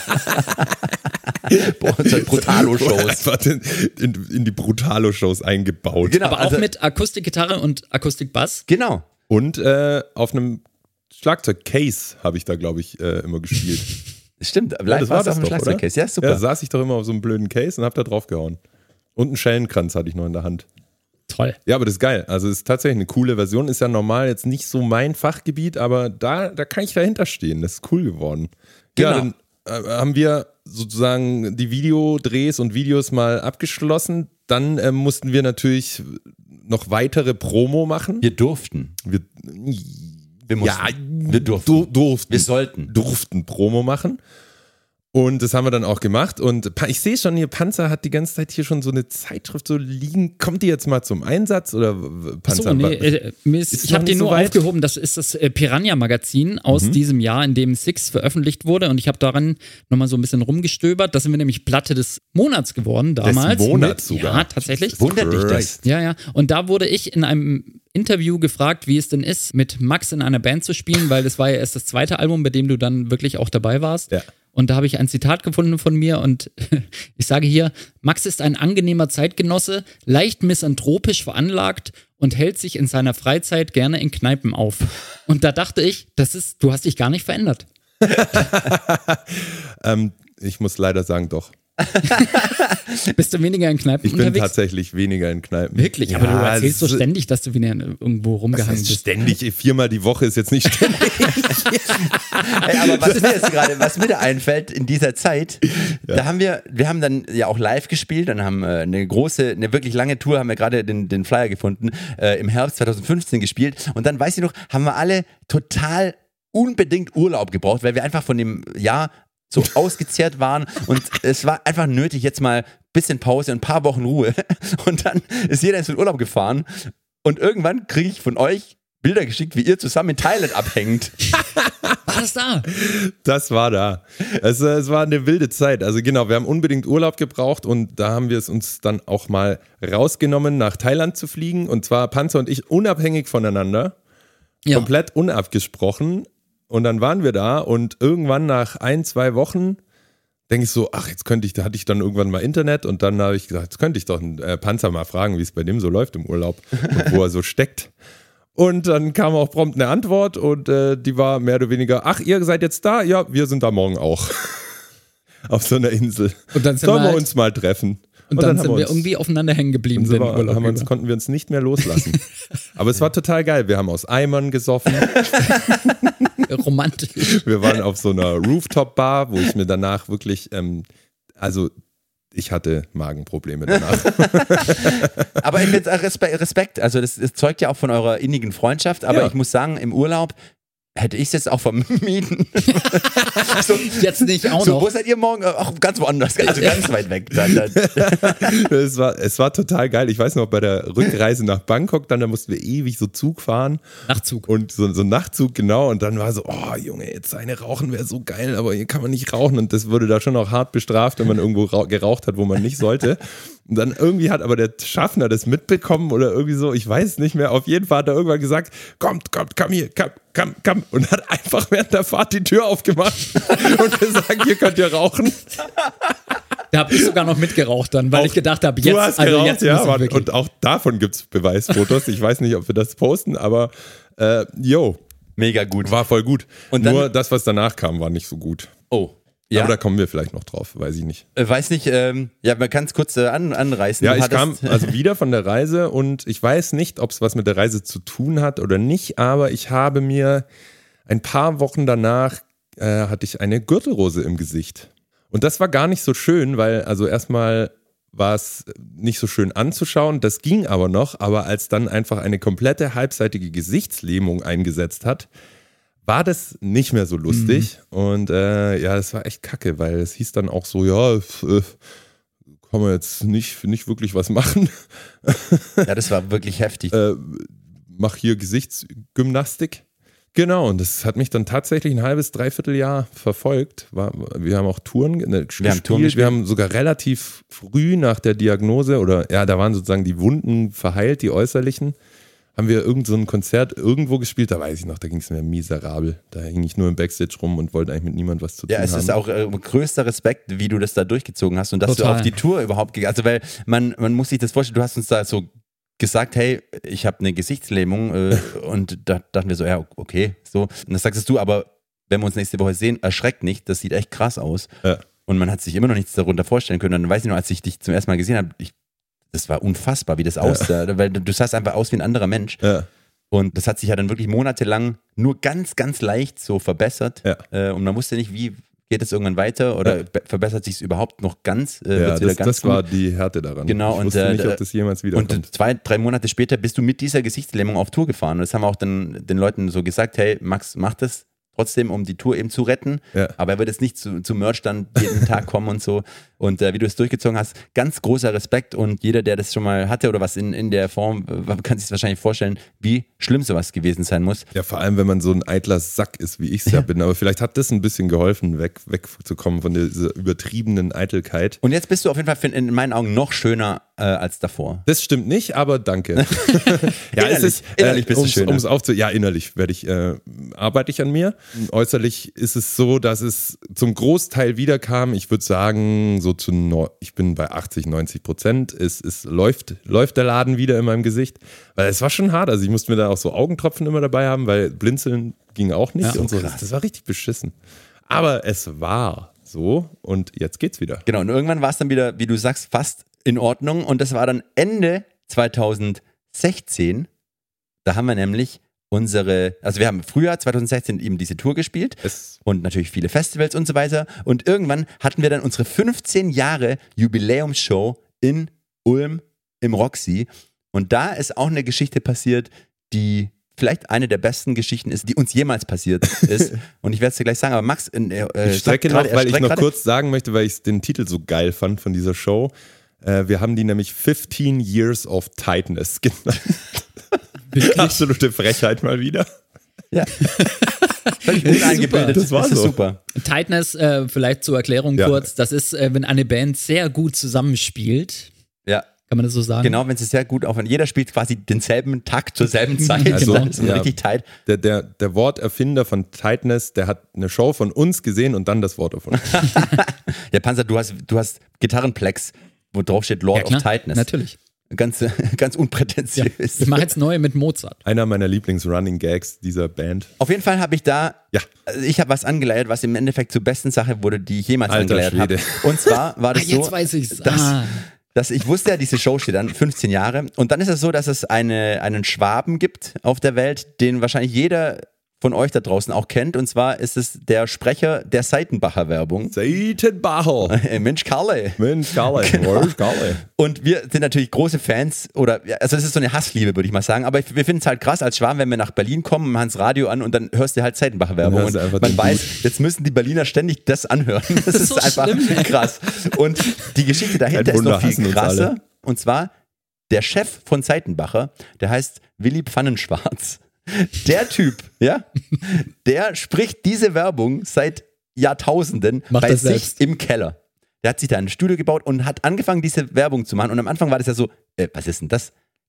Unseren Brutalo-Shows. Einfach in die Brutalo-Shows eingebaut. Genau, aber auch mit Akustikgitarre und Akustikbass. Genau. Und auf einem Schlagzeug-Case habe ich da, glaube ich, immer gespielt. Stimmt, live war das auf dem Schlagzeug-Case. Ja, super. Ja, da saß ich doch immer auf so einem blöden Case und habe da drauf gehauen. Und einen Schellenkranz hatte ich noch in der Hand. Toll. Ja, aber das ist geil. Also es ist tatsächlich eine coole Version. Ist ja normal jetzt nicht so mein Fachgebiet, aber da kann ich dahinter stehen. Das ist cool geworden. Genau. Ja, dann haben wir sozusagen die Videodrehs und Videos mal abgeschlossen. Dann mussten wir natürlich noch weitere Promo machen. Wir durften. Wir durften Promo machen. Und das haben wir dann auch gemacht. Und ich sehe schon, hier Panzer hat die ganze Zeit hier schon so eine Zeitschrift so liegen. Kommt die jetzt mal zum Einsatz? Oder Panzer? So, nee, ich habe die nur aufgehoben. Das ist das Piranha-Magazin aus diesem Jahr, in dem Six veröffentlicht wurde. Und ich habe daran nochmal so ein bisschen rumgestöbert. Da sind wir nämlich Platte des Monats geworden damals. Des Monats sogar? Ja, tatsächlich. Wundert dich das? Ja. Und da wurde ich in einem Interview gefragt, wie es denn ist, mit Max in einer Band zu spielen, weil das war ja erst das zweite Album, bei dem du dann wirklich auch dabei warst. Ja. Und da habe ich ein Zitat gefunden von mir und ich sage hier, Max ist ein angenehmer Zeitgenosse, leicht misanthropisch veranlagt und hält sich in seiner Freizeit gerne in Kneipen auf. Und da dachte ich, du hast dich gar nicht verändert. Ich muss leider sagen, doch. Bist du weniger in Kneipen unterwegs? Ich bin tatsächlich weniger in Kneipen. Wirklich? Ja, aber du erzählst so ständig, dass du wieder irgendwo rumgehangen bist. Ständig, 4-mal die Woche ist jetzt nicht ständig. Hey, aber was mir da einfällt in dieser Zeit, da haben wir haben dann ja auch live gespielt, dann haben eine wirklich lange Tour, haben wir gerade den Flyer gefunden, im Herbst 2015 gespielt und dann, weiß ich noch, haben wir alle total unbedingt Urlaub gebraucht, weil wir einfach von dem Jahr so ausgezehrt waren und es war einfach nötig, jetzt mal ein bisschen Pause, ein paar Wochen Ruhe und dann ist jeder in den Urlaub gefahren und irgendwann kriege ich von euch Bilder geschickt, wie ihr zusammen in Thailand abhängt. War das da? Das war da. Es war eine wilde Zeit. Also genau, wir haben unbedingt Urlaub gebraucht und da haben wir es uns dann auch mal rausgenommen, nach Thailand zu fliegen und zwar Panzer und ich unabhängig voneinander, komplett unabgesprochen. Und dann waren wir da und irgendwann nach 1-2 Wochen denke ich so, da hatte ich dann irgendwann mal Internet und dann habe ich gesagt, jetzt könnte ich doch einen Panzer mal fragen, wie es bei dem so läuft im Urlaub und wo er so steckt. Und dann kam auch prompt eine Antwort und die war mehr oder weniger, ihr seid jetzt da? Ja, wir sind da morgen auch. Auf so einer Insel. Und dann sollen wir uns mal treffen. Und dann sind wir irgendwie aufeinander hängen geblieben. Konnten wir uns nicht mehr loslassen. Aber es war total geil. Wir haben aus Eimern gesoffen. Romantisch. Wir waren auf so einer Rooftop-Bar, wo ich mir danach wirklich, ich hatte Magenprobleme danach. Aber ich finde Respekt. Also das zeugt ja auch von eurer innigen Freundschaft. Aber ich muss sagen, im Urlaub hätte ich es jetzt auch vermieden. Jetzt nicht auch noch. Wo seid ihr morgen? Auch ganz woanders, also ganz weit weg. Es war total geil. Ich weiß noch, bei der Rückreise nach Bangkok, da mussten wir ewig so Zug fahren. Nachtzug. Und so ein Nachtzug, genau. Und dann war so, Junge, jetzt eine rauchen wäre so geil, aber hier kann man nicht rauchen. Und das wurde da schon auch hart bestraft, wenn man irgendwo geraucht hat, wo man nicht sollte. Und dann irgendwie hat aber der Schaffner das mitbekommen oder irgendwie so, ich weiß nicht mehr. Auf jeden Fall hat er irgendwann gesagt, komm hier, komm. komm. Und hat einfach während der Fahrt die Tür aufgemacht und gesagt, hier könnt ihr rauchen. Da habe ich sogar noch mitgeraucht dann, weil Auch ich gedacht habe, Du jetzt, hast also geraucht, jetzt ja, muss ich Mann. wirklich. Und auch davon gibt es Beweisfotos. Ich weiß nicht, ob wir das posten, aber Mega gut. war voll gut. Und dann- Nur das, was danach kam, war nicht so gut. Oh. Ja, Aber da kommen wir vielleicht noch drauf, weiß ich nicht. weiß nicht, ja, man kann es kurz anreißen. Ja, Du ich kam hattest- also wieder von der Reise und ich weiß nicht, ob es was mit der Reise zu tun hat oder nicht, aber ich habe mir ein paar Wochen danach hatte ich eine Gürtelrose im Gesicht. Und das war gar nicht so schön, weil also erstmal war es nicht so schön anzuschauen, das ging aber noch, aber als dann einfach eine komplette halbseitige Gesichtslähmung eingesetzt hat, war das nicht mehr so lustig und ja, das war echt kacke, weil es hieß dann auch so, ja, kann man jetzt nicht wirklich was machen. ja, das war wirklich heftig. Mach hier Gesichtsgymnastik. Genau, und das hat mich dann tatsächlich ein halbes, dreiviertel Jahr verfolgt. Wir haben auch Touren gespielt. Wir haben sogar relativ früh nach der Diagnose oder ja, da waren sozusagen die Wunden verheilt, die äußerlichen. Haben wir irgend so ein Konzert irgendwo gespielt, da weiß ich noch, da ging es mir miserabel. Da hing ich nur im Backstage rum und wollte eigentlich mit niemandem was zu tun haben. Ja, es ist auch größter Respekt, wie du das da durchgezogen hast und dass Total. du auf die Tour überhaupt gegangen bist. Also, weil man muss sich das vorstellen, du hast uns da so gesagt, hey, ich habe eine Gesichtslähmung und da dachten wir so, ja, okay, so. Und dann sagst du, aber wenn wir uns nächste Woche sehen, erschreckt nicht, das sieht echt krass aus. Ja. Und man hat sich immer noch nichts darunter vorstellen können. Und dann weiß ich noch, als ich dich zum ersten Mal gesehen habe, das war unfassbar, wie das aussah, weil du sahst einfach aus wie ein anderer Mensch. Ja. Und das hat sich ja dann wirklich monatelang nur ganz, ganz leicht so verbessert. Ja. Und man wusste nicht, wie geht es irgendwann weiter oder verbessert sich es überhaupt noch ganz? Ja, wird's wieder ganz das war die Härte daran. Genau, Ich und, wusste nicht, ob das jemals wiederkommt. Und 2-3 Monate später bist du mit dieser Gesichtslähmung auf Tour gefahren. Und das haben wir auch dann den Leuten so gesagt, hey, Max, mach das trotzdem, um die Tour eben zu retten. Ja. Aber er wird jetzt nicht zu Merch dann jeden Tag kommen und so. Und wie du es durchgezogen hast, ganz großer Respekt. Und jeder, der das schon mal hatte oder was in der Form, kann sich das wahrscheinlich vorstellen, wie schlimm sowas gewesen sein muss. Ja, vor allem, wenn man so ein eitler Sack ist, wie ich es ja bin. Aber vielleicht hat das ein bisschen geholfen, wegzukommen von dieser übertriebenen Eitelkeit. Und jetzt bist du auf jeden Fall in meinen Augen noch schöner als davor. Das stimmt nicht, aber danke. Ja, Innerlich bist du schöner. Ja, innerlich arbeite ich an mir. Äußerlich ist es so, dass es zum Großteil wiederkam. Ich würde sagen, ich bin bei 80-90%. Es läuft der Laden wieder in meinem Gesicht. Weil es war schon hart. Also ich musste mir da auch so Augentropfen immer dabei haben, weil Blinzeln ging auch nicht. Ja, und so. Das war richtig beschissen. Aber es war so und jetzt geht's wieder. Genau, und irgendwann war es dann wieder, wie du sagst, fast in Ordnung. Und das war dann Ende 2016. Da haben wir nämlich wir haben Frühjahr 2016 eben diese Tour gespielt und natürlich viele Festivals und so weiter. Und irgendwann hatten wir dann unsere 15 Jahre Jubiläumsshow in Ulm im Roxy. Und da ist auch eine Geschichte passiert, die vielleicht eine der besten Geschichten ist, die uns jemals passiert ist. Und ich werde es dir gleich sagen, aber Max, Ich strecke noch, weil ich noch kurz sagen möchte, weil ich den Titel so geil fand von dieser Show. Wir haben die nämlich 15 Years of Tightness genannt. Absolute Frechheit mal wieder. Ja. Völlig uneingebildet. Das war ist so. super. Tightness, vielleicht zur Erklärung Ja. kurz, das ist, wenn eine Band sehr gut zusammenspielt, Ja. kann man das so sagen? Genau, wenn sie sehr gut aufhören. Jeder spielt quasi denselben Takt zur selben Zeit. Also, Das ist ja. richtig tight. Der Worterfinder von Tightness, der hat eine Show von uns gesehen und dann das Wort erfunden. Ja, Panzer, du hast Gitarrenplex, wo drauf steht Lord klar, of Tightness. natürlich. Ganz Ja. unprätentiös. Ich mache jetzt neu mit Mozart. Einer meiner Lieblings-Running-Gags dieser Band. Auf jeden Fall habe ich da, Ja. ich habe was angeleiert, was im Endeffekt zur besten Sache wurde, die ich jemals Alter angeleiert habe. Schwede. Und zwar war das Jetzt so, weiß ich's. dass ich wusste ja, diese Show steht dann 15 Jahre. Und dann ist es so, dass es einen Schwaben gibt auf der Welt, den wahrscheinlich jeder von euch da draußen auch kennt. Und zwar ist es der Sprecher der Seitenbacher-Werbung. Seitenbacher. Mensch, Karle. Mensch, Karle. Genau. Mensch, Karle. Und wir sind natürlich große Fans, also das ist so eine Hassliebe, würde ich mal sagen, aber wir finden es halt krass als Schwarm, wenn wir nach Berlin kommen, machen das Radio an und dann hörst du halt Seitenbacher-Werbung Dann und hörst du einfach man den weiß, jetzt müssen die Berliner ständig das anhören. Das ist so einfach schlimm. krass. Und die Geschichte dahinter Kein ist noch Wunder, viel hassen uns krasser. alle. Und zwar der Chef von Seitenbacher, der heißt Willi Pfannenschwarz. Der Typ, ja, der spricht diese Werbung seit Jahrtausenden Macht bei das sich selbst. im Keller. Der hat sich da ein Studio gebaut und hat angefangen, diese Werbung zu machen. Und am Anfang war das ja so, was ist denn das?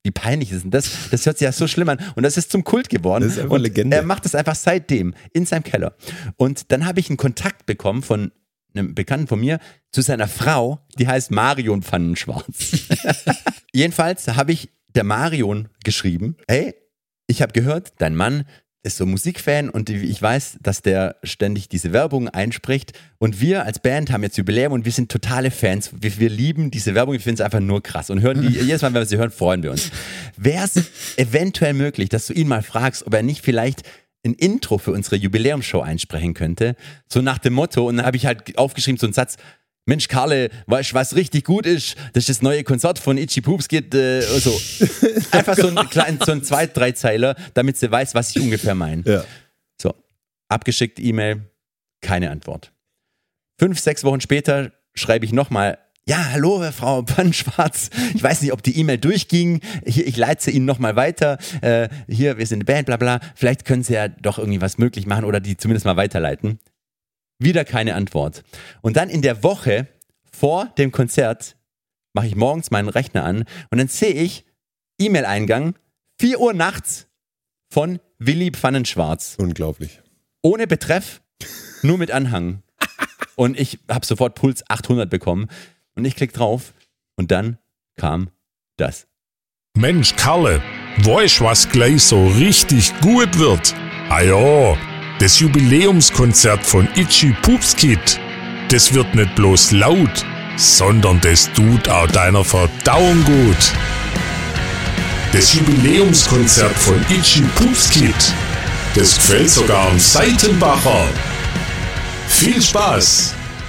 Wie peinlich ist denn das? Das hört sich ja so schlimm an. Und das ist zum Kult geworden. Das ist einfach und Legende. er macht es einfach seitdem in seinem Keller. Und dann habe ich einen Kontakt bekommen von einem Bekannten von mir zu seiner Frau, die heißt Marion Pfannenschwarz. Jedenfalls habe ich der Marion geschrieben, hey, ich habe gehört, dein Mann ist so Musikfan und ich weiß, dass der ständig diese Werbung einspricht und wir als Band haben jetzt Jubiläum und wir sind totale Fans. Wir lieben diese Werbung, wir finden es einfach nur krass und hören die, jedes Mal, wenn wir sie hören, freuen wir uns. Wäre es eventuell möglich, dass du ihn mal fragst, ob er nicht vielleicht ein Intro für unsere Jubiläumsshow einsprechen könnte? So nach dem Motto, und dann habe ich halt aufgeschrieben so einen Satz, Mensch, Karle, weißt du, was richtig gut ist? Das ist das neue Konzert von Itchy Poops geht so. Einfach so ein 2-3 Zeiler, damit sie weiß, was ich ungefähr meine. Ja. So, abgeschickt E-Mail, keine Antwort. 5-6 Wochen später schreibe ich nochmal, ja, hallo, Frau Pfannenschwarz, ich weiß nicht, ob die E-Mail durchging, hier, ich leite sie Ihnen nochmal weiter, hier, wir sind eine Band, bla bla, vielleicht können Sie ja doch irgendwie was möglich machen oder die zumindest mal weiterleiten. Wieder keine Antwort. Und dann in der Woche vor dem Konzert mache ich morgens meinen Rechner an und dann sehe ich E-Mail-Eingang, 4 Uhr nachts von Willi Pfannenschwarz. Unglaublich. Ohne Betreff, nur mit Anhang. Und ich habe sofort Puls 800 bekommen und ich klicke drauf und dann kam das. Mensch, Karle, weißt was gleich so richtig gut wird? Ah ja, das Jubiläumskonzert von Itchy Poops Kid. Das wird nicht bloß laut, sondern das tut auch deiner Verdauung gut. Das Jubiläumskonzert von Itchy Poops Kid. Das gefällt sogar am Seitenbacher. Viel Spaß!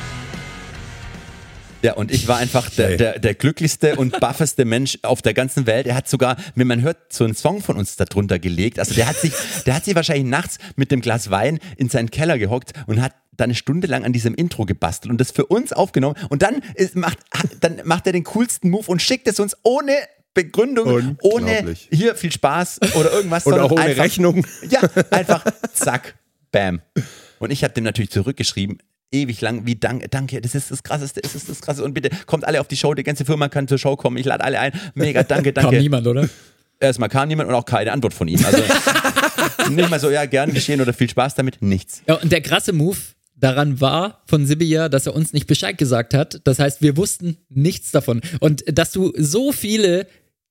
Ja, und ich war einfach der glücklichste und buffeste Mensch auf der ganzen Welt. Er hat sogar, wenn man hört, so einen Song von uns darunter gelegt. Also der hat sich wahrscheinlich nachts mit dem Glas Wein in seinen Keller gehockt und hat dann eine Stunde lang an diesem Intro gebastelt und das für uns aufgenommen. Und dann macht er den coolsten Move und schickt es uns ohne Begründung, ohne hier viel Spaß oder irgendwas. Und auch ohne einfach, Rechnung. Ja, einfach zack, bam. Und ich habe dem natürlich zurückgeschrieben, ewig lang, wie danke, das ist das Krasseste, und bitte kommt alle auf die Show, die ganze Firma kann zur Show kommen, ich lade alle ein, mega, danke. Kam niemand, oder? Erstmal kam niemand und auch keine Antwort von ihm, also nicht mal so, ja, gern geschehen oder viel Spaß damit, nichts. Ja, und der krasse Move daran war von Sibby ja, dass er uns nicht Bescheid gesagt hat, das heißt, wir wussten nichts davon und dass du so viel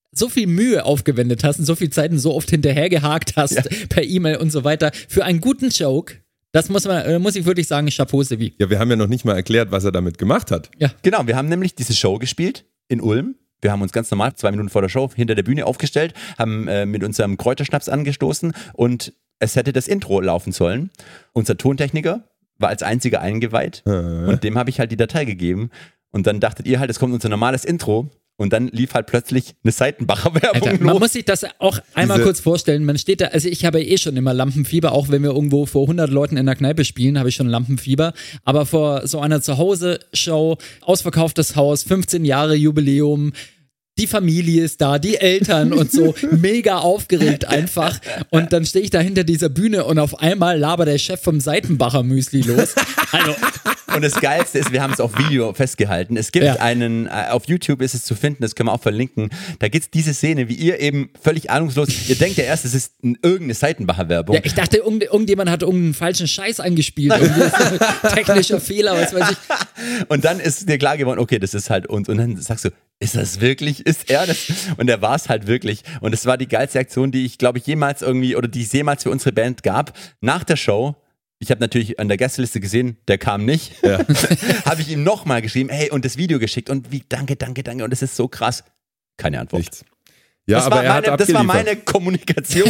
Mühe aufgewendet hast und so viel Zeit und so oft hinterhergehakt hast per E-Mail und so weiter für einen guten Joke. Das muss ich wirklich sagen, Chapeau, Sibby. Ja, wir haben ja noch nicht mal erklärt, was er damit gemacht hat. Ja. Genau, wir haben nämlich diese Show gespielt in Ulm. Wir haben uns ganz normal 2 Minuten vor der Show hinter der Bühne aufgestellt, haben mit unserem Kräuterschnaps angestoßen und es hätte das Intro laufen sollen. Unser Tontechniker war als einziger eingeweiht und dem habe ich halt die Datei gegeben. Und dann dachtet ihr halt, es kommt unser normales Intro. Und dann lief halt plötzlich eine Seitenbacher-Werbung los. Man muss sich das auch einmal kurz vorstellen. Man steht da, also ich habe eh schon immer Lampenfieber, auch wenn wir irgendwo vor 100 Leuten in der Kneipe spielen, habe ich schon Lampenfieber. Aber vor so einer Zuhause-Show, ausverkauftes Haus, 15 Jahre Jubiläum, die Familie ist da, die Eltern und so, mega aufgeregt einfach. Und dann stehe ich da hinter dieser Bühne und auf einmal labert der Chef vom Seitenbacher Müsli los. Also, und das Geilste ist, wir haben es auf Video festgehalten. Es gibt einen, auf YouTube ist es zu finden, das können wir auch verlinken. Da gibt es diese Szene, wie ihr eben völlig ahnungslos, ihr denkt ja erst, es ist irgendeine Seitenbacher-Werbung. Ja, ich dachte, irgendjemand hat irgendeinen falschen Scheiß eingespielt. Technischer Fehler, was weiß ich. Und dann ist dir klar geworden, okay, das ist halt uns. Und dann sagst du, ist das wirklich? Ist er das? Und er war es halt wirklich. Und es war die geilste Aktion, die ich, glaube ich, jemals irgendwie, oder die es jemals für unsere Band gab. Nach der Show, ich habe natürlich an der Gästeliste gesehen, der kam nicht. Ja. Habe ich ihm nochmal geschrieben, hey, und das Video geschickt. Und wie, danke. Und es ist so krass. Keine Antwort. Nichts. Ja, das war meine Kommunikation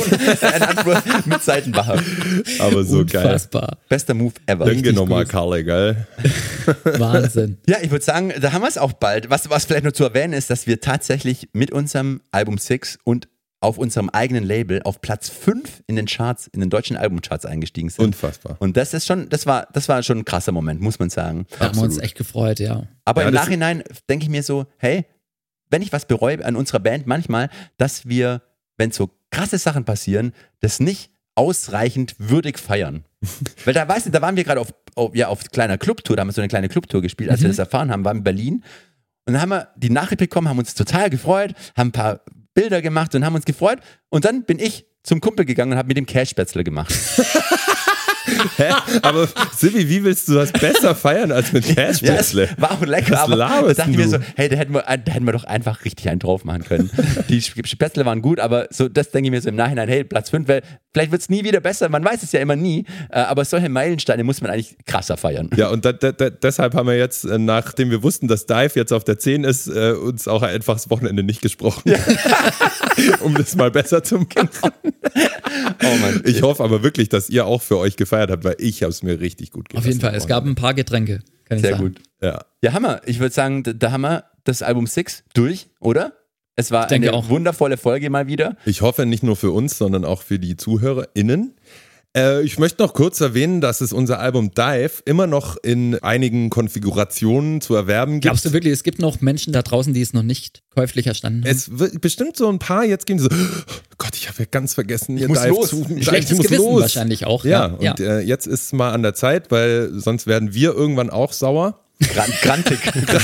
mit Seitenbacher. Aber so Unfassbar. geil. Bester Move ever. Danke nochmal, Karle, geil. Wahnsinn. Ja, ich würde sagen, da haben wir es auch bald. Was vielleicht noch zu erwähnen ist, dass wir tatsächlich mit unserem Album Six und auf unserem eigenen Label auf Platz 5 in den Charts, in den deutschen Albumcharts eingestiegen sind. Unfassbar. Und das ist schon, das war schon ein krasser Moment, muss man sagen. Da haben wir uns echt gefreut, ja. Aber ja, im Nachhinein denke ich mir so, hey, wenn ich was bereue an unserer Band manchmal, dass wir, wenn so krasse Sachen passieren, das nicht ausreichend würdig feiern. Weil da waren wir gerade auf kleiner Clubtour, da haben wir so eine kleine Clubtour gespielt, als wir das erfahren haben, waren in Berlin und dann haben wir die Nachricht bekommen, haben uns total gefreut, haben ein paar Bilder gemacht und haben uns gefreut. Und dann bin ich zum Kumpel gegangen und habe mit dem Kässpätzle gemacht. Hä? Aber Silvi, wie willst du das besser feiern als mit Kässpätzle? Ja, war auch lecker, Was aber da laberst dachte ich du? mir so, hey, da hätten wir doch einfach richtig einen drauf machen können. Die Spätzle waren gut, aber so das denke ich mir so im Nachhinein, hey, Platz 5, weil vielleicht wird es nie wieder besser, man weiß es ja immer nie, aber solche Meilensteine muss man eigentlich krasser feiern. Ja, und deshalb haben wir jetzt, nachdem wir wussten, dass Dive jetzt auf der 10 ist, uns auch einfach das Wochenende nicht gesprochen. Ja. Um das mal besser zu machen. Oh Mann. Ich hoffe aber wirklich, dass ihr auch für euch gefeiert habt, weil ich habe es mir richtig gut gelassen. Auf jeden Fall, es gab ein paar Getränke, kann ich Sehr sagen. gut. Ja. Ja, Hammer. Ich würde sagen, da haben wir das Album 6 durch, oder? Es war eine wundervolle Folge mal wieder. Ich hoffe nicht nur für uns, sondern auch für die ZuhörerInnen. Ich möchte noch kurz erwähnen, dass es unser Album Dive immer noch in einigen Konfigurationen zu erwerben gibt. Glaubst du wirklich, es gibt noch Menschen da draußen, die es noch nicht käuflich erstanden haben? Es wird bestimmt so ein paar jetzt gehen so, oh Gott, ich habe ja ganz vergessen, Ich muss los. Schlechtes Gewissen wahrscheinlich auch. Ja, und jetzt ist es mal an der Zeit, weil sonst werden wir irgendwann auch sauer. Grantig.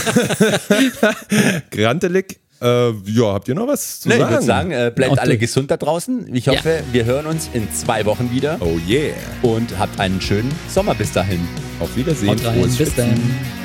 Grantelig. Ja, habt ihr noch was zu sagen? Ich würde sagen, bleibt Auch alle durch. gesund da draußen. Ich hoffe, wir hören uns in 2 Wochen wieder. Oh yeah. Und habt einen schönen Sommer bis dahin. Auf Wiedersehen. Haut rein, Frohes bis Schwitzen. dann.